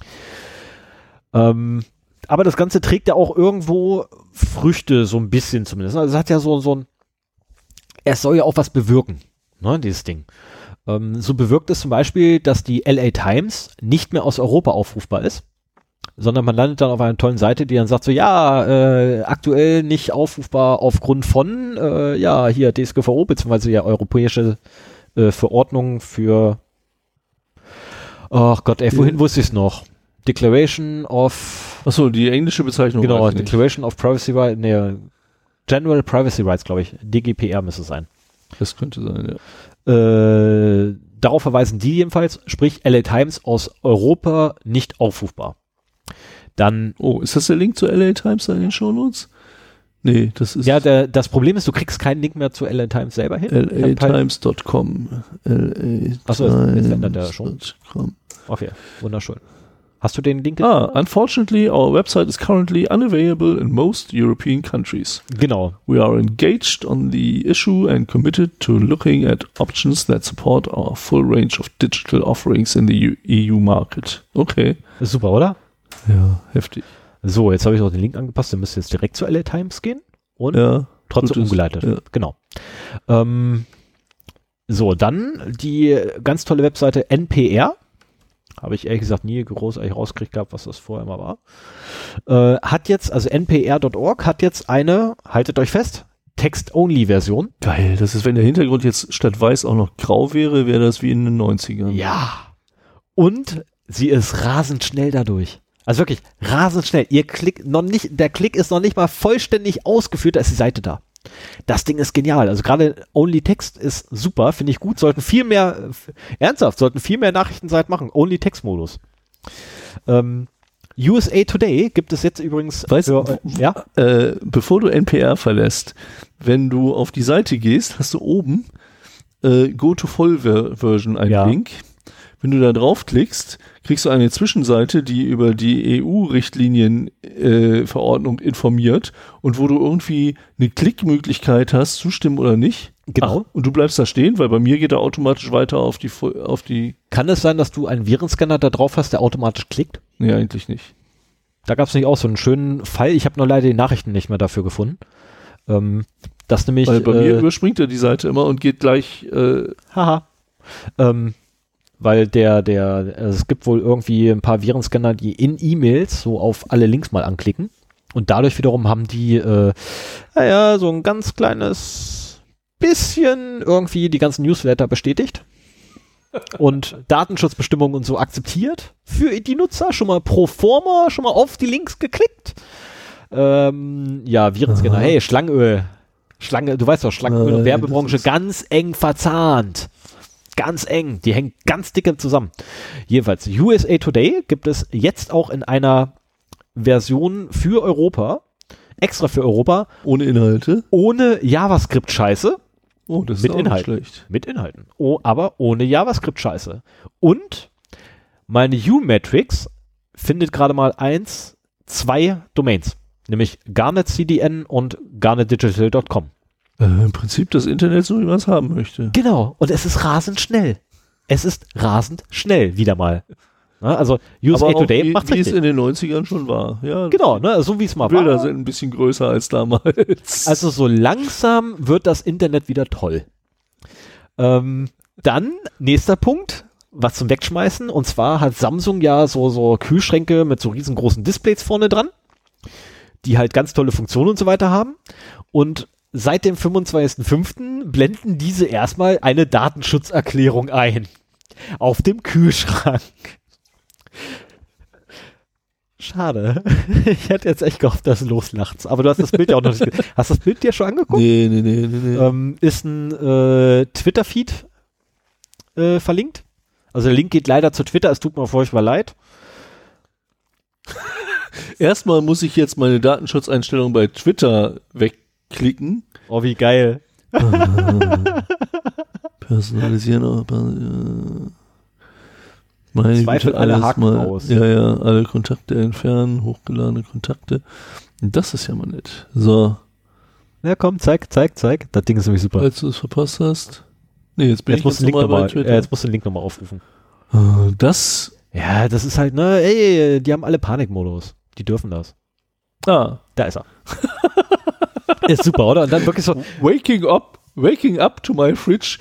Aber das Ganze trägt ja auch irgendwo Früchte, so ein bisschen zumindest. Also es hat ja es soll ja auch was bewirken, ne, dieses Ding. So bewirkt es zum Beispiel, dass die LA Times nicht mehr aus Europa aufrufbar ist, sondern man landet dann auf einer tollen Seite, die dann sagt so, ja, aktuell nicht aufrufbar aufgrund von, hier DSGVO, beziehungsweise ja europäische Verordnung für, ach Gott, wohin wusste ich es noch? Declaration of... Achso, die englische Bezeichnung. Genau, Declaration of Privacy Rights, General Privacy Rights, glaube ich. DGPR müsste es sein. Das könnte sein, ja. Darauf verweisen die jedenfalls, sprich LA Times aus Europa nicht aufrufbar. Dann... Oh, ist das der Link zu LA Times in den Shownotes? Nee, das ist... Ja, das Problem ist, du kriegst keinen Link mehr zu LA Times selber hin. LATimes.com. Achso, jetzt ändert der schon. Okay, wunderschön. Hast du den Link? Unfortunately, our website is currently unavailable in most European countries. Genau. We are engaged on the issue and committed to looking at options that support our full range of digital offerings in the EU market. Okay. Ist super, oder? Ja, heftig. So, jetzt habe ich auch den Link angepasst. Dann müsst ihr jetzt direkt zu LA Times gehen und trotzdem umgeleitet. Ja. Genau. So, dann die ganz tolle Webseite NPR. Habe ich ehrlich gesagt nie großartig rausgekriegt gehabt, was das vorher mal war. Hat jetzt, also npr.org hat jetzt eine, haltet euch fest, Text-Only-Version. Geil, das ist, wenn der Hintergrund jetzt statt weiß auch noch grau wäre, wäre das wie in den 90ern. Ja. Und sie ist rasend schnell dadurch. Also wirklich rasend schnell. Ihr Klick noch nicht, der Klick ist noch nicht mal vollständig ausgeführt, da ist die Seite da. Das Ding ist genial. Also gerade Only Text ist super, finde ich gut. Sollten viel mehr Nachrichtenseiten machen. Only Text Modus. USA Today gibt es jetzt übrigens. Weißt du, bevor du NPR verlässt, wenn du auf die Seite gehst, hast du oben Go to Full Version einen Link. Wenn du da draufklickst, kriegst du eine Zwischenseite, die über die EU-Richtlinien-Verordnung informiert und wo du irgendwie eine Klickmöglichkeit hast, zustimmen oder nicht. Genau. Und du bleibst da stehen, weil bei mir geht er automatisch weiter auf die. Kann es sein, dass du einen Virenscanner da drauf hast, der automatisch klickt? Nee, eigentlich nicht. Da gab es nicht auch so einen schönen Fall. Ich habe nur leider die Nachrichten nicht mehr dafür gefunden. Das nämlich. Weil bei mir überspringt er die Seite immer und geht gleich. Weil es gibt wohl irgendwie ein paar Virenscanner, die in E-Mails so auf alle Links mal anklicken. Und dadurch wiederum haben die, so ein ganz kleines bisschen irgendwie die ganzen Newsletter bestätigt. Und Datenschutzbestimmungen und so akzeptiert für die Nutzer. Schon mal pro forma, schon mal auf die Links geklickt. Virenscanner. Hey, Schlangenöl. Du weißt doch, Schlangenöl und Werbebranche ganz eng verzahnt. Ganz eng, die hängen ganz dicke zusammen. Jedenfalls, USA Today gibt es jetzt auch in einer Version für Europa, extra für Europa. Ohne Inhalte? Ohne JavaScript-Scheiße. Oh, das ist mit auch Inhalten. nicht schlecht. Mit Inhalten. Oh, aber ohne JavaScript-Scheiße. Und meine U-Matrix findet gerade mal 2 Domains. Nämlich Garnet CDN und garnetdigital.com. Im Prinzip das Internet, so wie man es haben möchte. Genau. Und es ist rasend schnell. Wieder mal. Na, also USA Today macht wie es in den 90ern schon war. Ja, genau, ne, so wie es mal Bilder war. sind ein bisschen größer als damals. Also so langsam wird das Internet wieder toll. Dann nächster Punkt, was zum Wegschmeißen. Und zwar hat Samsung ja so Kühlschränke mit so riesengroßen Displays vorne dran, die halt ganz tolle Funktionen und so weiter haben. Und seit dem 25.05. blenden diese erstmal eine Datenschutzerklärung ein. Auf dem Kühlschrank. Schade. Ich hätte jetzt echt gehofft, dass du loslachst. Aber du hast das Bild ja auch noch nicht gesehen. Hast du das Bild dir schon angeguckt? Nee. Ist ein Twitter-Feed verlinkt. Also der Link geht leider zu Twitter. Es tut mir furchtbar leid. Erstmal muss ich jetzt meine Datenschutzeinstellung bei Twitter wegklicken. Oh, wie geil. Personalisieren. Meine Zweifel alle Haken aus. Ja, alle Kontakte entfernen, hochgeladene Kontakte. Das ist ja mal nett. So. Ja, komm, zeig. Das Ding ist nämlich super. Als du es verpasst hast. Nee, jetzt bin jetzt ich nochmal bei Twitter. Jetzt musst du den Link nochmal aufrufen. Das? Ja, das ist halt, ne, ey, die haben alle Panikmodus. Die dürfen das. Da ist er. Ist super, oder? Und dann wirklich so. Waking up to my fridge,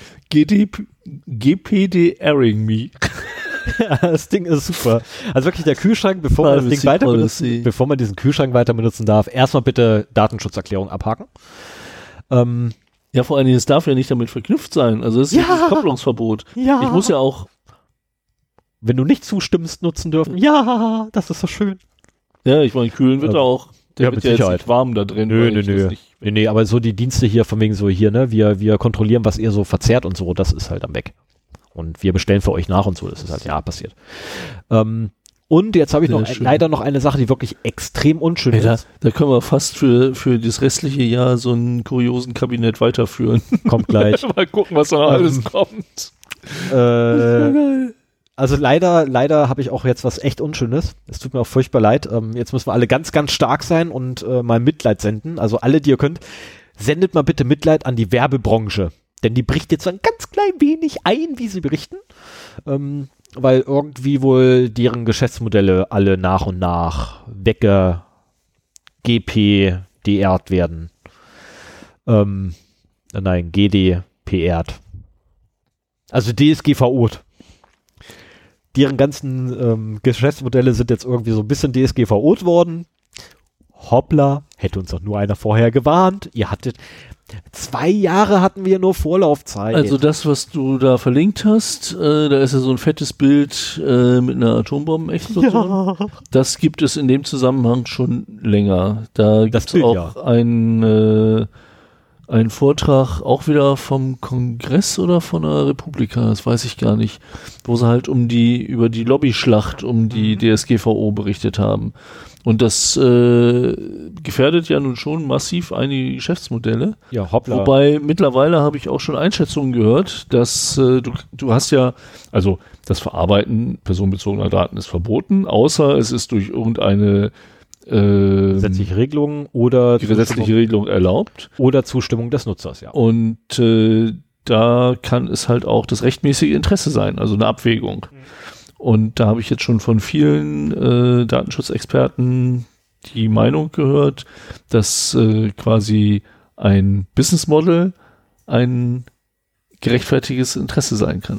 GPDRing me. Ja, das Ding ist super. Also wirklich der Kühlschrank, bevor man das Ding bevor man diesen Kühlschrank weiter benutzen darf, erstmal bitte Datenschutzerklärung abhaken. Ja, vor allen Dingen, es darf ja nicht damit verknüpft sein. Also es ist ja Kopplungsverbot. Ja. Ich muss ja auch, wenn du nicht zustimmst, nutzen dürfen. Ja, das ist so schön. Ja, ich meine, kühlen wird auch. Der wird mit ja jetzt Sicherheit nicht warm da drin. Nö, aber so die Dienste hier, von wegen so hier, ne, wir kontrollieren, was ihr so verzehrt und so, das ist halt am Weg. Und wir bestellen für euch nach und so, das ist halt, passiert. Und jetzt habe ich leider noch eine Sache, die wirklich extrem unschön ist. Da können wir fast für das restliche Jahr so einen kuriosen Kabinett weiterführen. Kommt gleich. Mal gucken, was da noch alles kommt. Geil. Also leider habe ich auch jetzt was echt Unschönes. Es tut mir auch furchtbar leid. Jetzt müssen wir alle ganz, ganz stark sein und mal Mitleid senden. Also alle, die ihr könnt, sendet mal bitte Mitleid an die Werbebranche. Denn die bricht jetzt so ein ganz klein wenig ein, wie sie berichten. Weil irgendwie wohl deren Geschäftsmodelle alle nach und nach GPDR't werden. GDPR't. Also DSGVO't. deren ganzen Geschäftsmodelle sind jetzt irgendwie so ein bisschen DSGVO't worden. Hoppla, hätte uns doch nur einer vorher gewarnt. Ihr hattet 2 Jahre hatten wir nur Vorlaufzeit. Also das, was du da verlinkt hast, da ist ja so ein fettes Bild mit einer Atombombenexplosion. Ja. Das gibt es in dem Zusammenhang schon länger. Da gibt es Bild, auch einen Vortrag auch wieder vom Kongress oder von der Republika, das weiß ich gar nicht, wo sie halt über die Lobbyschlacht um die DSGVO berichtet haben. Und das gefährdet ja nun schon massiv einige Geschäftsmodelle. Ja, hoppla. Wobei mittlerweile habe ich auch schon Einschätzungen gehört, dass du hast ja, also das Verarbeiten personenbezogener Daten ist verboten, außer es ist durch irgendeine gesetzliche Regelung oder die gesetzliche Regelung erlaubt. oder Zustimmung des Nutzers, ja. Und da kann es halt auch das rechtmäßige Interesse sein, also eine Abwägung. Und da habe ich jetzt schon von vielen Datenschutzexperten die Meinung gehört, dass quasi ein Business Model ein gerechtfertigtes Interesse sein kann.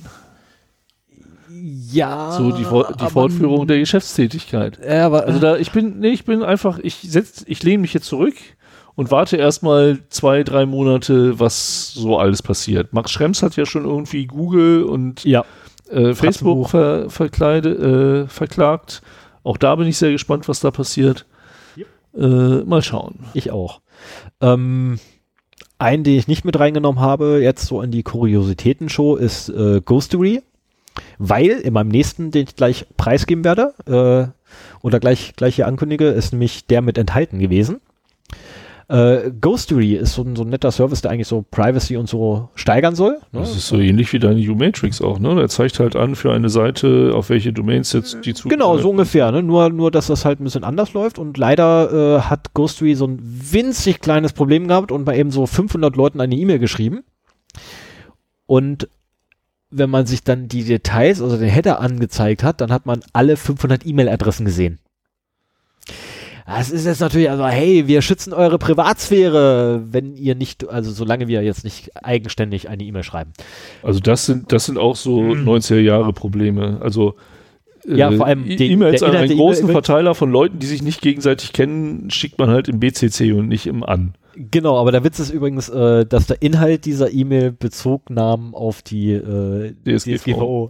Ja. So die Fortführung der Geschäftstätigkeit. Aber, Also ich lehne mich jetzt zurück und warte erstmal 2-3 Monate, was so alles passiert. Max Schrems hat ja schon irgendwie Google und ja. Facebook verklagt. Auch da bin ich sehr gespannt, was da passiert. Yep. Mal schauen. Ich auch. Einen, den ich nicht mit reingenommen habe, jetzt so in die Kuriositäten-Show, ist Ghostery. Weil in meinem nächsten, den ich gleich preisgeben werde, oder gleich hier ankündige, ist nämlich der mit enthalten gewesen. Ghostery ist so ein netter Service, der eigentlich so Privacy und so steigern soll. Ne? Das ist so ähnlich wie deine U-Matrix auch, ne? Der zeigt halt an für eine Seite, auf welche Domains jetzt die Zugriff. Genau, so ungefähr. Ne? Nur, dass das halt ein bisschen anders läuft und leider hat Ghostery so ein winzig kleines Problem gehabt und bei eben so 500 Leuten eine E-Mail geschrieben. Und wenn man sich dann die Details, also den Header angezeigt hat, dann hat man alle 500 E-Mail-Adressen gesehen. Das ist jetzt natürlich, also hey, wir schützen eure Privatsphäre, wenn ihr nicht, also solange wir jetzt nicht eigenständig eine E-Mail schreiben. Also das sind auch so 90er Jahre Probleme. Also ja, vor allem E-Mails an einen großen E-Mail Verteiler von Leuten, die sich nicht gegenseitig kennen, schickt man halt im BCC und nicht im An. Genau, aber der Witz ist übrigens, dass der Inhalt dieser E-Mail Bezug nahm auf die DSGVO.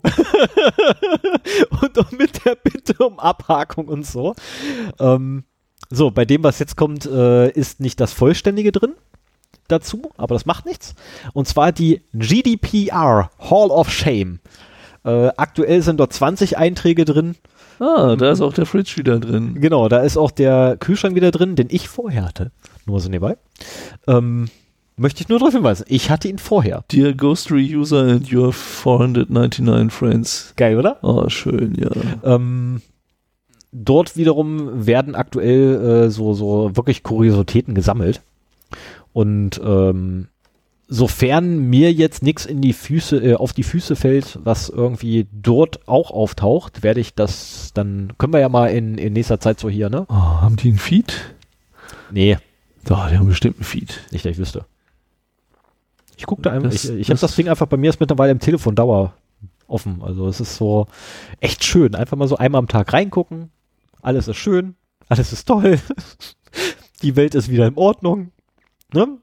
und mit der Bitte um Abhakung und so. So, bei dem, was jetzt kommt, ist nicht das Vollständige drin dazu, aber das macht nichts. Und zwar die GDPR Hall of Shame. Aktuell sind dort 20 Einträge drin. Ah, da ist auch der Fridge wieder drin. Genau, da ist auch der Kühlschrank wieder drin, den ich vorher hatte. Nur so nebenbei. Möchte ich nur darauf hinweisen, ich hatte ihn vorher. Dear Ghostery User and your 499 friends. Geil, oder? Oh, schön, ja. Dort wiederum werden aktuell so wirklich Kuriositäten gesammelt. Und sofern mir jetzt nichts in die Füße, auf die Füße fällt, was irgendwie dort auch auftaucht, werde ich das, dann können wir ja mal in nächster Zeit so hier, ne? Oh, haben die einen Feed? Nee. Doch, die haben bestimmt einen Feed. Nicht, dass ich wüsste. Ich gucke da einfach, ich habe das Ding einfach bei mir ist mittlerweile im Telefon Dauer offen. Also es ist so echt schön. Einfach mal so einmal am Tag reingucken. Alles ist schön. Alles ist toll. Die Welt ist wieder in Ordnung. Ne?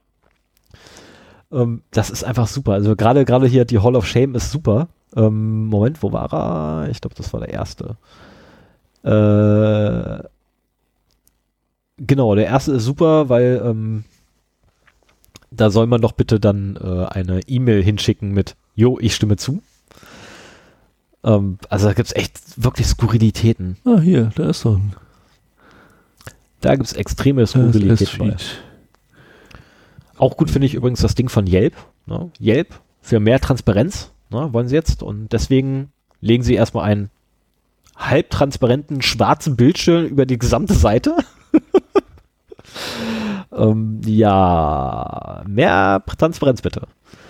Das ist einfach super. Also gerade hier die Hall of Shame ist super. Moment, wo war er? Ich glaube, das war der erste. Genau, der erste ist super, weil da soll man doch bitte dann eine E-Mail hinschicken mit Jo, ich stimme zu. Also da gibt es echt wirklich Skurrilitäten. Ah, hier, da ist so ein. Da gibt es extreme Skurrilitäten bei. Auch gut finde ich übrigens das Ding von Yelp. Ne? Yelp für mehr Transparenz, ne, wollen sie jetzt. Und deswegen legen sie erstmal einen halbtransparenten schwarzen Bildschirm über die gesamte Seite. Ja, mehr Transparenz bitte.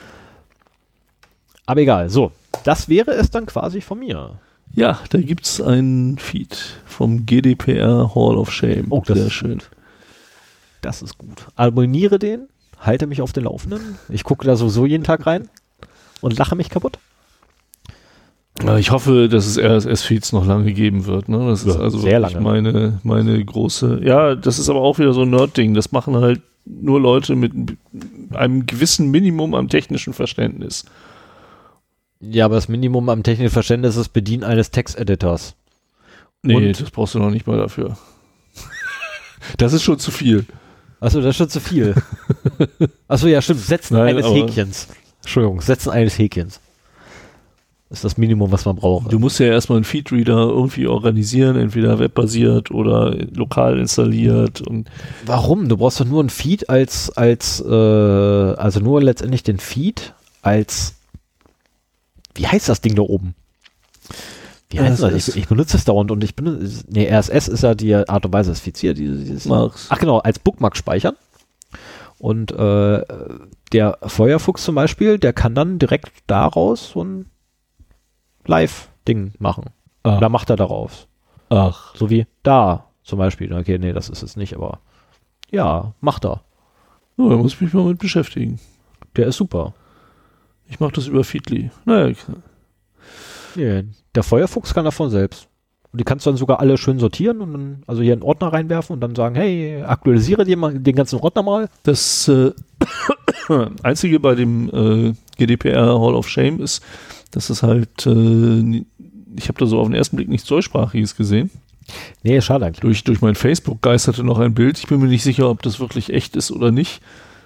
Aber egal, so. Das wäre es dann quasi von mir. Ja, da gibt es einen Feed vom GDPR Hall of Shame. Oh, das sehr ist schön. Gut. Das ist gut. Abonniere den, halte mich auf den Laufenden. Ich gucke da sowieso jeden Tag rein und lache mich kaputt. Ich hoffe, dass es RSS-Feeds noch lange geben wird. Ne? Das ist also sehr wirklich lange. meine große. Ja, das ist aber auch wieder so ein Nerd-Ding. Das machen halt nur Leute mit einem gewissen Minimum am technischen Verständnis. Ja, aber das Minimum am technischen Verständnis ist das Bedienen eines Texteditors. Nee, Und? das brauchst du noch nicht mal dafür. Das ist schon zu viel. Achso, das ist schon zu viel. Achso, ja, stimmt. Setzen eines Häkchens. Entschuldigung, Setzen eines Häkchens. Das ist das Minimum, was man braucht. Du musst ja erstmal einen Feedreader irgendwie organisieren, entweder webbasiert oder lokal installiert. Und Warum? Du brauchst doch nur einen Feed also nur letztendlich den Feed als, wie heißt das Ding da oben? Wie heißt das? Ich benutze es dauernd und RSS ist ja die Art und Weise, das Feed hier. Ach genau, als Bookmark speichern. Und der Feuerfuchs zum Beispiel, der kann dann direkt daraus so ein Live-Ding machen. Da macht er daraus. Ach. So wie da zum Beispiel. Okay, nee, das ist es nicht, aber ja, macht er. Ja, da muss ich mich mal mit beschäftigen. Der ist super. Ich mache das über Feedly. Naja. Nee, der Feuerfuchs kann davon selbst. Und die kannst du dann sogar alle schön sortieren und dann, also hier einen Ordner reinwerfen und dann sagen, hey, aktualisiere dir mal den ganzen Ordner mal. Das Einzige bei dem GDPR Hall of Shame ist, dass es halt, ich habe da so auf den ersten Blick nichts Deutschsprachiges gesehen. Nee, schade eigentlich. Durch mein Facebook geisterte noch ein Bild. Ich bin mir nicht sicher, ob das wirklich echt ist oder nicht.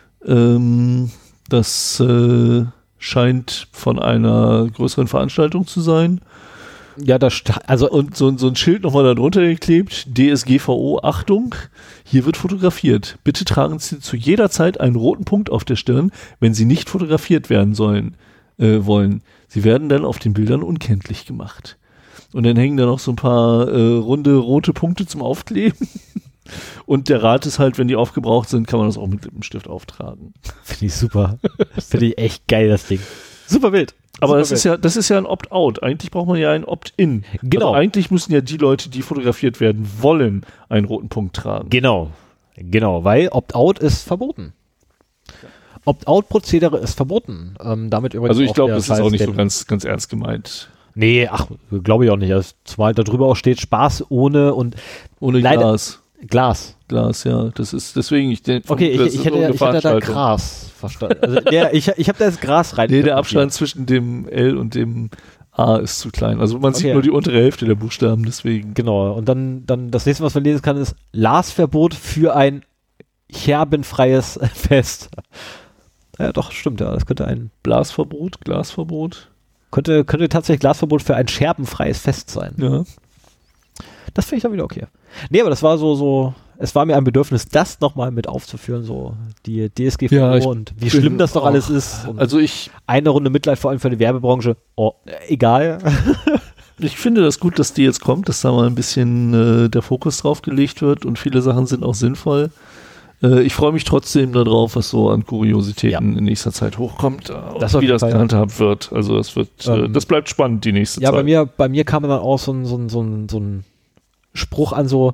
Das scheint von einer größeren Veranstaltung zu sein. Ja, und so ein Schild nochmal da drunter geklebt, DSGVO, Achtung, hier wird fotografiert. Bitte tragen Sie zu jeder Zeit einen roten Punkt auf der Stirn, wenn Sie nicht fotografiert werden wollen. Sie werden dann auf den Bildern unkenntlich gemacht. Und dann hängen da noch so ein paar runde rote Punkte zum Aufkleben. Und der Rat ist halt, wenn die aufgebraucht sind, kann man das auch mit Lippenstift auftragen. Finde ich super. Finde ich echt geil, das Ding. Super Bild. Aber das ist ja ein Opt-out. Eigentlich braucht man ja ein Opt-in. Genau. Also eigentlich müssen ja die Leute, die fotografiert werden wollen, einen roten Punkt tragen. Genau, weil Opt-out ist verboten. Opt-out-Prozedere ist verboten. Damit übrigens also ich glaube, das ist auch nicht so ganz ernst gemeint. Nee, glaube ich auch nicht. Also, zumal da drüber auch steht, Spaß ohne Glas. Glas, ja. Das ist deswegen ich hätte da Gras verstanden. Also, ich habe da das Gras rein. Nee, der Abstand zwischen dem L und dem A ist zu klein. Also man sieht nur die untere Hälfte der Buchstaben, deswegen. Genau. Und dann das nächste, was man lesen kann, ist Lasverbot für ein scherbenfreies Fest. Ja, doch, stimmt, ja. Das könnte ein Glasverbot. Könnte tatsächlich Glasverbot für ein scherbenfreies Fest sein. Ja. Das finde ich dann wieder okay. Nee, aber das war so, es war mir ein Bedürfnis, das nochmal mit aufzuführen, so die DSGVO und wie schlimm das doch alles ist. Und also eine Runde Mitleid vor allem für die Werbebranche. Egal. Ich finde das gut, dass die jetzt kommt, dass da mal ein bisschen der Fokus drauf gelegt wird und viele Sachen sind auch sinnvoll. Ich freue mich trotzdem darauf, was so an Kuriositäten in nächster Zeit hochkommt und wie das gehandhabt wird. Also das bleibt spannend die nächste Zeit. Ja, bei mir kam dann auch so ein Spruch an, so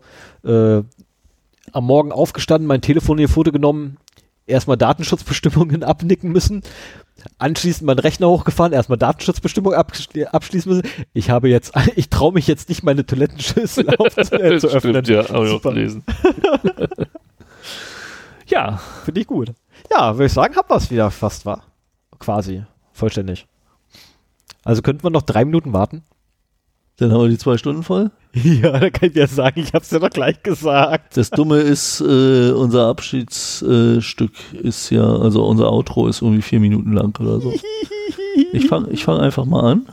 am Morgen aufgestanden, mein Telefon in die Foto genommen, erstmal Datenschutzbestimmungen abnicken müssen, anschließend meinen Rechner hochgefahren, erstmal Datenschutzbestimmungen abschließen müssen. Ich traue mich jetzt nicht, meine Toilettenschüssel zu öffnen. Stimmt, ja, habe ich auch gelesen. Ja. Finde ich gut. Ja, würde ich sagen, hab was wieder fast, war. Quasi. Vollständig. Also könnten wir noch 3 Minuten warten? Dann haben wir die 2 Stunden voll. Ja, da kann ich dir sagen, ich hab's ja doch gleich gesagt. Das Dumme ist, unser Abschiedsstück ist ja, also unser Outro ist irgendwie 4 Minuten lang oder so. Ich fang einfach mal an.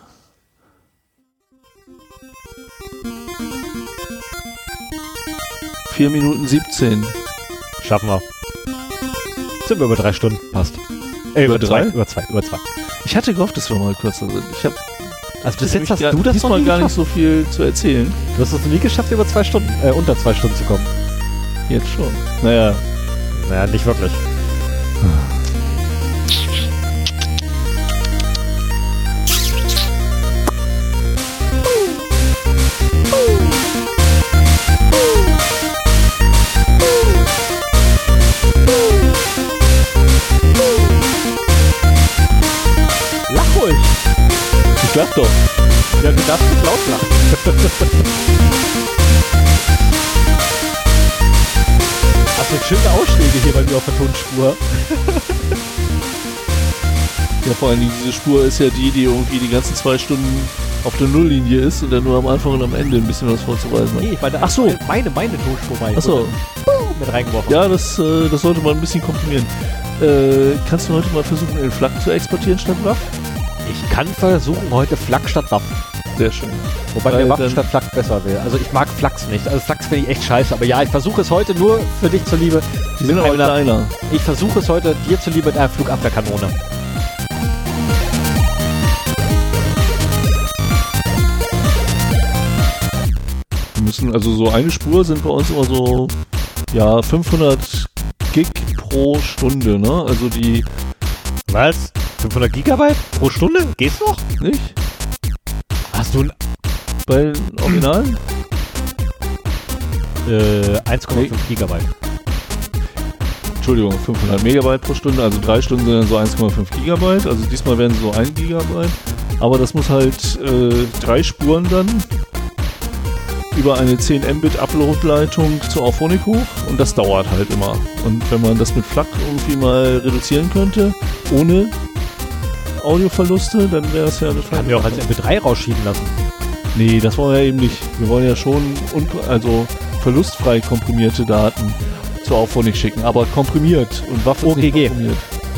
(4 Minuten 17). Schaffen wir. Sind wir über 3 Stunden? Passt. Über 3? Über 2. Ich hatte gehofft, dass wir mal kürzer sind. Also bis jetzt hast du das diesmal gar nicht so viel zu erzählen. Du hast es noch nie geschafft, über 2 Stunden, unter 2 Stunden zu kommen. Jetzt schon. Naja, nicht wirklich. Lach ruhig. Ich lach doch. Flach. Hast du schöne Ausschläge hier bei mir auf der Tonspur? Ja, vor allen Dingen, diese Spur ist ja die irgendwie die ganzen 2 Stunden auf der Nulllinie ist und dann nur am Anfang und am Ende ein bisschen was vorzuweisen hat. Nee, ich meine, Ach so. meine Tonspur war Ach so. mit reingeworfen. Ja, das sollte man ein bisschen komprimieren. Kannst du heute mal versuchen, in FLAC zu exportieren statt WAV? Ich kann versuchen, heute FLAC statt WAV. Sehr schön. Wobei Weil mir WAV dann- statt FLAC besser wäre. Also ich mag Flux nicht. Also Flux finde ich echt scheiße. Aber ja, ich versuche es heute nur für dich zuliebe. Die sind aber kleiner. Ich versuche es heute dir zuliebe mit einer Flugabwehrkanone. Wir müssen, also so eine Spur sind bei uns immer so, ja, 500 Gig pro Stunde, ne? Also die, Was? 500 Gigabyte pro Stunde? Geht's noch? nicht? Hast du ein Bei Original? 1,5 Gigabyte? Entschuldigung, 500 Megabyte pro Stunde, also 3 Stunden sind dann so 1,5 Gigabyte, also diesmal werden es so 1 Gigabyte, aber das muss halt 3 Spuren dann über eine 10 Mbit Upload-Leitung zur Auphonic hoch und das dauert halt immer. Und wenn man das mit FLAC irgendwie mal reduzieren könnte, ohne Audioverluste, dann wäre es ja eine Kann mir auch als MP3 rausschieben lassen. Nee, das wollen wir eben nicht. Wir wollen ja schon also verlustfrei komprimierte Daten zur Auphonic schicken, aber komprimiert und WAV ist nicht OGG. komprimiert.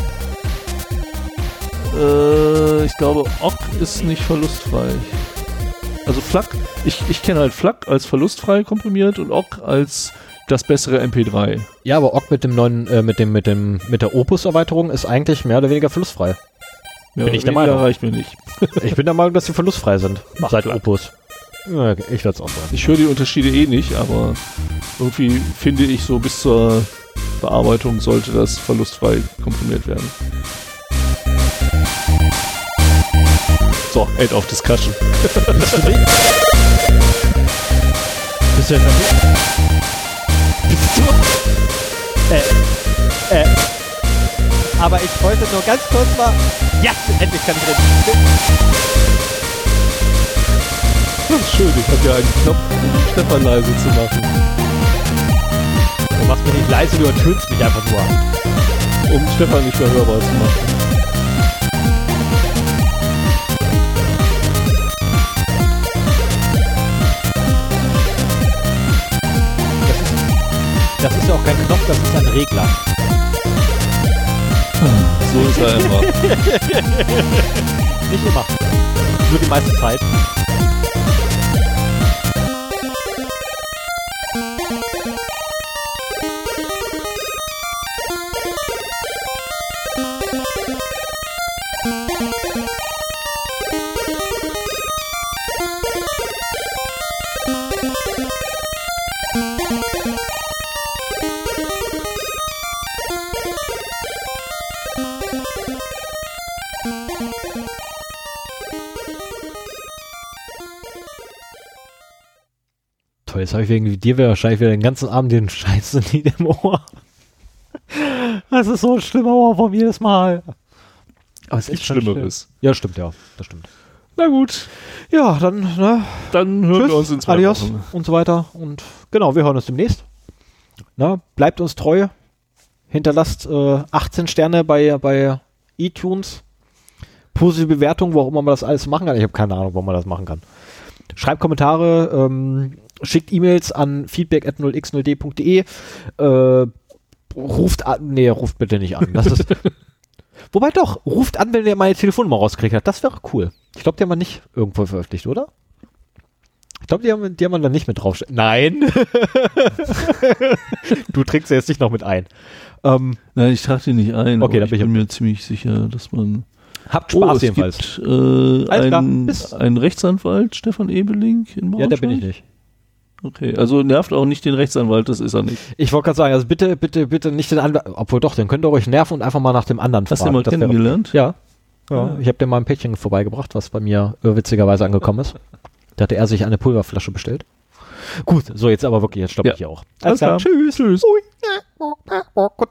Ich glaube, OGG ist nicht verlustfrei. Also FLAC, ich kenne halt FLAC als verlustfrei komprimiert und OGG als das bessere MP3. Ja, aber OGG mit dem neuen, mit der Opus-Erweiterung ist eigentlich mehr oder weniger verlustfrei. Mehr Bin oder ich der weniger Meinung. reicht mir nicht. Ich bin der Meinung, dass sie verlustfrei sind. Seit klar. Opus. Ja, okay, ich werde es auch sagen. Ich höre die Unterschiede eh nicht, aber irgendwie finde ich so bis zur Bearbeitung sollte das verlustfrei komprimiert werden. So, End of Discussion. Bist du jetzt Aber ich wollte nur ganz kurz mal... Ja, endlich kann ich reden. Das ist schön, ich habe ja einen Knopf, um Stefan leise zu machen. Du machst mich nicht leise, du ertönst mich einfach nur. Um Stefan nicht mehr hörbar zu machen. Das ist ja auch kein Knopf, das ist ein Regler. So ist er immer. Nicht immer. Nur die meiste Zeit. Toll, jetzt habe ich wegen dir wahrscheinlich wieder den ganzen Abend den Scheiß in dem Ohr. Das ist so ein schlimmer Ohrwurm jedes Mal. Aber es ist Nichts schon Schlimmeres. schlimm. Ja, stimmt, ja. Das stimmt. Na gut, Ja, dann, ne? dann hören wir uns in 2 Adios Wochen. und so weiter. Und genau, wir hören uns demnächst. Na, bleibt uns treu. Hinterlasst 18 Sterne bei iTunes. Positive Bewertung, wo auch immer man das alles machen kann. Ich habe keine Ahnung, wo man das machen kann. Schreibt Kommentare, schickt E-Mails an feedback@0x0d.de. Ruft an, nee, ruft bitte nicht an. Das ist wobei doch, ruft an, wenn ihr meine Telefonnummer rausgekriegt habt. Das wäre cool. Ich glaube, die haben wir nicht irgendwo veröffentlicht, oder? Ich glaube, die haben wir dann nicht mit drauf. Nein. Du trägst sie jetzt nicht noch mit ein. Nein, ich trage die nicht ein, Okay, aber da bin ich ich bin mir ziemlich sicher, dass man... Habt Spaß es jedenfalls. gibt Alles klar, bis- einen Rechtsanwalt, Stefan Ebeling in Braunschweig. Ja, der bin ich nicht. Okay, also nervt auch nicht den Rechtsanwalt, das ist er nicht. Ich wollte gerade sagen, also bitte nicht den anderen, obwohl doch, den könnt ihr euch nerven und einfach mal nach dem anderen Hast du fragen. den mal Das wäre- kennengelernt? Ja. Ah. Ich habe dir mal ein Päckchen vorbeigebracht, was bei mir witzigerweise angekommen ist. Da hatte er sich eine Pulverflasche bestellt. Gut, so jetzt aber wirklich, jetzt stoppe Ja. ich hier auch. Alles klar. Tschüss. Tschüss. Ui.